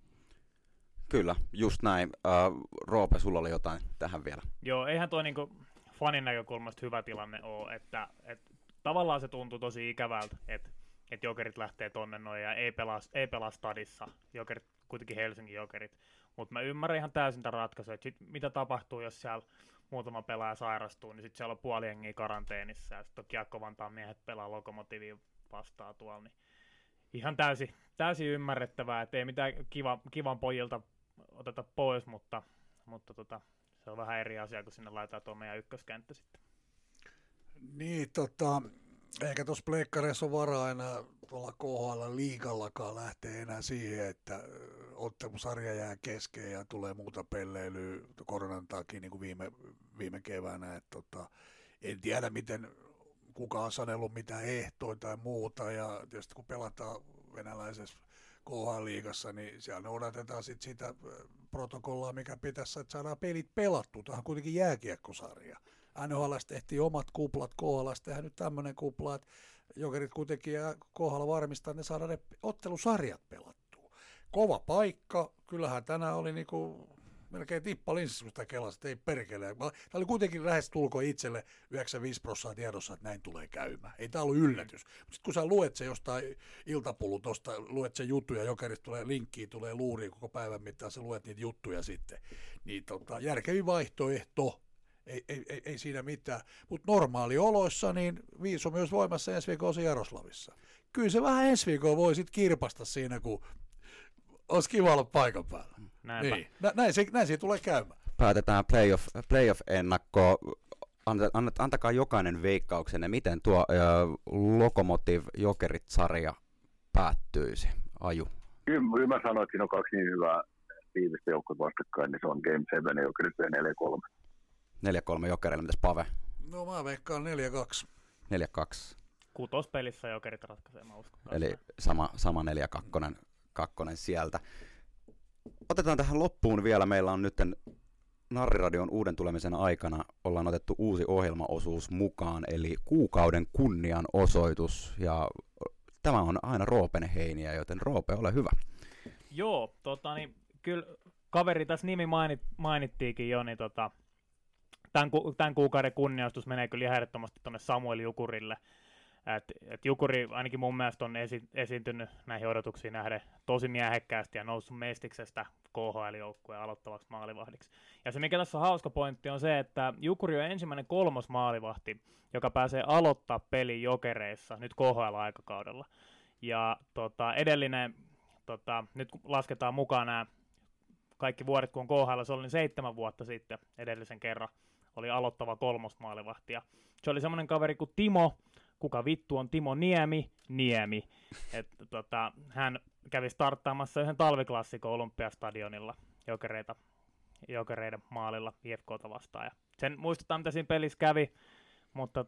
Kyllä, just näin. Roope, sulla oli jotain tähän vielä. Joo, eihän toi niinku fanin näkökulmasta hyvä tilanne ole, että tavallaan se tuntuu tosi ikävältä, että Jokerit lähtee tonne noin ja ei pelaa stadissa, Jokerit, kuitenkin Helsingin Jokerit, mutta mä ymmärrän ihan täysin tämän ratkaisun, että mitä tapahtuu, jos siellä muutama pelaaja sairastuu, niin sitten siellä on puoli jengiä karanteenissa ja sitten Kiekko-Vantaan miehet pelaa Lokomotiivia vastaan tuolla, niin ihan täysin ymmärrettävää, että ei mitään kivan pojilta oteta pois, mutta se on vähän eri asia, kun sinne laitetaan tuo meidän ykköskenttä sitten. Niin, eikä tuossa pleikkareissa ole varaa enää tuolla KHL liigallakaan lähtee enää siihen, että ottelusarja jää kesken ja tulee muuta pelleilyä koronan takia niin kuin viime keväänä. En tiedä, miten kuka on sanellut mitään ehtoja tai muuta, ja tietysti kun pelataan venäläisessä KHL-liigassa, niin siellä noudatetaan sitä protokollaa, mikä pitäisi, että saadaan pelit pelattua. Tämä on kuitenkin jääkiekkosarja. NHL tehtiin omat kuplat, KHL tehdään nyt tämmöinen kupla, että Jokerit kuitenkin ja KHL varmistaa, että ne saadaan ne ottelusarjat pelattua. Kova paikka, kyllähän tänään oli niinku melkein tippa linssissä, kun sitä kelasi, että ei perkele. Tämä oli kuitenkin lähes tulko itselle 95% tiedossa, että näin tulee käymään. Ei tämä ollut yllätys. Mutta sitten kun sä luet se jostain iltapulutosta, luet se juttuja, Jokerista tulee linkkiä, tulee luuriin koko päivän mittaan, sä luet niitä juttuja sitten, niin järkevin vaihtoehto. Ei siinä mitään. Mutta normaalioloissa niin viisu on myös voimassa ensi viikolla Jaroslavissa. Kyllä se vähän ensi viikolla voi sitten kirpasta siinä, kun olisi kiva olla paikan päällä. Niin. Näin siinä tulee käymään. Päätetään playoff-ennakkoa. Antakaa jokainen veikkauksenne, miten tuo Lokomotiv-Jokerit-sarja päättyisi. Aju. Kyllä mä sanoin, että siinä on kaksi niin hyvää tiivistä joukkoa vastakkain, niin se on Game 7 ja Jokerit 4-3. 4-3 Jokerille, mitäs Pave? No mä veikkaan 4-2. 4-2. Kutospelissä Jokerit ratkaisee, mä uskon. Eli sama 4-2 sieltä. Otetaan tähän loppuun vielä. Meillä on nyt Narriradion uuden tulemisen aikana ollaan otettu uusi ohjelmaosuus mukaan, eli kuukauden kunnianosoitus. Ja tämä on aina Roopen heiniä, joten Roope, ole hyvä. Joo, niin, kyllä kaveri tässä nimi mainittiinkin jo, niin tämän kuukauden kunniaustus menee kyllä ihan ehdottomasti tuonne Samuel Jukurille. Et Jukuri ainakin mun mielestä on esiintynyt näihin odotuksiin nähden tosi miehekkäästi ja noussut Mestiksestä KHL-joukkueen aloittavaksi maalivahdiksi. Ja se mikä tässä on hauska pointti on se, että Jukuri on ensimmäinen 3. maalivahti, joka pääsee aloittaa pelin Jokereissa nyt KHL-aikakaudella. Ja edellinen, nyt kun lasketaan mukaan nämä kaikki vuodet, kun on KHL, se oli 7 vuotta sitten edellisen kerran, oli aloittava 3. maalivahti. Ja se oli semmoinen kaveri kuin Timo, kuka vittu on Timo Niemi. Hän kävi starttaamassa yhden talviklassikon Olympiastadionilla Jokereiden maalilla IFK:ta vastaan. Ja sen muistutaan, mitä siinä pelissä kävi, mutta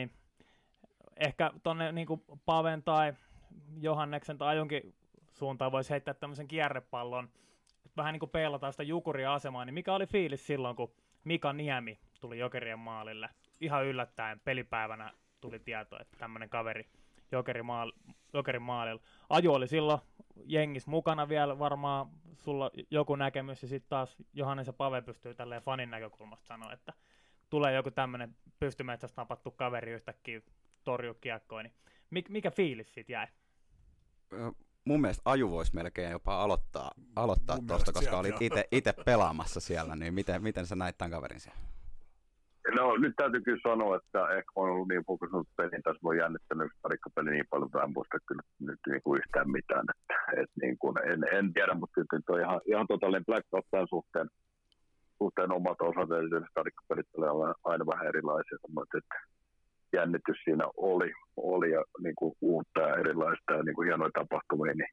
ehkä tonne niinku Paven tai Johanneksen tai jonkin suuntaan voisi heittää tämmöisen kierrepallon, vähän niin kuin peilataan sitä Jukuria asemaa, niin mikä oli fiilis silloin, kun Mika Niemi tuli Jokerien maalille? Ihan yllättäen pelipäivänä tuli tieto, että tämmöinen kaveri Jokerin maalilla. Aju oli silloin jengis mukana vielä, varmaan sulla joku näkemys, ja sitten taas Johannes ja Pave pystyy tälleen fanin näkökulmasta sanoa, että tulee joku tämmöinen pystymetsästä napattu kaveri yhtäkkiä torjuu kiekkoa, niin mikä fiilis siitä jäi? Mun mielestä Aju voisi melkein jopa aloittaa tuosta, koska olit itse pelaamassa siellä, niin miten sä näit tämän kaverin siellä? No nyt täytyy kyllä sanoa, että ehkä on ollut niin fokusoitu peliin, tässä voi jännittänyt yksi parikkapeli niin paljon, että en muista kyllä nyt niin kuin yhtään mitään. Että niin kuin, en tiedä, mutta kyllä toi ihan totaalinen blackout tämän suhteen omat osat, eli parikkapelissä oli aina vähän erilaisia, mutta että jännitys siinä oli ja niin kuin uutta ja erilaista ja niin kuin hienoja tapahtumia, niin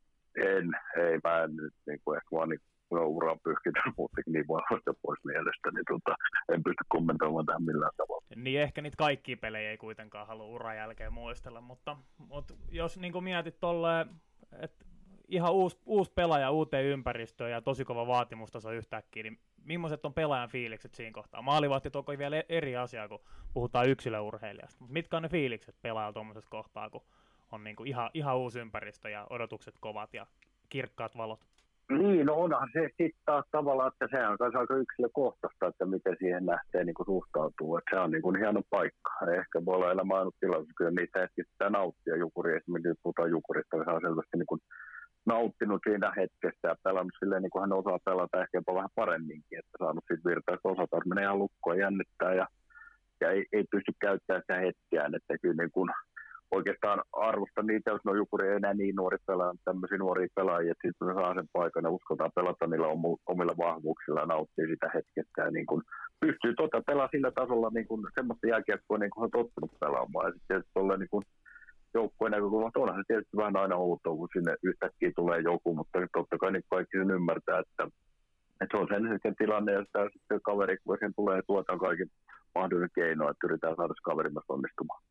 mä en nyt niin kuin ehkä vaan niin uraa pyyhkinyt muutenkin niin vahvasti pois mielestä, niin en pysty kommentoimaan tähän millään tavalla. Niin ehkä niitä kaikkia pelejä ei kuitenkaan halua uran jälkeen muistella, mutta jos niin kuin mietit tolleen, että ihan uusi pelaaja uuteen ympäristöön ja tosi kova vaatimustaso yhtäkkiä, niin millaiset on pelaajan fiilikset siinä kohtaa? Maalivahti toki vielä eri asia, kun puhutaan yksilöurheilijasta, mutta mitkä on ne fiilikset pelaajalla tuommoisessa kohtaa, kun on niin kuin ihan uusi ympäristö ja odotukset kovat ja kirkkaat valot? Niin, no onhan se sitten taas tavallaan, että sehän on myös aika yksilökohtaista, että miten siihen lähtee niin kuin suhtautuu. Että se on niin kuin hieno paikka. Ehkä voi olla elämä ainut tilaisuus, kyllä niitä hetkiä sitä nauttia. Jukuri esimerkiksi puhutaan Jukurista, hän on selvästi niin kuin nauttinut siinä hetkessä ja pelannut silleen, niin kuin hän osaa pelata ehkä jopa vähän paremminkin. Että saanut siitä virtaa, että osa taas menee ihan lukkoon ja jännittää ja ei pysty käyttämään sitä hetkeään. Että kyllä niin kuin oikeastaan arvostan niitä, jos no Jukuri ei enää niin nuori pelaa, tämmöisiä nuoria pelaajia, että sitten saa sen paikan ja uskotaan pelata niillä omilla vahvuuksilla ja nauttii sitä hetkestä ja niin kuin pystyy pelaamaan sillä tasolla niin kuin semmoista jääkiekkoa niin kuin on tottunut pelaamaan. Ja sitten tietysti niin kuin joukkueen näkökulmasta onhan se tietysti vähän aina outoa, kun sinne yhtäkkiä tulee joku, mutta totta kai niin kaikki sen ymmärtää, että se on sen tilanne ja sitten kaveri, kun sen tulee ja tuotaan kaikki mahdollinen keino, että yritetään saada se kaveri myös onnistumaan.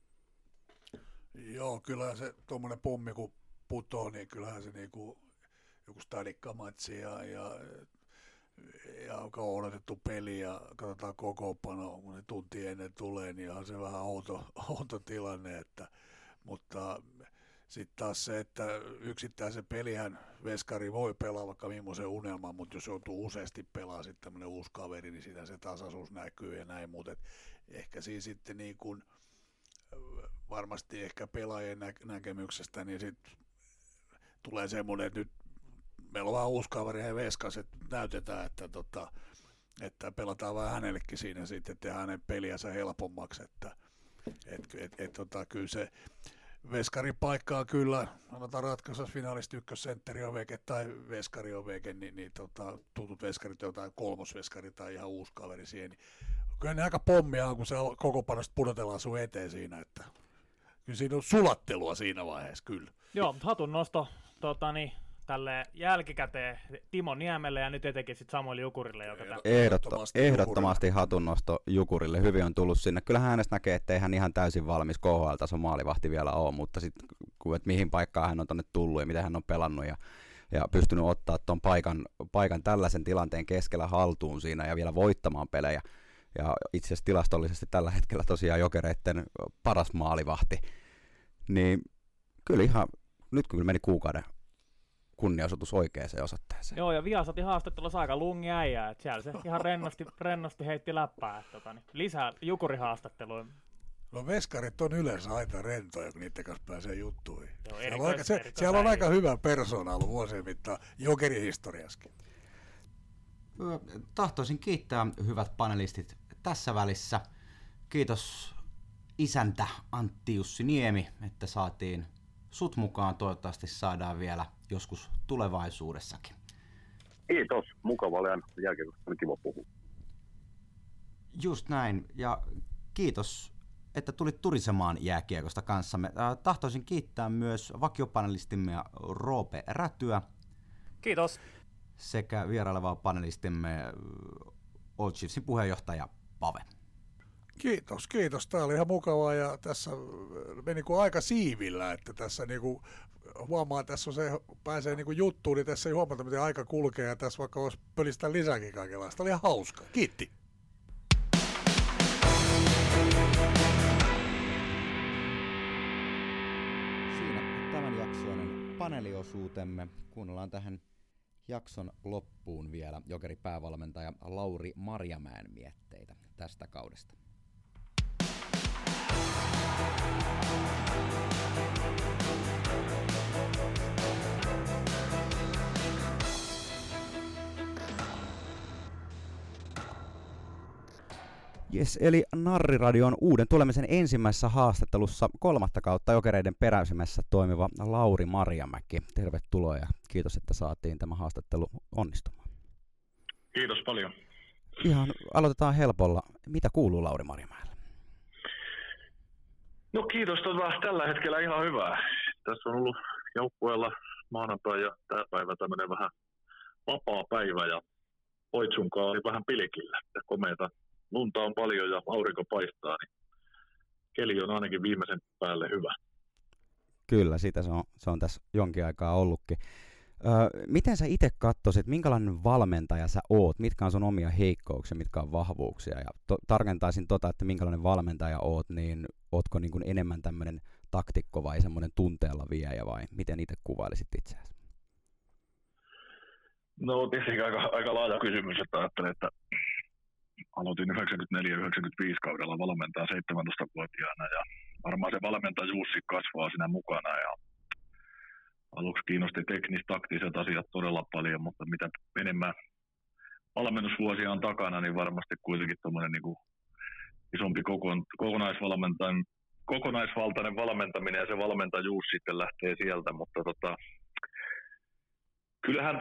Joo, kyllähän se tuommoinen pommi kun putoo, niin kyllähän se niinku joku stadikkamatsi ja on odotettu peli ja katsotaan kokoonpano, kun ne tunti ennen tulee, niin on se vähän outo tilanne, mutta sitten taas se, että yksittäisen pelihän veskari voi pelaa vaikka millaisen unelman, mutta jos joutuu useasti pelaamaan sitten tämmöinen uusi kaveri, niin sitä se tasaisuus näkyy ja näin, mutta ehkä siinä sitten niin kuin varmasti ehkä pelaajien näkemyksestä, niin sitten tulee semmoinen, että nyt meillä on vähän uusi kaveri ja veskas, että näytetään, että pelataan vähän hänellekin siinä sitten, että tehdään hänen peliänsä helpommaksi, että kyllä se veskarin paikkaa kyllä, sanotaan ratkaisessa finaalista ykkössentteri on veke tai veskari on veke, niin tutut veskarit, jotain kolmosveskari tai ihan uusi kaveri siihen, niin kyllä ne aika pommia on, kun se koko panosta pudotellaan sun eteen siinä, että kyllä siinä on sulattelua siinä vaiheessa, kyllä. Joo, hatun nosto tälle jälkikäteen Timo Niemelle ja nyt etenkin sitten Samuel Jukurille. Joka ehdottomasti hatunnosto Jukurille. Hyvin on tullut sinne. Kyllähän hänestä näkee, ettei hän ihan täysin valmis KHL-tason maalivahti vielä ole, mutta sitten mihin paikkaan hän on tonne tullut ja miten hän on pelannut ja pystynyt ottaa tuon paikan tällaisen tilanteen keskellä haltuun siinä ja vielä voittamaan pelejä. Ja itse asiassa tilastollisesti tällä hetkellä tosiaan Jokereitten paras maalivahti. Niin kyllä ihan, nyt kyllä meni kunniaosoitus oikeaan osoitteeseen. Joo, ja Viasatin haastattelussa aika lungi äijää, että siellä se ihan rennosti heitti läppää. Lisää Jukuri-haastatteluja. No veskarit on yleensä aina rentoja, kun niiden kanssa pääsee juttuihin. Joo, siellä on aika hyvä persoona ollut vuosien mittaan Jokeri-historiaskin. Tahtoisin kiittää hyvät panelistit tässä välissä. Kiitos isäntä Antti Jussi Niemi, että saatiin sut mukaan. Toivottavasti saadaan vielä joskus tulevaisuudessakin. Kiitos, mukava oli aina jälkeen, oli kiva puhua. Just näin, ja kiitos, että tulit turisemaan jääkiekosta kanssamme. Tahtoisin kiittää myös vakiopanelistimme Roope Rätyä. Kiitos. Sekä vierailevaa panelistimme Old Chiefsin puheenjohtaja Pave. Kiitos. Tämä oli ihan mukavaa ja tässä meni aika siivillä, että tässä huomaa, että tässä on se, pääsee juttuun, niin tässä ei huomata, miten aika kulkee ja tässä vaikka olisi pölistä lisääkin kaikenlaista. Oli ihan hauska. Kiitti. Siinä tämänjaksoinen paneeliosuutemme. Kuunnellaan tähän jakson loppuun vielä Jokeri-päävalmentaja Lauri Marjamäen mietteitä tästä kaudesta. Yes, eli Narriradion uuden tulemisen ensimmäisessä haastattelussa 3. kautta Jokereiden peräisimessä toimiva Lauri Marjamäki. Tervetuloa ja kiitos, että saatiin tämä haastattelu onnistumaan. Kiitos paljon. Ihan aloitetaan helpolla. Mitä kuuluu Lauri Marjamäelle? No kiitos, tällä hetkellä ihan hyvää. Tässä on ollut joukkueella maanantai ja tämä päivä tämmöinen vähän vapaa päivä ja Oitsunkaan oli vähän pilkillä. Komeata lunta on paljon ja aurinko paistaa, niin keli on ainakin viimeisen päälle hyvä. Kyllä, sitä se on tässä jonkin aikaa ollutkin. Miten sä itse katsoisit, minkälainen valmentaja sä oot? Mitkä on sun omia heikkouksia, mitkä on vahvuuksia? Ja tarkentaisin että minkälainen valmentaja oot, niin ootko niin kuin enemmän tämmöinen taktikko vai semmoinen tunteella viejä vai miten itse kuvailisit itseäsi? No tietenkin aika laaja kysymys, että ajattelen, että aloitin 94-95 kaudella valmentaa 17-vuotiaana ja varmaan se valmentajuussi kasvaa siinä mukana ja aluksi kiinnosti teknis-taktiset asiat todella paljon, mutta mitä enemmän valmennusvuosia on takana, niin varmasti kuitenkin tuommoinen niin kuin isompi kokonaisvaltainen valmentaminen ja se valmentajuus sitten lähtee sieltä, mutta kyllähän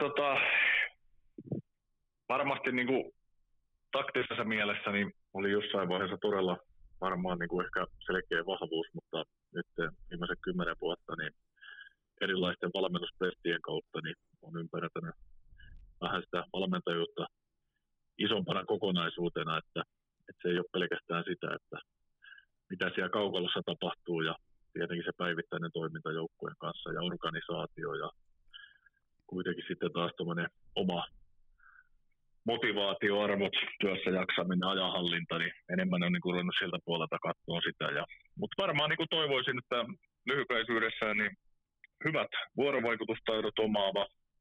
varmasti niin kuin taktisessa mielessä niin oli jossain vaiheessa todella varmaan niin kuin ehkä selkeä vahvuus, mutta nyt viimeiset 10 vuotta niin erilaisten valmennustestien kautta niin on ymmärtänyt vähän sitä valmentajuutta isompana kokonaisuutena, että se ei ole pelkästään sitä, että mitä siellä kaukalossa tapahtuu ja tietenkin se päivittäinen toiminta joukkueen kanssa ja organisaatio ja kuitenkin sitten taas tuommoinen oma motivaatioarvot, työssä jaksaminen, ajanhallinta, niin enemmän on niin ruvennut sieltä puolelta katsoa sitä. Mutta varmaan niin toivoisin, että lyhykäisyydessään niin hyvät vuorovaikutustaidot omaava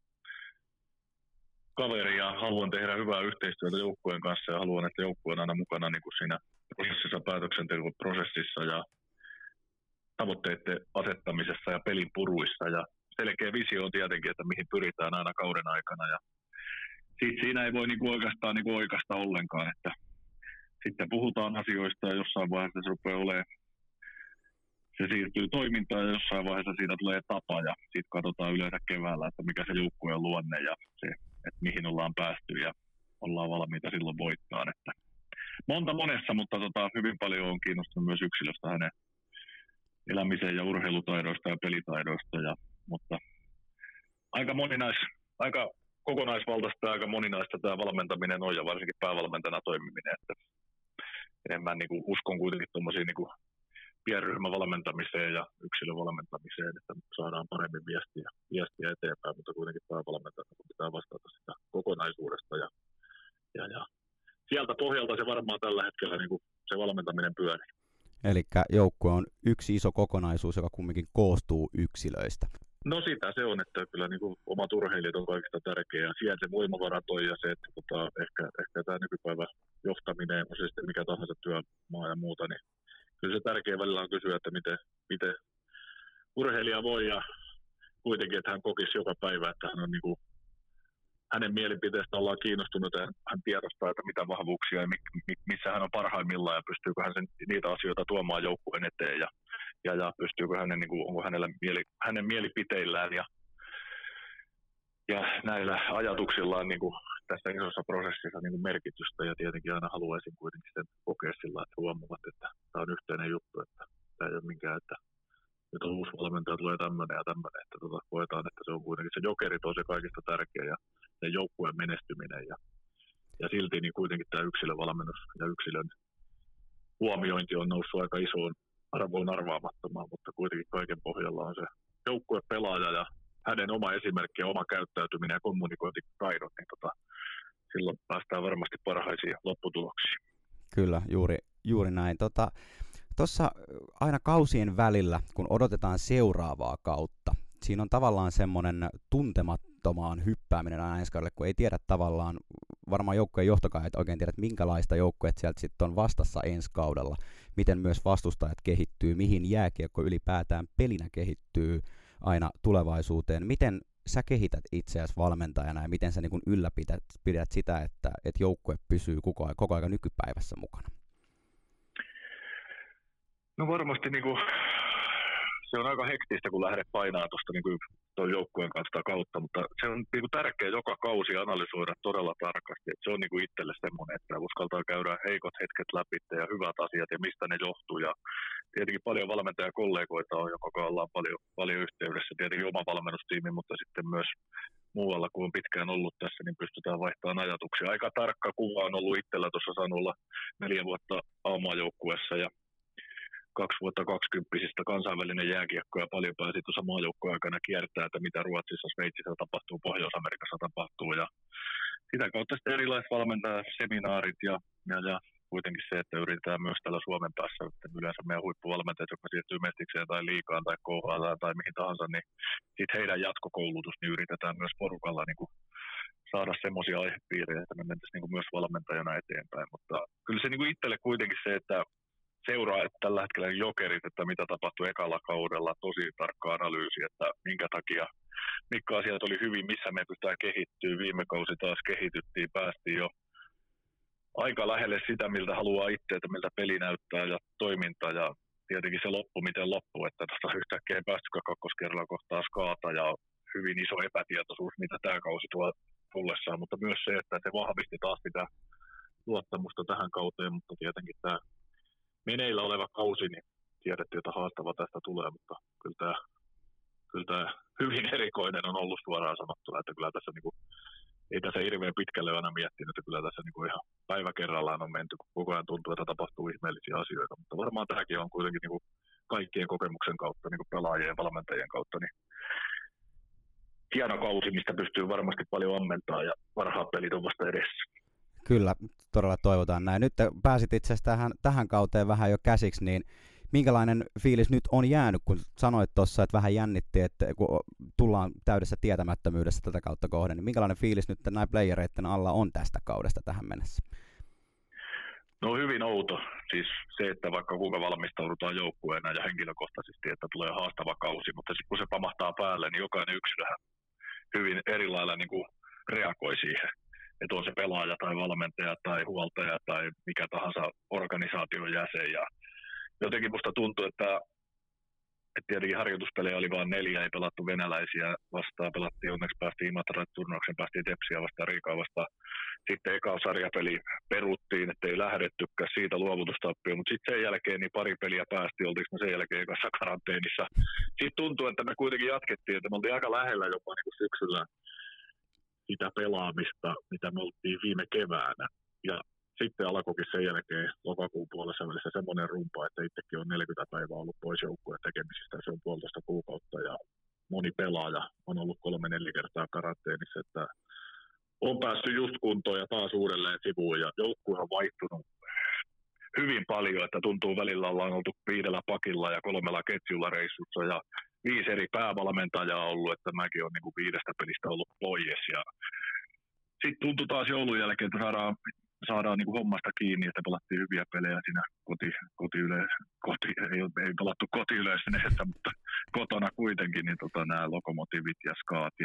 kaveri ja haluan tehdä hyvää yhteistyötä joukkueen kanssa ja haluan, että joukkue on aina mukana niin kuin siinä prosessissa, päätöksentekoprosessissa ja tavoitteiden asettamisessa ja pelin puruissa ja selkeä visio on tietenkin, että mihin pyritään aina kauden aikana ja siinä ei voi oikeastaan oikaista ollenkaan, että sitten puhutaan asioista ja jossain vaiheessa se rupeaa olemaan, se siirtyy toimintaan ja jossain vaiheessa siitä tulee tapa ja sitten katsotaan yleensä keväällä, että mikä se joukkueen luonne ja se, että mihin ollaan päästy ja ollaan valmiita silloin voittaan. Että monessa, mutta hyvin paljon on kiinnostunut myös yksilöstä hänen elämiseen ja urheilutaidoista ja pelitaidoista, mutta aika kokonaisvaltaista ja aika moninaista tämä valmentaminen on ja varsinkin päävalmentajana toimiminen. Että enemmän niin kuin uskon kuitenkin tuommoisiin niin pienryhmävalmentamiseen ja yksilövalmentamiseen, että saadaan paremmin viestiä eteenpäin, mutta kuitenkin päävalmentajana pitää vastata sitä kokonaisuudesta ja sieltä pohjalta se varmaan tällä hetkellä niin kuin se valmentaminen pyörii. Eli joukkue on yksi iso kokonaisuus, joka kumminkin koostuu yksilöistä. No sitä se on, että kyllä niin kuin omat urheilijat on kaikista tärkeä ja siellä se voimavarat on ja se, että ehkä tämä nykypäivä johtaminen, on se sitten mikä tahansa työmaa ja muuta, niin kyllä se tärkeä välillä on kysyä, että miten urheilija voi ja kuitenkin, että hän kokisi joka päivä, että hän on niin kuin, hänen mielipiteestä ollaan kiinnostunut ja hän tiedostaa, että mitä vahvuuksia ja missä hän on parhaimmillaan ja pystyykö hän niitä asioita tuomaan joukkueen eteen ja pystyykö hänen, niin kuin, onko hänellä hänen mielipiteillään ja näillä ajatuksillaan niin kuin tässä isossa prosessissa niin kuin merkitystä ja tietenkin aina haluaisin kuitenkin sen kokea sillä, että huomaavat, että tämä on yhteinen juttu, että tämä ei ole minkään, että nyt on uusi valmentaja, tulee tämmöinen ja tämmöinen, että koetaan, että se on kuitenkin se jokerit on se kaikista tärkeä ja se joukkueen menestyminen ja silti niin kuitenkin tämä yksilövalmennus ja yksilön huomiointi on noussut aika isoon arvoon arvaamattomaan, mutta kuitenkin kaiken pohjalla on se joukkuepelaaja ja hänen oma esimerkki ja oma käyttäytyminen ja kommunikointitaidot, niin silloin päästään varmasti parhaisiin lopputuloksiin. Kyllä, juuri näin. Tuossa aina kausien välillä, kun odotetaan seuraavaa kautta, siinä on tavallaan semmoinen tuntemattomaan hyppääminen aina ensi kaudelle, kun ei tiedä tavallaan, varmaan joukkueen johtokaan et oikein tiedä, että minkälaista joukkueet sieltä sitten on vastassa ensi kaudella, miten myös vastustajat kehittyy, mihin jääkiekko ylipäätään pelinä kehittyy aina tulevaisuuteen. Miten sä kehität itseäsi valmentajana ja miten sä niin kun ylläpidät sitä, että joukkue pysyy koko ajan nykypäivässä mukana? No varmasti niin kuin, se on aika hektistä, kun lähdet painaa tuosta niin tuon joukkueen kanssa kautta, mutta se on niin kuin tärkeää joka kausi analysoida todella tarkasti. Että se on niin kuin itselle semmoinen, että uskaltaa käydä heikot hetket läpi ja hyvät asiat ja mistä ne johtuu. Ja tietenkin paljon valmentajakollegoita on, joka ollaan paljon yhteydessä. Tietenkin oma valmennustiimi, mutta sitten myös muualla, kun on pitkään ollut tässä, niin pystytään vaihtamaan ajatuksia. Aika tarkka kuva on ollut itsellä tuossa Sanulla 4 vuotta A-maajoukkuessa ja 2 vuotta 20-sistä kansainvälinen jääkiekko ja paljon pääsi tuossa maajoukkojen aikana kiertää, että mitä Ruotsissa, Sveitsissä tapahtuu, Pohjois-Amerikassa tapahtuu ja sitä kautta sitten erilaiset valmentajaseminaarit ja kuitenkin se, että yritetään myös täällä Suomen päässä, että yleensä meidän huippuvalmentajat, jotka siirtyy Mestikseen tai Liigaan tai KHL tai mihin tahansa, niin sitten heidän jatkokoulutus, niin yritetään myös porukalla niin kuin saada semmoisia aihepiirejä, että me mentäisiin niin kuin myös valmentajana eteenpäin, mutta kyllä se niin kuin itselle kuitenkin se, että seuraa että tällä hetkellä jokerit, että mitä tapahtui ekalla kaudella, tosi tarkka analyysi, että minkä takia, mitkä asiat oli hyvin, missä me pystytään kehittyä. Viime kausi taas kehityttiin, päästiin jo aika lähelle sitä, miltä haluaa itse, että miltä peli näyttää ja toiminta ja tietenkin se loppu, miten loppu, että yhtäkkiä ei päästykään kakkoskerralla kohtaa skaata ja hyvin iso epätietoisuus, mitä tämä kausi tuo tullessaan, mutta myös se, että se vahvisti taas sitä luottamusta tähän kauteen, mutta tietenkin tämä meneillä oleva kausi, niin tiedettiin, että haastava tästä tulee, mutta kyllä tämä hyvin erikoinen on ollut suoraan sanottuna, että kyllä tässä niin kuin, ei tässä hirveän pitkälle aina miettinyt, että kyllä tässä niin kuin ihan päivä kerrallaan on menty, kun koko ajan tuntuu, että tapahtuu ihmeellisiä asioita, mutta varmaan tämäkin on kuitenkin niin kuin kaikkien kokemuksen kautta, niin kuin pelaajien ja valmentajien kautta, niin hieno kausi, mistä pystyy varmasti paljon ammentamaan ja parhaat pelit on vasta edessä. Kyllä, todella toivotaan näin. Nyt pääsit itse asiassa tähän kauteen vähän jo käsiksi, niin minkälainen fiilis nyt on jäänyt, kun sanoit tuossa, että vähän jännitti, että kun tullaan täydessä tietämättömyydessä tätä kautta kohden, niin minkälainen fiilis nyt näin playereiden alla on tästä kaudesta tähän mennessä? No hyvin outo. Siis se, että vaikka kuinka valmistaudutaan joukkueena ja henkilökohtaisesti, että tulee haastava kausi, mutta sitten kun se pamahtaa päälle, niin jokainen yksilöhän hyvin eri lailla niin kuin reagoi siihen. Että on se pelaaja tai valmentaja tai huoltaja tai mikä tahansa organisaation jäsen. Ja jotenkin musta tuntuu, että tietenkin harjoituspelejä oli vain 4, ei pelattu venäläisiä vastaan. Pelattiin, onneksi päästiin Imatra-turnauksen, päästiin Tepsiä vastaan, Riikaa vastaan. Sitten eka sarjapeli peruttiin, ettei lähdettykään siitä luovutustappioon. Mutta sitten sen jälkeen niin pari peliä päästiin, oltiinko me sen jälkeen ekassa karanteenissa. Sitten tuntuu, että me kuitenkin jatkettiin, että me oltiin aika lähellä jopa niin kuin syksyllä sitä pelaamista, mitä me oltiin viime keväänä. Ja sitten alkoikin sen jälkeen lokakuun puolessa välissä semmoinen rumpa, että itsekin on 40 päivää ollut pois joukkueen tekemisistä. Se on 1,5 kuukautta ja moni pelaaja on ollut 3-4 kertaa karanteenissa. Että on päässyt just kuntoon ja taas uudelleen sivuun ja joukkue on vaihtunut hyvin paljon, että tuntuu välillä ollaan oltu 5 pakilla ja 3 ketjulla reissussa ja 5 eri päävalmentajaa ollut, että mäkin olen niin kuin 5 pelistä ollut pois. Ja sitten tuntui taas joulun jälkeen, että saadaan niin kuin hommasta kiinni, että pelattiin hyviä pelejä siinä ei pelattu kotiyleisön edessä, mutta kotona kuitenkin niin nämä Lokomotivit ja Skaat.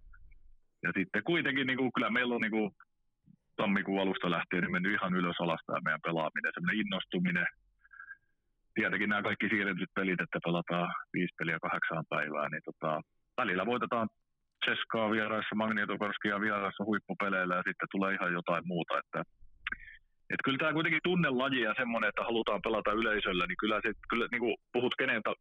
Ja sitten kuitenkin niin kuin, kyllä meillä on niin kuin, tammikuun alusta lähtien niin mennyt ihan ylös alas tämä meidän pelaaminen, semmoinen innostuminen. Tietenkin nämä kaikki siirretyt pelit, että pelataan 5 peliä 8 päivää, niin välillä voitetaan Českaa vieraissa, Magnitogorskia vieraissa huippupeleillä ja sitten tulee ihan jotain muuta. Että kyllä tämä kuitenkin tunnelaji ja semmoinen, että halutaan pelata yleisöllä, niin kyllä niin kuin puhut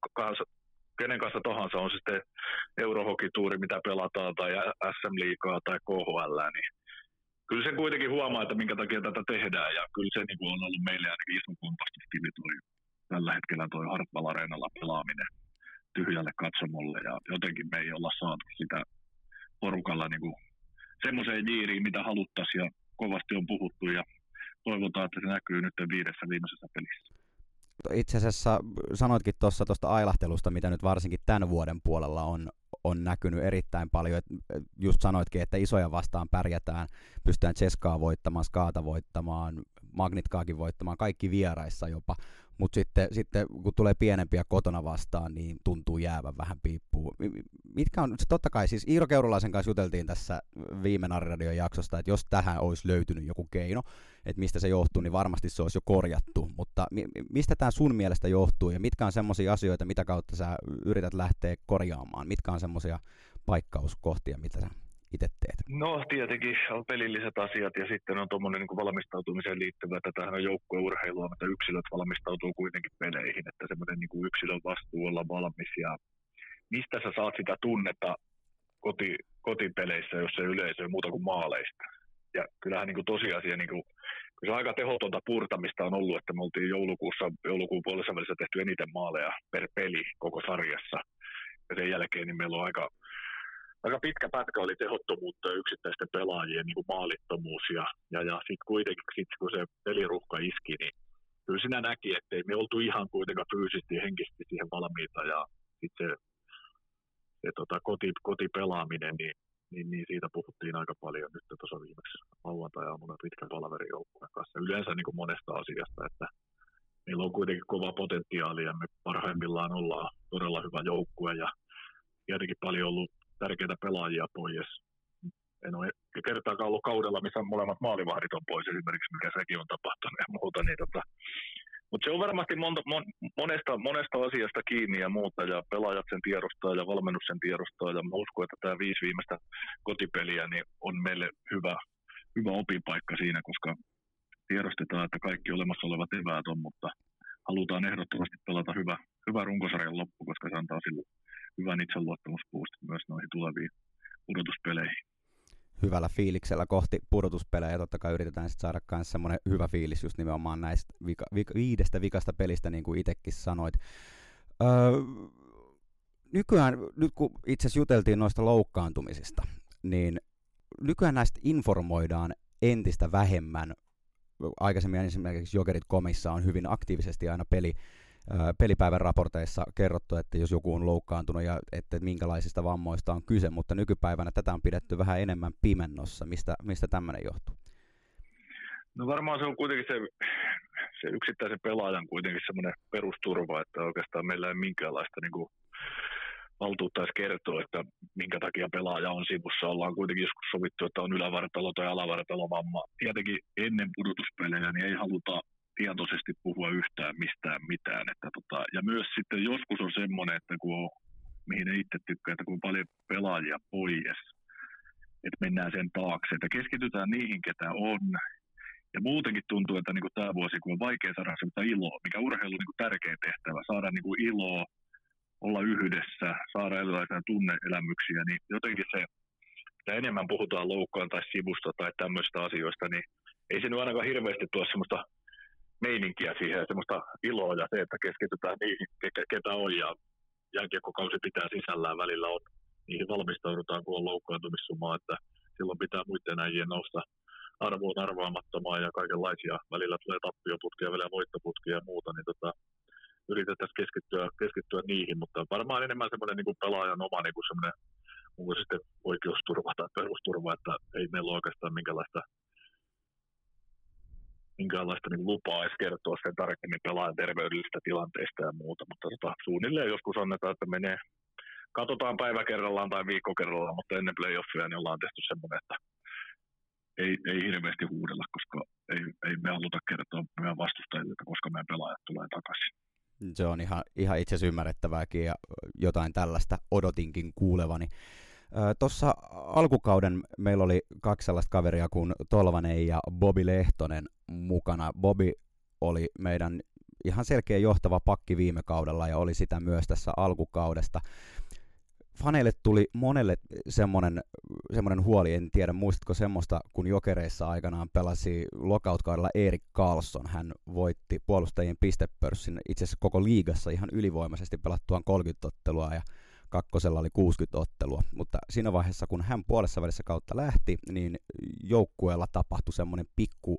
kenen kanssa tahansa, on se sitten Eurohockey-tuuri, mitä pelataan, tai SM-liigaa tai KHL, niin kyllä sen kuitenkin huomaa, että minkä takia tätä tehdään, ja kyllä se niin kuin on ollut meille ainakin iso kompastuskivi tällä hetkellä toi Hartwall Areenalla pelaaminen tyhjälle katsomolle, ja jotenkin me ei olla saatu sitä porukalla niin kuin semmoiseen jiiriin, mitä haluttaisiin, ja kovasti on puhuttu, ja toivotaan, että se näkyy nyt 5 viimeisessä pelissä. Itse asiassa sanoitkin tuosta ailahtelusta, mitä nyt varsinkin tämän vuoden puolella on näkynyt erittäin paljon. Just sanoitkin, että isoja vastaan pärjätään, pystytään Českaa voittamaan, Skaata voittamaan, Magnitkaakin voittamaan, kaikki vieraissa jopa. Mutta sitten kun tulee pienempiä kotona vastaan, niin tuntuu jäävän vähän piippuun. Mitkä on, totta kai siis Iiro Keurolaisen kanssa juteltiin tässä viime Nariradion jaksosta, että jos tähän olisi löytynyt joku keino, että mistä se johtuu, niin varmasti se olisi jo korjattu. Mutta mistä tämä sun mielestä johtuu ja mitkä on semmoisia asioita, mitä kautta sä yrität lähteä korjaamaan? Mitkä on semmoisia paikkauskohtia, mitä sä itse teet? No tietenkin on pelilliset asiat ja sitten on tuommoinen niin valmistautumiseen liittyvä, että tämähän on joukkueurheilua, mutta yksilöt valmistautuu kuitenkin peleihin, että semmoinen niin yksilön vastuu olla valmis ja mistä sä saat sitä tunnetta kotipeleissä, jos se yleisö ei muuta kuin maaleista. Ja kyllähän niin kuin tosiasia, niin kuin, kun se aika tehotonta purtamista on ollut, että me oltiin joulukuun puolessa välissä tehty eniten maaleja per peli koko sarjassa ja sen jälkeen niin meillä on aika pitkä pätkä oli tehottomuutta ja yksittäisten pelaajien niin kuin maalittomuus ja sitten kuitenkin kun se peliruhka iski, niin kyllä siinä näki, että ei me oltu ihan kuitenkaan fyysisesti ja henkisesti siihen valmiita ja sitten se kotipelaaminen, niin siitä puhuttiin aika paljon nyt tuossa viimeksi lauantai-aamuna pitkän palaverin joukkueen kanssa. Yleensä niin kuin monesta asiasta, että meillä on kuitenkin kova potentiaali ja me parhaimmillaan ollaan todella hyvä joukkue ja tietenkin paljon ollut tärkeitä pelaajia pois. En ole kertaakaan ollut kaudella, missä molemmat maalivahdit on pois esimerkiksi, mikä sekin on tapahtunut ja muuta. Niin mutta se on varmasti monesta asiasta kiinni ja muuta, ja pelaajat sen tiedostaa ja valmennus sen tiedostaa, ja mä uskon, että tämä 5 viimeistä kotipeliä niin on meille hyvä opipaikka siinä, koska tiedostetaan, että kaikki olemassa olevat eväät on, mutta halutaan ehdottomasti pelata hyvä runkosarjan loppu, koska se antaa sille hyvän itseluottamuspuustin myös noihin tuleviin pudotuspeleihin. Hyvällä fiiliksellä kohti pudotuspelejä ja totta kai yritetään sitten saada myös semmoinen hyvä fiilis just nimenomaan näistä 5 vikasta pelistä, niin kuin itsekin sanoit. Nykyään, nyt kun itse asiassa juteltiin noista loukkaantumisista, niin nykyään näistä informoidaan entistä vähemmän. Aikaisemmin esimerkiksi Jokerit.comissa on hyvin aktiivisesti aina pelipäivän raporteissa kerrottu, että jos joku on loukkaantunut ja että minkälaisista vammoista on kyse, mutta nykypäivänä tätä on pidetty vähän enemmän pimennossa. Mistä tämmöinen johtuu? No varmaan se on kuitenkin se yksittäisen pelaajan kuitenkin semmoinen perusturva, että oikeastaan meillä ei minkäänlaista niin kuin valtuuttaisi kertoa, että minkä takia pelaaja on sivussa. Ollaan kuitenkin joskus sovittu, että on ylävartalo tai alavartalovamma. Tietenkin ennen pudotuspelejä niin ei haluta tietoisesti puhua yhtään mistään mitään. Ja myös sitten joskus on semmoinen, että mihin ei itse tykkää, että kun on paljon pelaajia pois, että mennään sen taakse, että keskitytään niihin, ketä on. Ja muutenkin tuntuu, että niin kuin tämä vuosi, kun on vaikea saada sellaista iloa, mikä urheilu on niin kuin tärkeä tehtävä, saada niin kuin iloa, olla yhdessä, saada erilaisia tunne-elämyksiä, niin jotenkin se, mitä enemmän puhutaan loukkaan tai sivusta tai tämmöistä asioista, niin ei se nyt ainakaan hirveästi tuo semmoista meininkiä siihen ja semmoista iloa ja se, että keskitytään niihin, ketä on ja jälkiekkokausi pitää sisällään välillä on. Niihin valmistaudutaan, kun on loukkaantumissumaa, että silloin pitää muiden äijien nousta arvoon arvaamattomaan ja kaikenlaisia. Välillä tulee tappioputkia, välillä voittoputkia ja muuta, niin yritettäisiin keskittyä niihin, mutta varmaan enemmän semmoinen niin kuin pelaajan oma niin kuin semmoinen onko sitten oikeusturva tai perusturva, että ei meillä ole oikeastaan minkäänlaista niin lupaa edes kertoa sen tarkemmin pelaajan terveydellisistä tilanteista ja muuta, mutta suunnilleen joskus annetaan, että katsotaan päivä kerrallaan tai viikko kerrallaan, mutta ennen playoffia niin ollaan tehty semmoinen, että ei hirveästi huudella, koska ei me haluta kertoa meidän vastustajille, koska meidän pelaajat tulee takaisin. Se on ihan itse asiassa ymmärrettävääkin ja jotain tällaista odotinkin kuulevani. Tuossa alkukauden meillä oli 2 sellaista kaveria kuin Tolvanen ja Bobi Lehtonen mukana. Bobi oli meidän ihan selkeä johtava pakki viime kaudella ja oli sitä myös tässä alkukaudesta. Faneille tuli monelle semmoinen huoli, en tiedä muistatko semmoista, kun Jokereissa aikanaan pelasi lockout-kaudella Erik Karlsson. Hän voitti puolustajien pistepörssin itse asiassa koko liigassa ihan ylivoimaisesti pelattuaan 30 ottelua ja kakkosella oli 60 ottelua, mutta siinä vaiheessa, kun hän puolessa välissä kautta lähti, niin joukkueella tapahtui semmoinen pikku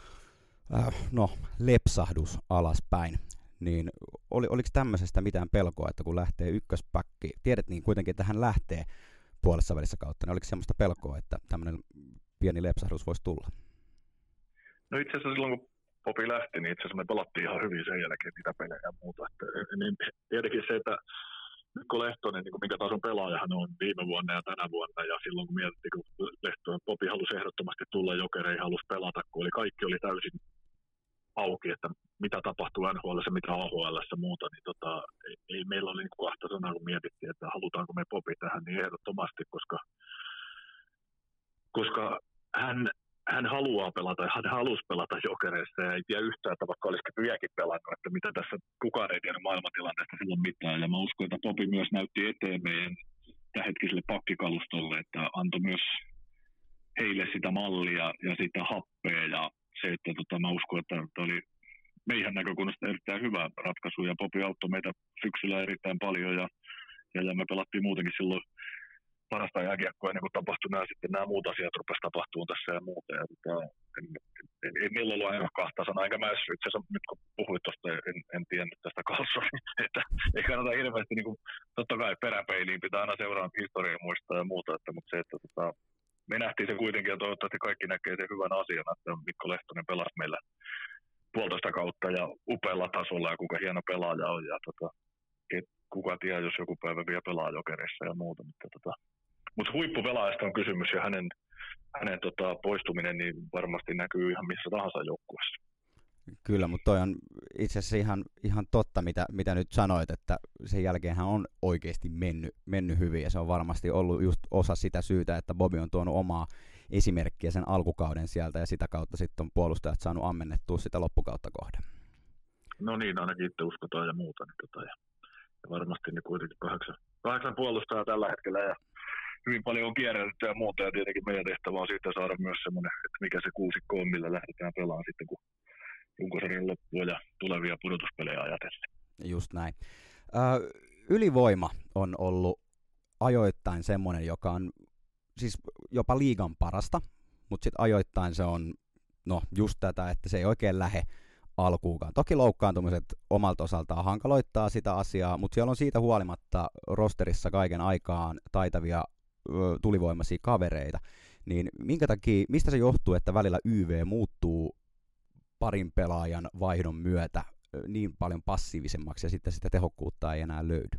lepsahdus alaspäin. Niin oliko tämmöisestä mitään pelkoa, että kun lähtee ykköspäkki, tiedät niin kuitenkin, että hän lähtee puolessa välissä kautta, niin oliko semmoista pelkoa, että tämmöinen pieni lepsahdus voisi tulla? No itse asiassa silloin, kun Popi lähti, niin itse asiassa me pelattiin ihan hyvin sen jälkeen niitä pelejä ja muuta. Niin tietenkin se, että Mikko Lehtonen, niin minkä tason pelaaja hän on viime vuonna ja tänä vuonna, ja silloin kun mietittiin, kun Lehtonen Popi halusi ehdottomasti tulla Jokereihin, halusi pelata, kun kaikki oli täysin auki, että mitä tapahtuu NHL:ssä, mitä AHL:ssä ja muuta, niin ei meillä ole niin 2 sanaa, kun mietittiin, että halutaanko me Popi tähän, niin ehdottomasti, koska hän haluaa pelata ja hän halusi pelata Jokereissa ja ei tiedä yhtään, että vaikka olisikin Pyjäkin pelannut, että mitä tässä kukaan ei tiedä maailmantilanteesta silloin mitään. Ja mä uskon, että Popi myös näytti eteen meidän tämänhetkiselle pakkikalustolle, että antoi myös heille sitä mallia ja sitä happea ja se, että mä uskon, että oli meidän näkökulmasta erittäin hyvä ratkaisu ja Popi auttoi meitä syksyllä erittäin paljon ja me pelattiin muutenkin silloin parasta jääkiekkoa ennen kuin tapahtui nämä muut asiat rupesi tapahtumaan tässä ja muuta. Ja ei meillä ollut aina 2 sanaa, enkä mä itse asiassa nyt kun puhuit tuosta, en tiennyt tästä Karlssonin, että ei kannata hirveästi, niin kuin, totta kai peräpeiliin pitää aina seuraa historiaa muistaa ja muuta, mutta se, että me nähtiin se kuitenkin ja toivottavasti kaikki näkee sen hyvän asian, että Mikko Lehtonen pelasi meillä 1,5 kautta ja upealla tasolla ja kuinka hieno pelaaja on ja kuka tiedä, jos joku päivä vielä pelaa Jokerissa ja muuta, mutta huippupelaajasta on kysymys ja hänen poistuminen niin varmasti näkyy ihan missä tahansa joukkueessa. Kyllä, mutta toi on itse asiassa ihan totta, mitä nyt sanoit, että sen jälkeen hän on oikeasti mennyt hyvin ja se on varmasti ollut just osa sitä syytä, että Bobi on tuonut omaa esimerkkiä sen alkukauden sieltä ja sitä kautta sitten on puolustajat saanut ammennettua sitä loppukautta kohden. No niin, ainakin itse uskotaan ja muuta. Niin ja varmasti niin kuitenkin 8 puolustajaa tällä hetkellä ja hyvin paljon on kierrellytty ja muuta ja tietenkin meidän tehtävä on sitten saada myös semmoinen, että mikä se kuusikko on, millä lähdetään pelaamaan sitten, kun runkosarjan loppua ja tulevia pudotuspelejä ajatellen. Just näin. Ylivoima on ollut ajoittain semmoinen, joka on siis jopa liigan parasta, mutta sitten ajoittain se on just tätä, että se ei oikein lähe alkuukaan. Toki loukkaantumiset omalta osaltaan hankaloittaa sitä asiaa, mutta siellä on siitä huolimatta rosterissa kaiken aikaan taitavia tulivoimaisia kavereita. Niin minkä takia, mistä se johtuu, että välillä YV muuttuu parin pelaajan vaihdon myötä niin paljon passiivisemmaksi ja sitten sitä tehokkuutta ei enää löydy?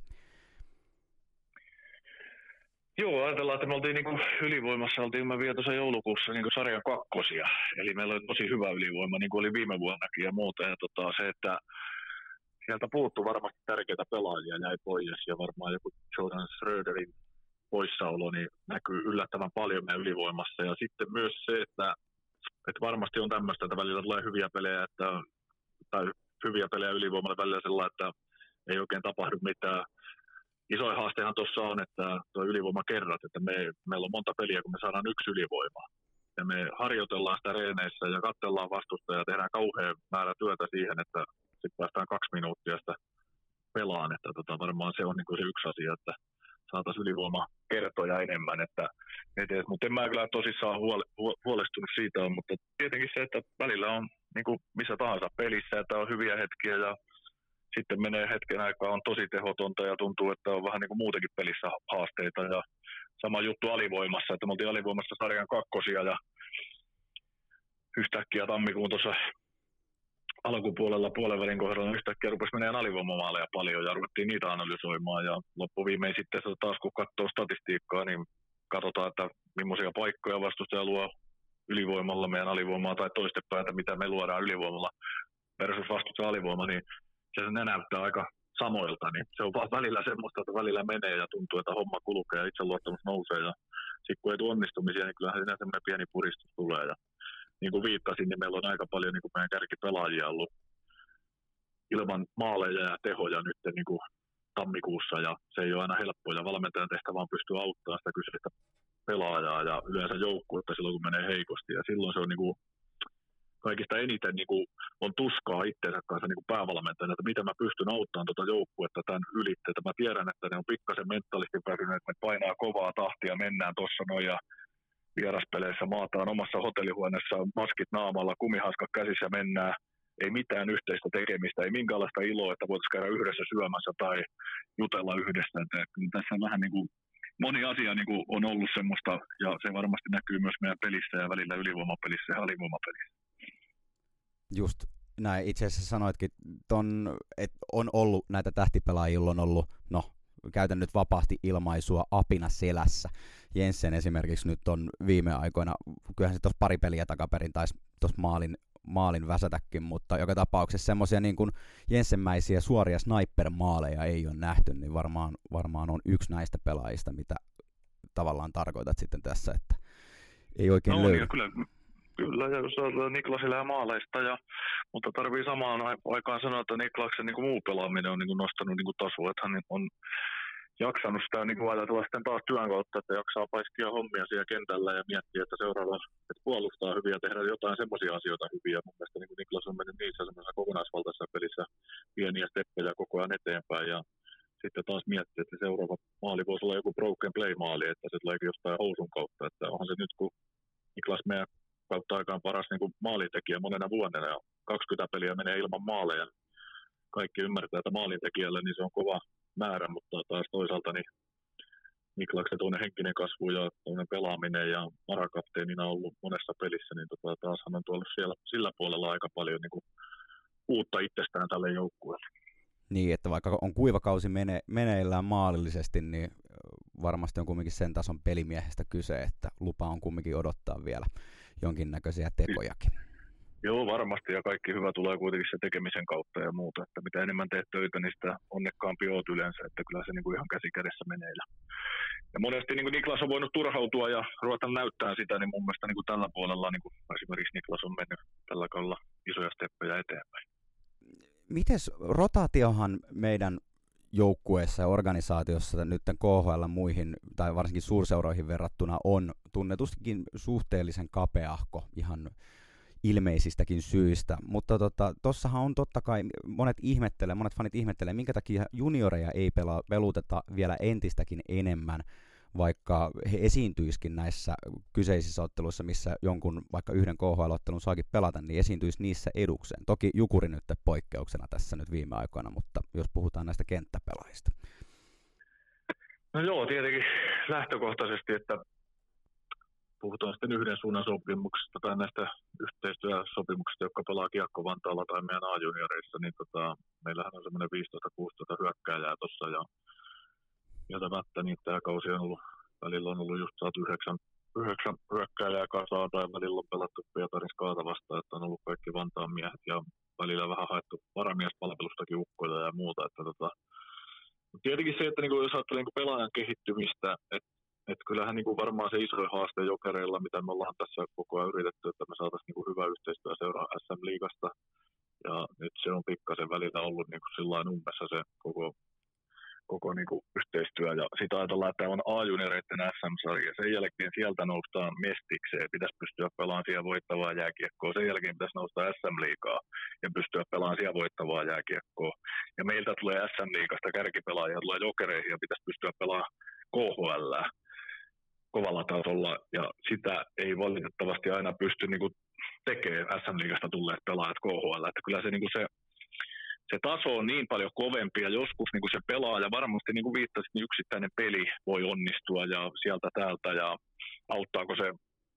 Joo, ajatellaan, että me oltiin niin ylivoimassa, me vielä tuossa joulukuussa niin sarjan 2. Eli meillä oli tosi hyvä ylivoima, niin kuin oli viime vuonnakin ja muuta. Ja se, että sieltä puuttuu varmasti tärkeitä pelaajia, jäi pois ja varmaan joku Jordan Schröderin poissaolo niin näkyy yllättävän paljon meidän ylivoimassa. Ja sitten myös se, että varmasti on tämmöistä, että välillä tulee hyviä pelejä, tai hyviä pelejä ylivoimalle välillä sellainen, että ei oikein tapahdu mitään. Isoin haastehan tuossa on, että tuo ylivoimakerrat, että meillä on monta peliä, kun me saadaan 1 ylivoima. Ja me harjoitellaan sitä reeneissä ja katsellaan vastustajaa ja tehdään kauhean määrä työtä siihen, että sitten päästään 2 minuuttia sitä pelaan. Että varmaan se on niin kuin se yksi asia, että saataisiin ylivoimakertoja enemmän. Mutta en mä kyllä tosissaan huolestunut siitä, mutta tietenkin se, että välillä on niin kuin missä tahansa pelissä, että on hyviä hetkiä ja sitten menee hetken aikaa, on tosi tehotonta ja tuntuu, että on vähän niin kuin muutenkin pelissä haasteita. Ja sama juttu alivoimassa, että me oltiin alivoimassa sarjan kakkosia ja yhtäkkiä tammikuun tuossa alkupuolella puolenvälin kohdalla yhtäkkiä rupesi menemään alivoimamaaleja paljon ja ruvettiin niitä analysoimaan. Ja loppuviimein sitten taas kun katsoo statistiikkaa, niin katsotaan, että millaisia paikkoja vastustaja luo ylivoimalla meidän alivoimaa tai toistepäätä, mitä me luodaan ylivoimalla versus vastustaja alivoima, niin ne näyttää aika samoilta. Niin se on vaan välillä semmoista, että välillä menee ja tuntuu, että homma kulkee ja itseluottamus nousee. Ja sitten kun ei tule onnistumisia, niin kyllähän siinä semmoinen pieni puristus tulee. Ja niin kuin viittasin, niin meillä on aika paljon niin kuin meidän kärkipelaajia ollut ilman maaleja ja tehoja nyt niin kuin tammikuussa, ja se ei ole aina helppoa, ja valmentajan tehtävä on pystyä auttamaan sitä kyseistä pelaajaa ja yleensä joukkuetta silloin, kun menee heikosti, ja silloin se on niin kuin kaikista eniten niin kuin on tuskaa itseensä kanssa niin kuin päävalmentajana, että miten mä pystyn auttamaan tuota joukkuetta tämän ylitteitä. Mä tiedän, että ne on pikkasen mentaalisesti väsyneet, että me painaa kovaa tahtia, mennään tuossa noin, ja vieraspeleissä maataan omassa hotellihuoneessa, maskit naamalla, kumihanskat käsissä mennään, ei mitään yhteistä tekemistä, ei minkäänlaista iloa, että voitaisiin käydä yhdessä syömässä tai jutella yhdessä. Että tässä on vähän niin kuin moni asia niin kuin on ollut semmoista, ja se varmasti näkyy myös meidän pelissä ja välillä ylivoimapelissä ja alivoimapelissä. Just näin, itse asiassa sanoitkin, että on ollut näitä tähtipelaajilla on ollut, käytän nyt vapaasti ilmaisua, apina selässä. Jensen esimerkiksi nyt on viime aikoina, kyllähän se tuossa pari peliä takaperin taisi tuossa maalin väsätäkin, mutta joka tapauksessa semmoisia niin kuin Jensenmäisiä suoria sniper-maaleja ei ole nähty, niin varmaan on yksi näistä pelaajista, mitä tavallaan tarkoitat sitten tässä, että ei oikein löydy. Kyllä, ja jos ajatellaan Niklasilla maaleista, mutta tarvii samaan aikaan sanoa, että Niklaksen niin kuin muu pelaaminen on niin kuin nostanut niin kuin tasoa, että hän on jaksanut sitä niin kuin ajatella sitten taas työn kautta, että jaksaa paiskia hommia siellä kentällä ja miettiä, että seuraava että puolustaa hyvin ja tehdä jotain semmoisia asioita hyviä. Mun mielestä niin kuin Niklas on mennyt niissä semmoisessa kokonaisvaltaisessa pelissä pieniä steppejä koko ajan eteenpäin ja sitten taas miettiä, että seuraava maali voisi olla joku broken play-maali, että se tuleekin jostain housun kautta, että onhan se nyt kun Niklas meidän kautta aikaan paras niin kuin maalintekijä monena vuonna ja 20 peliä menee ilman maaleja. Kaikki ymmärtää, että maalintekijälle niin se on kova määrä, mutta taas toisaalta niin Niklaksen tuonne henkinen kasvu ja tuonne pelaaminen ja varakapteenina on ollut monessa pelissä, niin taas hän on tuolla siellä sillä puolella aika paljon niin kuin uutta itsestään tälle joukkueelle. Niin, että vaikka on kuiva kausi meneillään maalillisesti, niin varmasti on kumminkin sen tason pelimiehestä kyse, että lupa on kumminkin odottaa vielä jonkinnäköisiä tekojakin. Joo, varmasti, ja kaikki hyvä tulee kuitenkin se tekemisen kautta ja muuta, että mitä enemmän teet töitä, niin sitä onnekkaampi oot yleensä, että kyllä se niin kuin ihan käsi kädessä menee. Ja monesti niin kuin Niklas on voinut turhautua ja ruveta näyttää sitä, niin mun mielestä niin kuin tällä puolella niin kuin esimerkiksi Niklas on mennyt tällä kaudella isoja steppejä eteenpäin. Mites rotaatiohan meidän joukkueessa ja organisaatiossa nyt KHL muihin tai varsinkin suurseuroihin verrattuna on tunnetustikin suhteellisen kapeahko ihan ilmeisistäkin syistä, mutta tossahan on totta kai monet fanit ihmettelee, minkä takia junioreja ei peluteta vielä entistäkin enemmän, vaikka he esiintyisikin näissä kyseisissä otteluissa, missä jonkun vaikka yhden KHL-ottelun saakin pelata, niin esiintyisi niissä edukseen. Toki Jukuri nyt poikkeuksena tässä nyt viime aikoina, mutta jos puhutaan näistä kenttäpelaajista. No joo, tietenkin lähtökohtaisesti, että puhutaan sitten yhden suunnan sopimuksesta tai näistä yhteistyösopimuksista, jotka pelaa Kiekko Vantaalla tai meidän A-junioreissa, niin meillähän on semmoinen 15-16 hyökkääjää tuossa ja jätämättä, niin tämä kausi on ollut, välillä on ollut just saatu 9 hyökkääjää kasaan tai välillä on pelattu Pietarin Skaata vastaan, että on ollut kaikki Vantaan miehet ja välillä vähän haettu varamiespalvelustakin ukkoja ja muuta. Että tietenkin se, että jos ajattelee niin pelaajan kehittymistä, että kyllähän niin varmaan se isoin haaste Jokereilla, mitä me ollaan tässä koko ajan yritetty, että me saataisiin niin hyvä yhteistyö seuraa SM-liigasta. Ja nyt se on pikkasen välillä ollut niin sillain ummessa se koko niin yhteistyö. Ja sitä ajatellaan, että on A-junioreiden SM-sarja. Sen jälkeen sieltä noustaan mestikseen. Pitäisi pystyä pelaamaan siellä voittavaa jääkiekkoa. Sen jälkeen pitäisi nousta SM-liigaa ja pystyä pelaamaan siellä voittavaa jääkiekkoa. Ja meiltä tulee SM-liigasta kärkipelaajia, tulee Jokereihin ja pitäisi pystyä pelaamaan KHL kovalla tasolla, ja sitä ei valitettavasti aina pysty niin kuin tekemään SM-liigasta tulleet pelaajat KHL, että kyllä se, niin kuin se se taso on niin paljon kovempi ja joskus niin kuin se pelaaja, varmasti niin kuin viittasit, niin yksittäinen peli voi onnistua ja sieltä täältä ja auttaako se,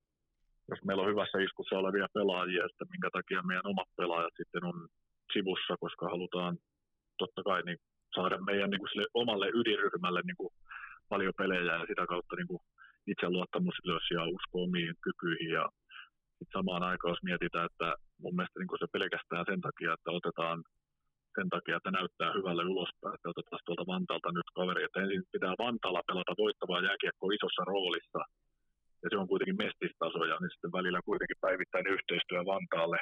jos meillä on hyvässä iskussa olevia pelaajia, että minkä takia meidän omat pelaajat sitten on sivussa, koska halutaan totta kai niin saada meidän niin kuin sille omalle ydinryhmälle niin kuin paljon pelejä ja sitä kautta niin kuin itseluottamus ylös ja usko omiin kykyihin ja sitten samaan aikaan, jos mietitään, että mun mielestä niin kuin se pelkästään sen takia, että otetaan sen takia, että näyttää hyvälle ulospäin, että otetaan tuolta Vantaalta nyt kaveri, että ensin pitää Vantaalla pelata voittavaa jääkiekkoa isossa roolissa, ja se on kuitenkin mestistaso, ja niin sitten välillä kuitenkin päivittäinen yhteistyö Vantaalle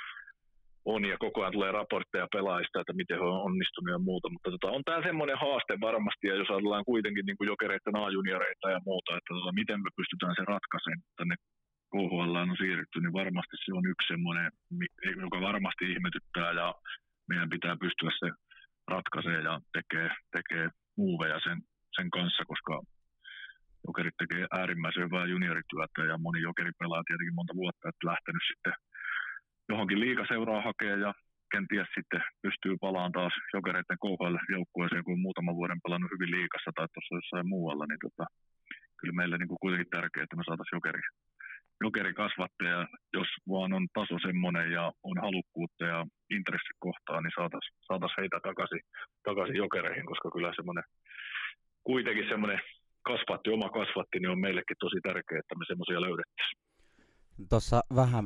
on, ja koko ajan tulee raportteja pelaajista, että miten he on onnistunut ja muuta, mutta on tämä semmoinen haaste varmasti, ja jos ajatellaan kuitenkin niin kuin Jokereiden A-junioreita ja muuta, että miten me pystytään se ratkaisemaan tänne KHL on siirrytty, niin varmasti se on yksi semmoinen, joka varmasti ihmetyttää, ja meidän pitää pystyä se ratkaisemaan ja tekee muuveja sen kanssa, koska Jokerit tekee äärimmäisen hyvää juniorityötä ja moni Jokeri pelaa tietenkin monta vuotta, että lähtenyt sitten johonkin liigaseuraa hakee ja kenties sitten pystyy palaamaan taas Jokereiden KHL-joukkueeseen, kun muutaman vuoden pelannut hyvin liigassa tai tuossa jossain muualla, niin kyllä meille niin kuin kuitenkin tärkeää, että me saataisiin Jokeri kasvattaa, ja jos vaan on taso semmoinen ja on halukkuutta ja intressi kohtaa, niin saataisiin heitä takaisin Jokereihin, koska kyllä semmoinen kuitenkin semmoinen oma kasvatti, niin on meillekin tosi tärkeää, että me semmoisia löydettäisiin. Tuossa vähän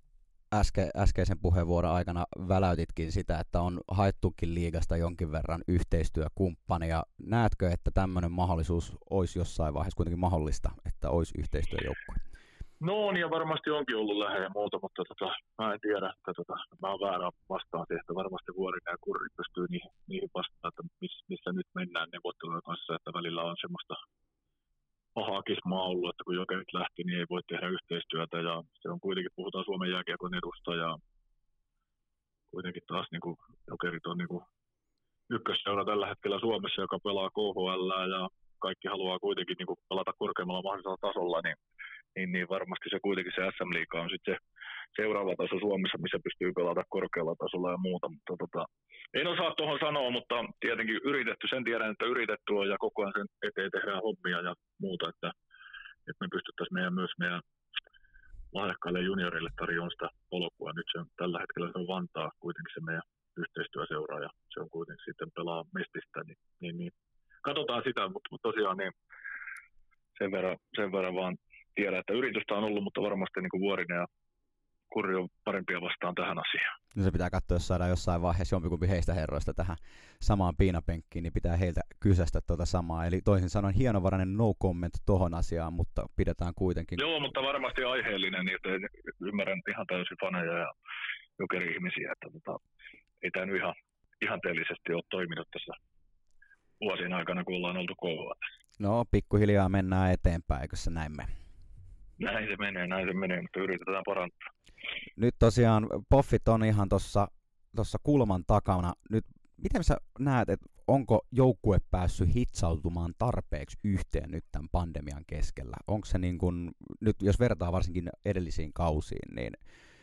äskeisen puheenvuoron aikana väläytitkin sitä, että on haettukin liigasta jonkin verran yhteistyökumppania. Näetkö, että tämmöinen mahdollisuus olisi jossain vaiheessa kuitenkin mahdollista, että olisi yhteistyöjoukkue? No on, ja varmasti onkin ollut lähellä ja muuta, mutta mä en tiedä, että mä oon väärä vastaan siihen, että varmasti Vuorinen ja Kurri pystyy niihin vastaan, että missä nyt mennään neuvottelujen kanssa, että välillä on semmoista pahaa kismaa ollut, että kun Jokerit lähti, niin ei voi tehdä yhteistyötä, ja se on kuitenkin, puhutaan Suomen jääkiekon edusta, ja kuitenkin taas niin kuin Jokerit on niin kuin ykkösseura tällä hetkellä Suomessa, joka pelaa KHL, ja kaikki haluaa kuitenkin niin kuin pelata korkeammalla mahdollisella tasolla, niin varmasti se kuitenkin se SM-liiga on sitten se seuraava taso Suomessa, missä pystyy pelata korkealla tasolla ja muuta, mutta en osaa tuohon sanoa, mutta tietenkin yritetty, sen tiedän, että yritetty on ja koko ajan sen eteen tehdään hommia ja muuta, että me pystyttäisiin myös meidän lahjakkaille juniorille tarjoamaan sitä polkua. Nyt se on, tällä hetkellä se on Vantaa kuitenkin se meidän yhteistyöseura ja se on kuitenkin sitten pelaa Mestistä, niin katsotaan sitä, mutta tosiaan niin sen verran vaan tiedän, että yritystä on ollut, mutta varmasti niin kuin Vuorinen ja Kurri on parempia vastaan tähän asiaan. No se pitää katsoa, jos saadaan jossain vaiheessa jompikumpi heistä herroista tähän samaan piinapenkkiin, niin pitää heiltä kysästä tuota samaa. Eli toisin sanoen hienovarainen no comment tohon asiaan, mutta pidetään kuitenkin. Joo, mutta varmasti aiheellinen, niin että ymmärrän ihan täysin faneja ja Jokeri-ihmisiä, että ei tämä nyt ihan ihanteellisesti ole toiminut tässä vuosien aikana, kun ollaan oltu KHL. No, pikkuhiljaa mennään eteenpäin, eikö se näin mene? Näin se menee, mutta yritetään parantaa. Nyt tosiaan poffit on ihan tuossa kulman takana. Nyt, miten sä näet, että onko joukkue päässyt hitsautumaan tarpeeksi yhteen nyt tämän pandemian keskellä? Onko se niin kuin, nyt jos vertaa varsinkin edellisiin kausiin, niin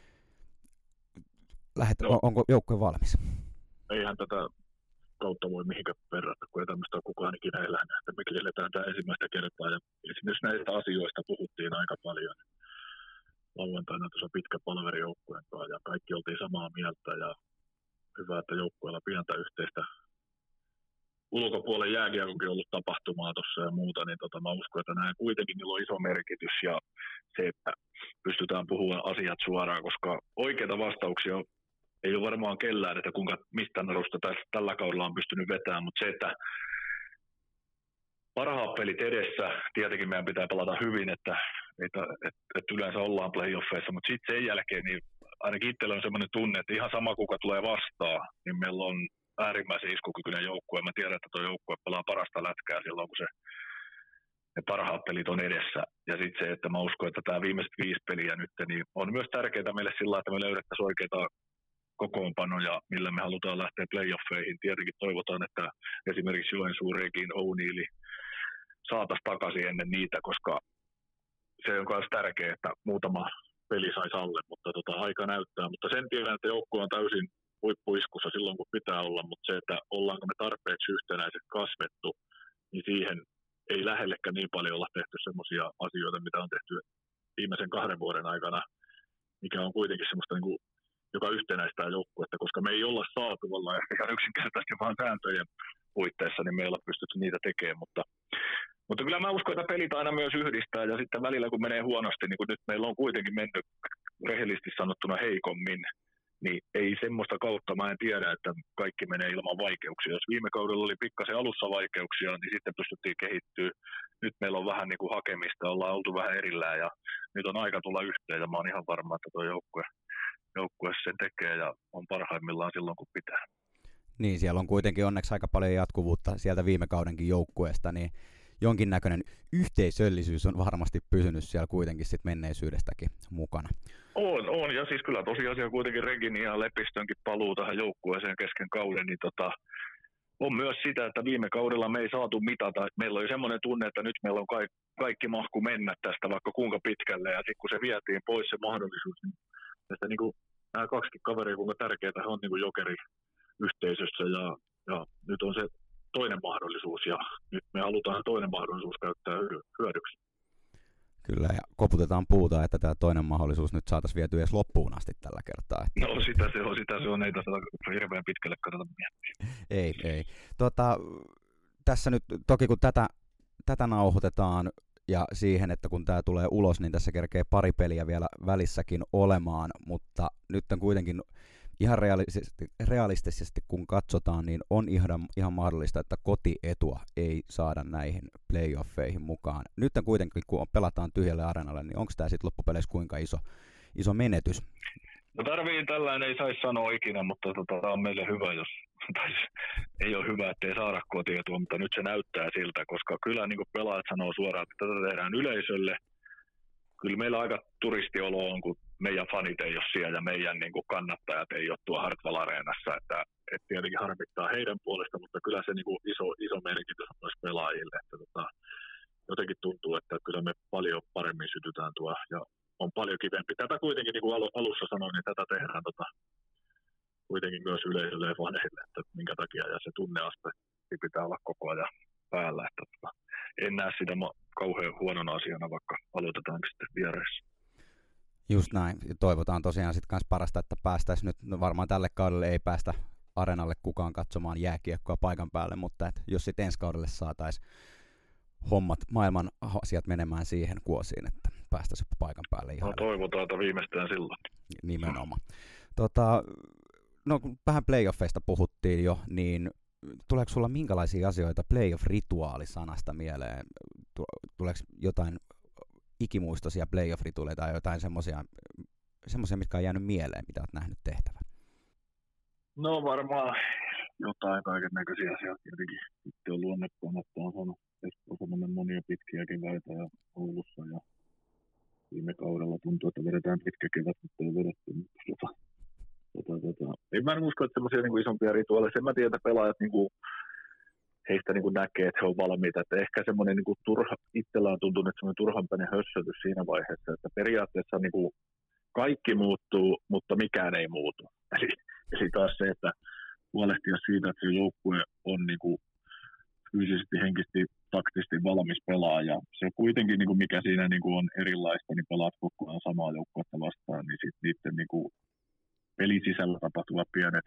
onko joukkue valmis? Eihän tätä kautta voi mihinkään verrata, kun ei tämmöistä ole kukaan ikinä elänyt. Että mekin eletään tämä ensimmäistä kertaa ja esimerkiksi näistä asioista puhuttiin aika paljon. Lauantaina tuossa pitkä palveri joukkueen kanssa ja kaikki oltiin samaa mieltä ja hyvä, että joukkueella pientä yhteistä ulkopuolen jääkiekonkin on ollut tapahtumaa tuossa ja muuta, niin mä uskon, että näin kuitenkin niillä on iso merkitys ja se, että pystytään puhumaan asiat suoraan, koska oikeita vastauksia ei ole varmaan kellään, että mistä narusta tällä kaudella on pystynyt vetämään, mutta se, että parhaat pelit edessä, tietenkin meidän pitää pelata hyvin, että yleensä ollaan playoffeissa, mutta sitten sen jälkeen niin ainakin itsellä on sellainen tunne, että ihan sama kuka tulee vastaan, niin meillä on äärimmäisen iskukykyinen joukkue. Mä tiedän, että tuo joukkue pelaa parasta lätkää silloin, kun ne parhaat pelit on edessä. Ja sitten se, että mä uskon, että tämä viimeiset 5 peliä nyt niin on myös tärkeää meille sillä, että me löydettäisiin oikeita kokoonpanoja, millä me halutaan lähteä playoffeihin. Tietenkin toivotaan, että esimerkiksi Joensuun Rekin O'Neilli saataisiin takaisin ennen niitä, koska se on myös tärkeää, että muutama peli saisi alle, mutta aika näyttää. Mutta sen tiedän, että joukkue on täysin huippuiskussa silloin, kun pitää olla, mutta se, että ollaanko me tarpeeksi yhtenäiset kasvettu, niin siihen ei lähellekään niin paljon olla tehty semmoisia asioita, mitä on tehty viimeisen 2 vuoden aikana, mikä on kuitenkin semmoista, niin kuin, joka yhtenäistää joukkuetta, koska me ei olla saatu ihan yksinkertaisesti vaan sääntöjen puitteissa, niin me ei olla pystytty niitä tekemään, mutta kyllä mä uskon, että pelit aina myös yhdistää, ja sitten välillä kun menee huonosti, niin kuin nyt meillä on kuitenkin mennyt rehellisesti sanottuna heikommin, niin ei semmoista kautta mä en tiedä, että kaikki menee ilman vaikeuksia. Jos viime kaudella oli pikkasen alussa vaikeuksia, niin sitten pystyttiin kehittyä. Nyt meillä on vähän niin kuin hakemista, ollaan oltu vähän erillään, ja nyt on aika tulla yhteen, ja mä oon ihan varma, että tuo joukkue sen tekee, ja on parhaimmillaan silloin, kun pitää. Niin, siellä on kuitenkin onneksi aika paljon jatkuvuutta sieltä viime kaudenkin joukkueesta, niin jonkinnäköinen yhteisöllisyys on varmasti pysynyt siellä kuitenkin sit menneisyydestäkin mukana. On, ja siis kyllä tosiasia kuitenkin Reginin ja Lepistönkin paluu tähän joukkueeseen kesken kauden, niin on myös sitä, että viime kaudella me ei saatu mitata. Meillä oli semmoinen tunne, että nyt meillä on kaikki mahku mennä tästä vaikka kuinka pitkälle, ja sitten kun se vietiin pois se mahdollisuus, niin tästä niin kuin, nämä 2 kaveria, kuinka tärkeitä he on niin kuin Jokeri-yhteisössä, ja nyt on se toinen mahdollisuus, ja nyt me halutaan toinen mahdollisuus käyttää hyödyksi. Kyllä, ja koputetaan puuta, että tämä toinen mahdollisuus nyt saataisiin vietyä edes loppuun asti tällä kertaa. Että... No sitä se on, ei tässä hirveän pitkälle kannata miettiä. Ei. Tässä nyt toki kun tätä nauhoitetaan, ja siihen, että kun tämä tulee ulos, niin tässä kerkee pari peliä vielä välissäkin olemaan, mutta nyt on kuitenkin ihan realistisesti kun katsotaan, niin on ihan mahdollista, että kotietua ei saada näihin playoffeihin mukaan. Nyt kuitenkin, kun pelataan tyhjälle areenalle, niin onko tämä sitten loppupeleissä kuinka iso menetys? No tällainen ei saisi sanoa ikinä, mutta tämä on meille hyvä, jos ei ole hyvä, ettei saada kotietua, mutta nyt se näyttää siltä, koska kyllä niin kuin pelaajat sanoo suoraan, että tätä tehdään yleisölle. Kyllä meillä aika turistiolo on, kun meidän fanit ei ole siellä ja meidän niin kuin kannattajat ei ole tuo Hartwall Areenassa, että tietenkin harmittaa heidän puolesta, mutta kyllä se niin kuin iso merkitys on myös pelaajille. Että jotenkin tuntuu, että kyllä me paljon paremmin sytytään tuo ja on paljon kivempi. Tätä kuitenkin, niin kuin alussa sanoin, niin tätä tehdään kuitenkin myös yleisölle ja faneille, että minkä takia, ja se tunneaspekti pitää olla koko ajan päällä. Että en näe sitä kauhean huonona asiana, vaikka aloitetaankin sitten viereissä. Just näin. Toivotaan tosiaan sitten kanssa parasta, että päästäisiin nyt, no varmaan tälle kaudelle ei päästä areenalle kukaan katsomaan jääkiekkoa paikan päälle, mutta että jos sitten ensi kaudelle saataisiin hommat, maailman asiat menemään siihen kuosiin, että päästäisiin paikan päälle ihan. No toivotaan, että viimeistään silloin. Nimenomaan. No kun vähän playoffeista puhuttiin jo, niin tuleeko sulla minkälaisia asioita playoff-rituaalisanasta mieleen? Tuleeko jotain ikimuistoisia playoff-rituaaleita tai jotain semmoisia, mitkä on jäänyt mieleen, mitä olet nähnyt tehtävän? No varmaan jotain kaiken näköisiä asioita. Jotenkin itse on luonnekkaan, että on saanut Espoossa monia pitkiä keväitä ja Oulussa. Ja viime kaudella tuntuu, että vedetään pitkä kevät, mutta ei vedetty. En mä usko, että semmoisia niin isompia rituaaleja. En mä tiedä, että pelaajat heistä näkee, että he on valmiita. Että ehkä semmoinen itsellä on tuntunut semmoinen turhanpäinen hössötys siinä vaiheessa, että periaatteessa kaikki muuttuu, mutta mikään ei muutu. Eli taas se, että huolehtia siitä, että se joukkue on fyysisesti, henkisesti, taktisesti valmis pelaa. Ja se kuitenkin, mikä siinä on erilaista, niin pelaat koko ajan samaa joukkuetta vastaan, niin sitten niiden pelin sisällä tapahtuvat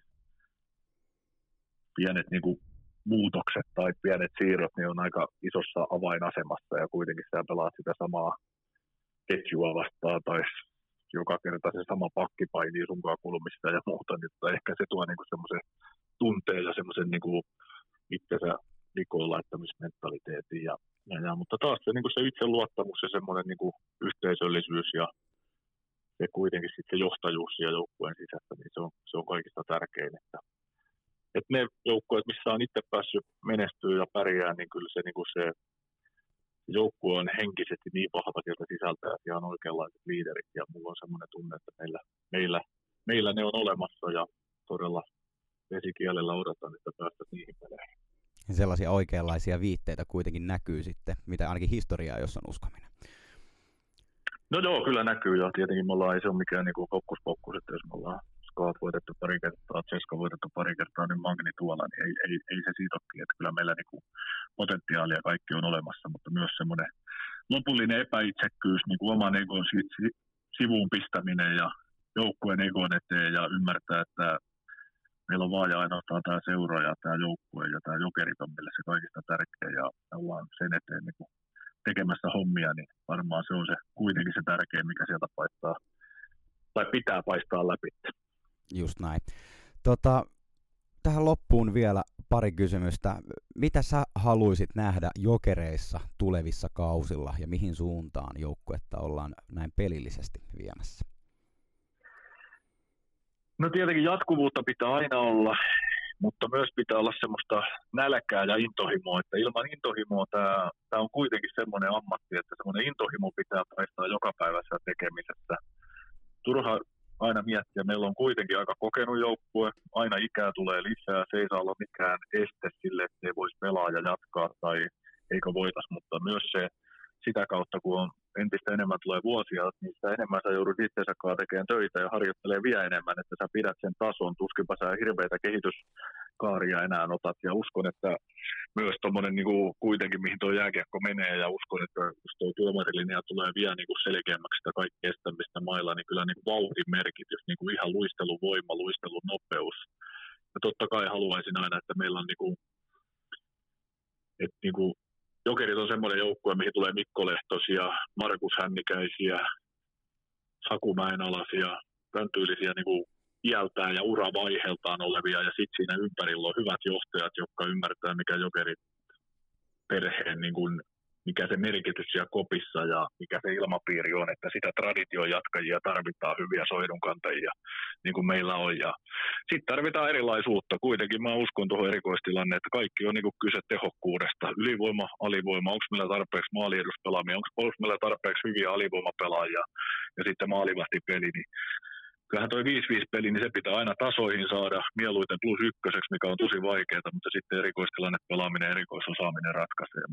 pienet muutokset tai pienet siirrot niin on aika isossa avainasemassa ja kuitenkin sä pelaat sitä samaa ketjua vastaan tai joka kerta se sama pakki painii sunkaan kulmista ja muuta, niin ehkä se tuo semmoisen tunteen ja semmoisen itsensä likoon laittamismentaliteetin ja mutta taas se itseluottamus ja semmoinen yhteisöllisyys ja se kuitenkin sitten se johtajuus siellä joukkueen sisässä, niin se on kaikista tärkein, että ne joukkueet, missä on itse päässyt menestyä ja pärjää, niin kyllä se joukkue on henkisesti niin vahva sieltä sisältä, että ihan oikeanlaiset liiderit, ja mulla on semmoinen tunne, että meillä ne on olemassa, ja todella vesikielellä odotan, että päästäisiin niihin peleihin. Sellaisia oikeanlaisia viitteitä kuitenkin näkyy sitten, mitä ainakin historiaa, jos on uskominen. No joo, kyllä näkyy, ja tietenkin ei se ole mikään hokkuspokkus, että jos me ollaan Esko on voitettu pari kertaa, Cesko on voitettu pari kertaa, niin Magni tuolla, niin ei se siitä ole, että kyllä meillä niin kuin potentiaalia kaikki on olemassa, mutta myös semmoinen lopullinen epäitsekkyys, niin kuin oman egon sivuun pistäminen ja joukkueen egon eteen ja ymmärtää, että meillä on vaan ja ainoastaan tämä seura ja tämä joukkue ja tämä Jokerit on meille se kaikista tärkeä ja ollaan sen eteen niin kuin tekemässä hommia, niin varmaan se on se kuitenkin se tärkein, mikä sieltä paistaa tai pitää paistaa läpi. Just näin. Tähän loppuun vielä pari kysymystä. Mitä sä haluaisit nähdä Jokereissa tulevissa kausilla ja mihin suuntaan joukkuetta ollaan näin pelillisesti viemässä? No tietenkin jatkuvuutta pitää aina olla, mutta myös pitää olla semmoista nälkää ja intohimoa, että ilman intohimoa tämä on kuitenkin semmoinen ammatti, että semmoinen intohimo pitää paistaa jokapäiväisessä tekemisessä. Turha aina miettiä, meillä on kuitenkin aika kokenut joukkue, aina ikää tulee lisää, se ei saa olla mikään este sille, että ei voisi pelaa ja jatkaa tai eikö voitaisi, mutta myös se sitä kautta, kun on entistä enemmän tulee vuosia, niin sitä enemmän sä joudut itsensä kanssa tekemään töitä ja harjoittelee vielä enemmän, että sä pidät sen tason, tuskinpa sä hirveitä kehityskaaria enää otat ja uskon, että myös tommonen niin kuin kuitenkin mihin tuo jääkiekko menee ja uskon, että jos tuo tuomarilinja tulee vielä niin kuin selkeämmäksi sitä kaikkea estämistä mailla, niin kyllä niin kuin vauhdin merkitys, niin kuin ihan luistelun voima, luistelun nopeus. Ja totta kai haluaisin aina, että meillä on niin kuin, että niin kuin Jokerit on semmoinen joukkue, mihin tulee Mikko Lehtosia, Markus Hännikäisiä, Saku Mäenalasia, tämän tyylisiä niin kuin iältään ja uravaiheeltaan olevia, ja sitten siinä ympärillä on hyvät johtajat, jotka ymmärtää, mikä Jokerit perheen, niin kuin, mikä se merkitys siellä kopissa ja mikä se ilmapiiri on, että sitä tradition jatkajia tarvitaan, hyviä soidunkantajia, niin kuin meillä on. Ja sitten tarvitaan erilaisuutta. Kuitenkin mä uskon tuohon erikoistilanne, että kaikki on niin kuin kyse tehokkuudesta. Ylivoima, alivoima, onko meillä tarpeeksi maalieduspelaamia, onko meillä tarpeeksi hyviä alivoimapelaajia ja sitten maalivahtipeli, niin kyllähän toi 5-5 peli, niin se pitää aina tasoihin saada, mieluiten plus ykköseksi, mikä on tosi vaikeaa, mutta sitten erikoistilanne pelaaminen, erikoisosaaminen ratkaisee.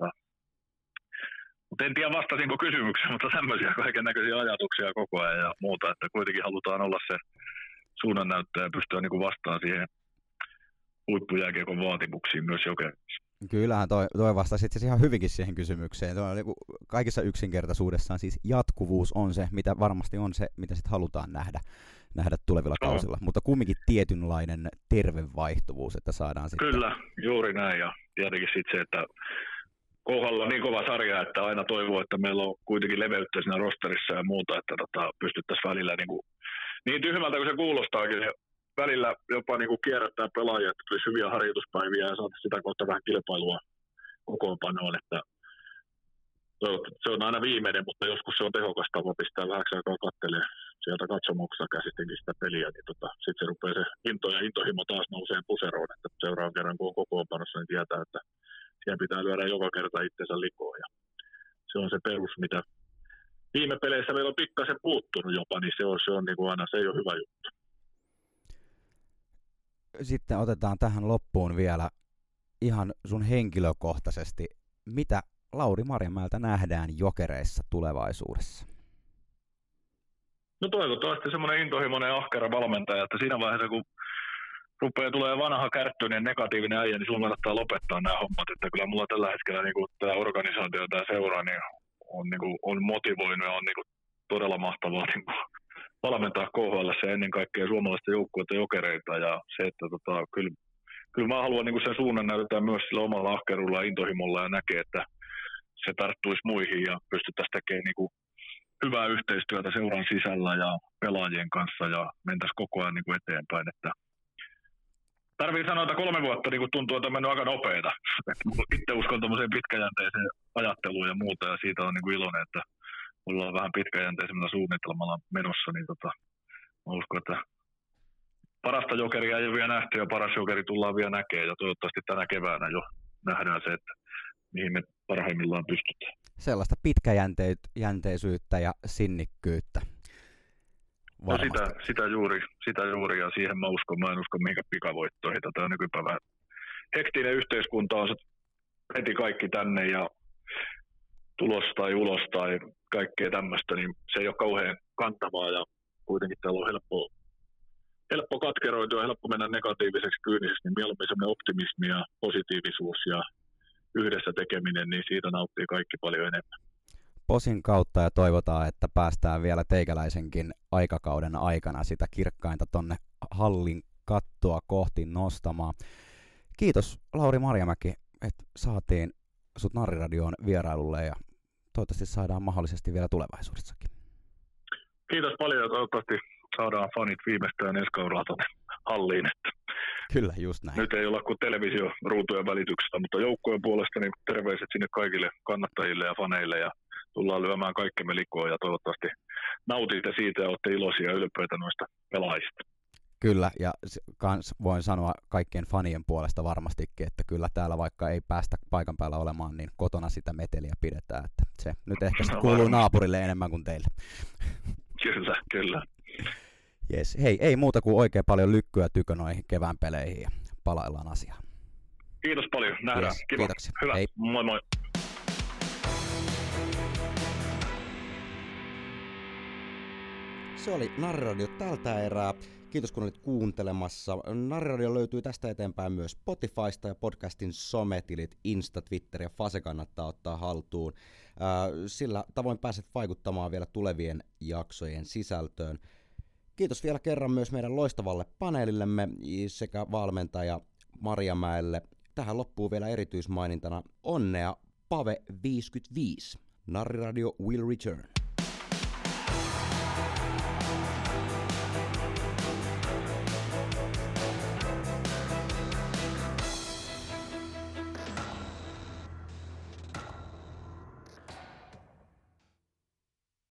Mutta en tiedä vastasinko kysymykseen, mutta tämmöisiä kaiken näköisiä ajatuksia koko ajan ja muuta, että kuitenkin halutaan olla se suunnannäyttäjä ja pystyä niinku vastaan siihen huippujääkiekon vaatimuksiin myös Jokerissa. Kyllähän toi vastasi itse asiassa ihan hyvinkin siihen kysymykseen. Toi on niinku kaikissa yksinkertaisuudessaan siis jatkuvuus on se, mitä varmasti on se, mitä sit halutaan nähdä tulevilla kausilla, mutta kumminkin tietynlainen terve vaihtuvuus, että saadaan sitten. Kyllä, juuri näin ja tietenkin sitten se, että kohdalla on niin kova sarja, että aina toivoo, että meillä on kuitenkin leveyttä siinä rosterissa ja muuta, että pystyttäisiin välillä niin tyhmältä kuin se kuulostaakin, välillä jopa niin kuin kierrättää pelaajia, että tulisi hyviä harjoituspäiviä ja saada sitä kautta vähän kilpailua kokoonpanoon, että se on aina viimeinen, mutta joskus se on tehokas tapa pistää vähäksi aikaa kattelee sieltä katsomuksesta käsittenkin sitä peliä, niin sitten se rupeaa se into ja intohimo taas nousee puseroon, että seuraavan kerran kun on kokoonpanossa, niin tietää, että siellä pitää lyödä joka kerta itsensä likoon ja se on se perus, mitä viime peleissä meillä on pikkasen puuttunut jopa, niin se on niin kuin aina, se ei ole hyvä juttu. Sitten otetaan tähän loppuun vielä ihan sun henkilökohtaisesti, mitä Lauri Marjamäeltä nähdään Jokereissa tulevaisuudessa? No toivottavasti semmoinen intohimoinen ahkera valmentaja, että siinä vaiheessa kun rupeaa tulee vanha kärttyinen negatiivinen äijä, niin silloin kannattaa lopettaa nämä hommat, että kyllä mulla tällä hetkellä niin tämä organisaatio ja tämä seura niin on motivoinut ja on niin kuin todella mahtavaa niin kuin valmentaa KHL:ssä ja ennen kaikkea suomalaista joukkuetta Jokereita ja se, että kyllä mä haluan niin kuin sen suunnan näyttää myös sillä omalla ahkerulla ja intohimolla ja näkee, että se tarttuisi muihin ja pystyttäisiin tekemään niin kuin hyvää yhteistyötä seuran sisällä ja pelaajien kanssa ja mentäisiin koko ajan niin kuin eteenpäin, että tarvii sanoa, että 3 vuotta niin tuntuu, että on mennyt aika nopeeta. Itse uskon tuommoiseen pitkäjänteiseen ajatteluun ja muuta, ja siitä on niin kuin iloinen, että ollaan vähän pitkäjänteisemmällä suunnitelmalla menossa. Niin mä uskon, että parasta Jokeria ei ole vielä nähty, ja paras Jokeri tullaan vielä näkemään, ja toivottavasti tänä keväänä jo nähdään se, että mihin me parhaimmillaan pystytään. Sellaista pitkäjänteisyyttä ja sinnikkyyttä. No sitä juuri, ja siihen mä en usko mihinkään pikavoittoihin. Tätä nykypäivän hektinen yhteiskunta on heti kaikki tänne ja tulos tai ulos tai kaikkea tämmöistä, niin se ei ole kauhean kantavaa ja kuitenkin täällä on helppo katkeroitua ja helppo mennä negatiiviseksi, kyyniseksi, niin mieluummin semmoinen optimismi ja positiivisuus ja yhdessä tekeminen, niin siitä nauttii kaikki paljon enemmän. Posin kautta ja toivotaan, että päästään vielä teikäläisenkin aikakauden aikana sitä kirkkainta tonne hallin kattoa kohti nostamaan. Kiitos Lauri Marjamäki, että saatiin sut Narriradioon vierailulle ja toivottavasti saadaan mahdollisesti vielä tulevaisuudessakin. Kiitos paljon ja toivottavasti saadaan fanit viimeistään ensi kaudella tuonne halliin. Että Kyllä, just näin. nyt ei olla kuin televisioruutujen välityksestä, mutta joukkojen puolesta niin terveiset sinne kaikille kannattajille ja faneille ja tullaan lyömään kaikkemme likoon ja toivottavasti nautitte siitä ja olette iloisia ja ylpeitä noista pelaajista. Kyllä, ja kans voin sanoa kaikkien fanien puolesta varmastikin, että kyllä täällä vaikka ei päästä paikan päällä olemaan, niin kotona sitä meteliä pidetään. Että se nyt ehkä kuuluu naapurille enemmän kuin teille. Kyllä, kyllä. Yes. Hei, ei muuta kuin oikein paljon lykkyä tykö noihin kevään peleihin ja palaillaan asiaan. Kiitos paljon, nähdään. Yes, Kiva. kiitoksia. Hyvä, Hei. moi moi. Se oli Narriradio tältä erää. Kiitos kun olit kuuntelemassa. Narriradio löytyy tästä eteenpäin myös Spotifysta ja podcastin sometilit, Insta, Twitter ja Fase kannattaa ottaa haltuun. Sillä tavoin pääset vaikuttamaan vielä tulevien jaksojen sisältöön. Kiitos vielä kerran myös meidän loistavalle paneelillemme sekä valmentaja Marjamäelle. Tähän loppuu vielä erityismainintana onnea Pave 55. Narriradio will return.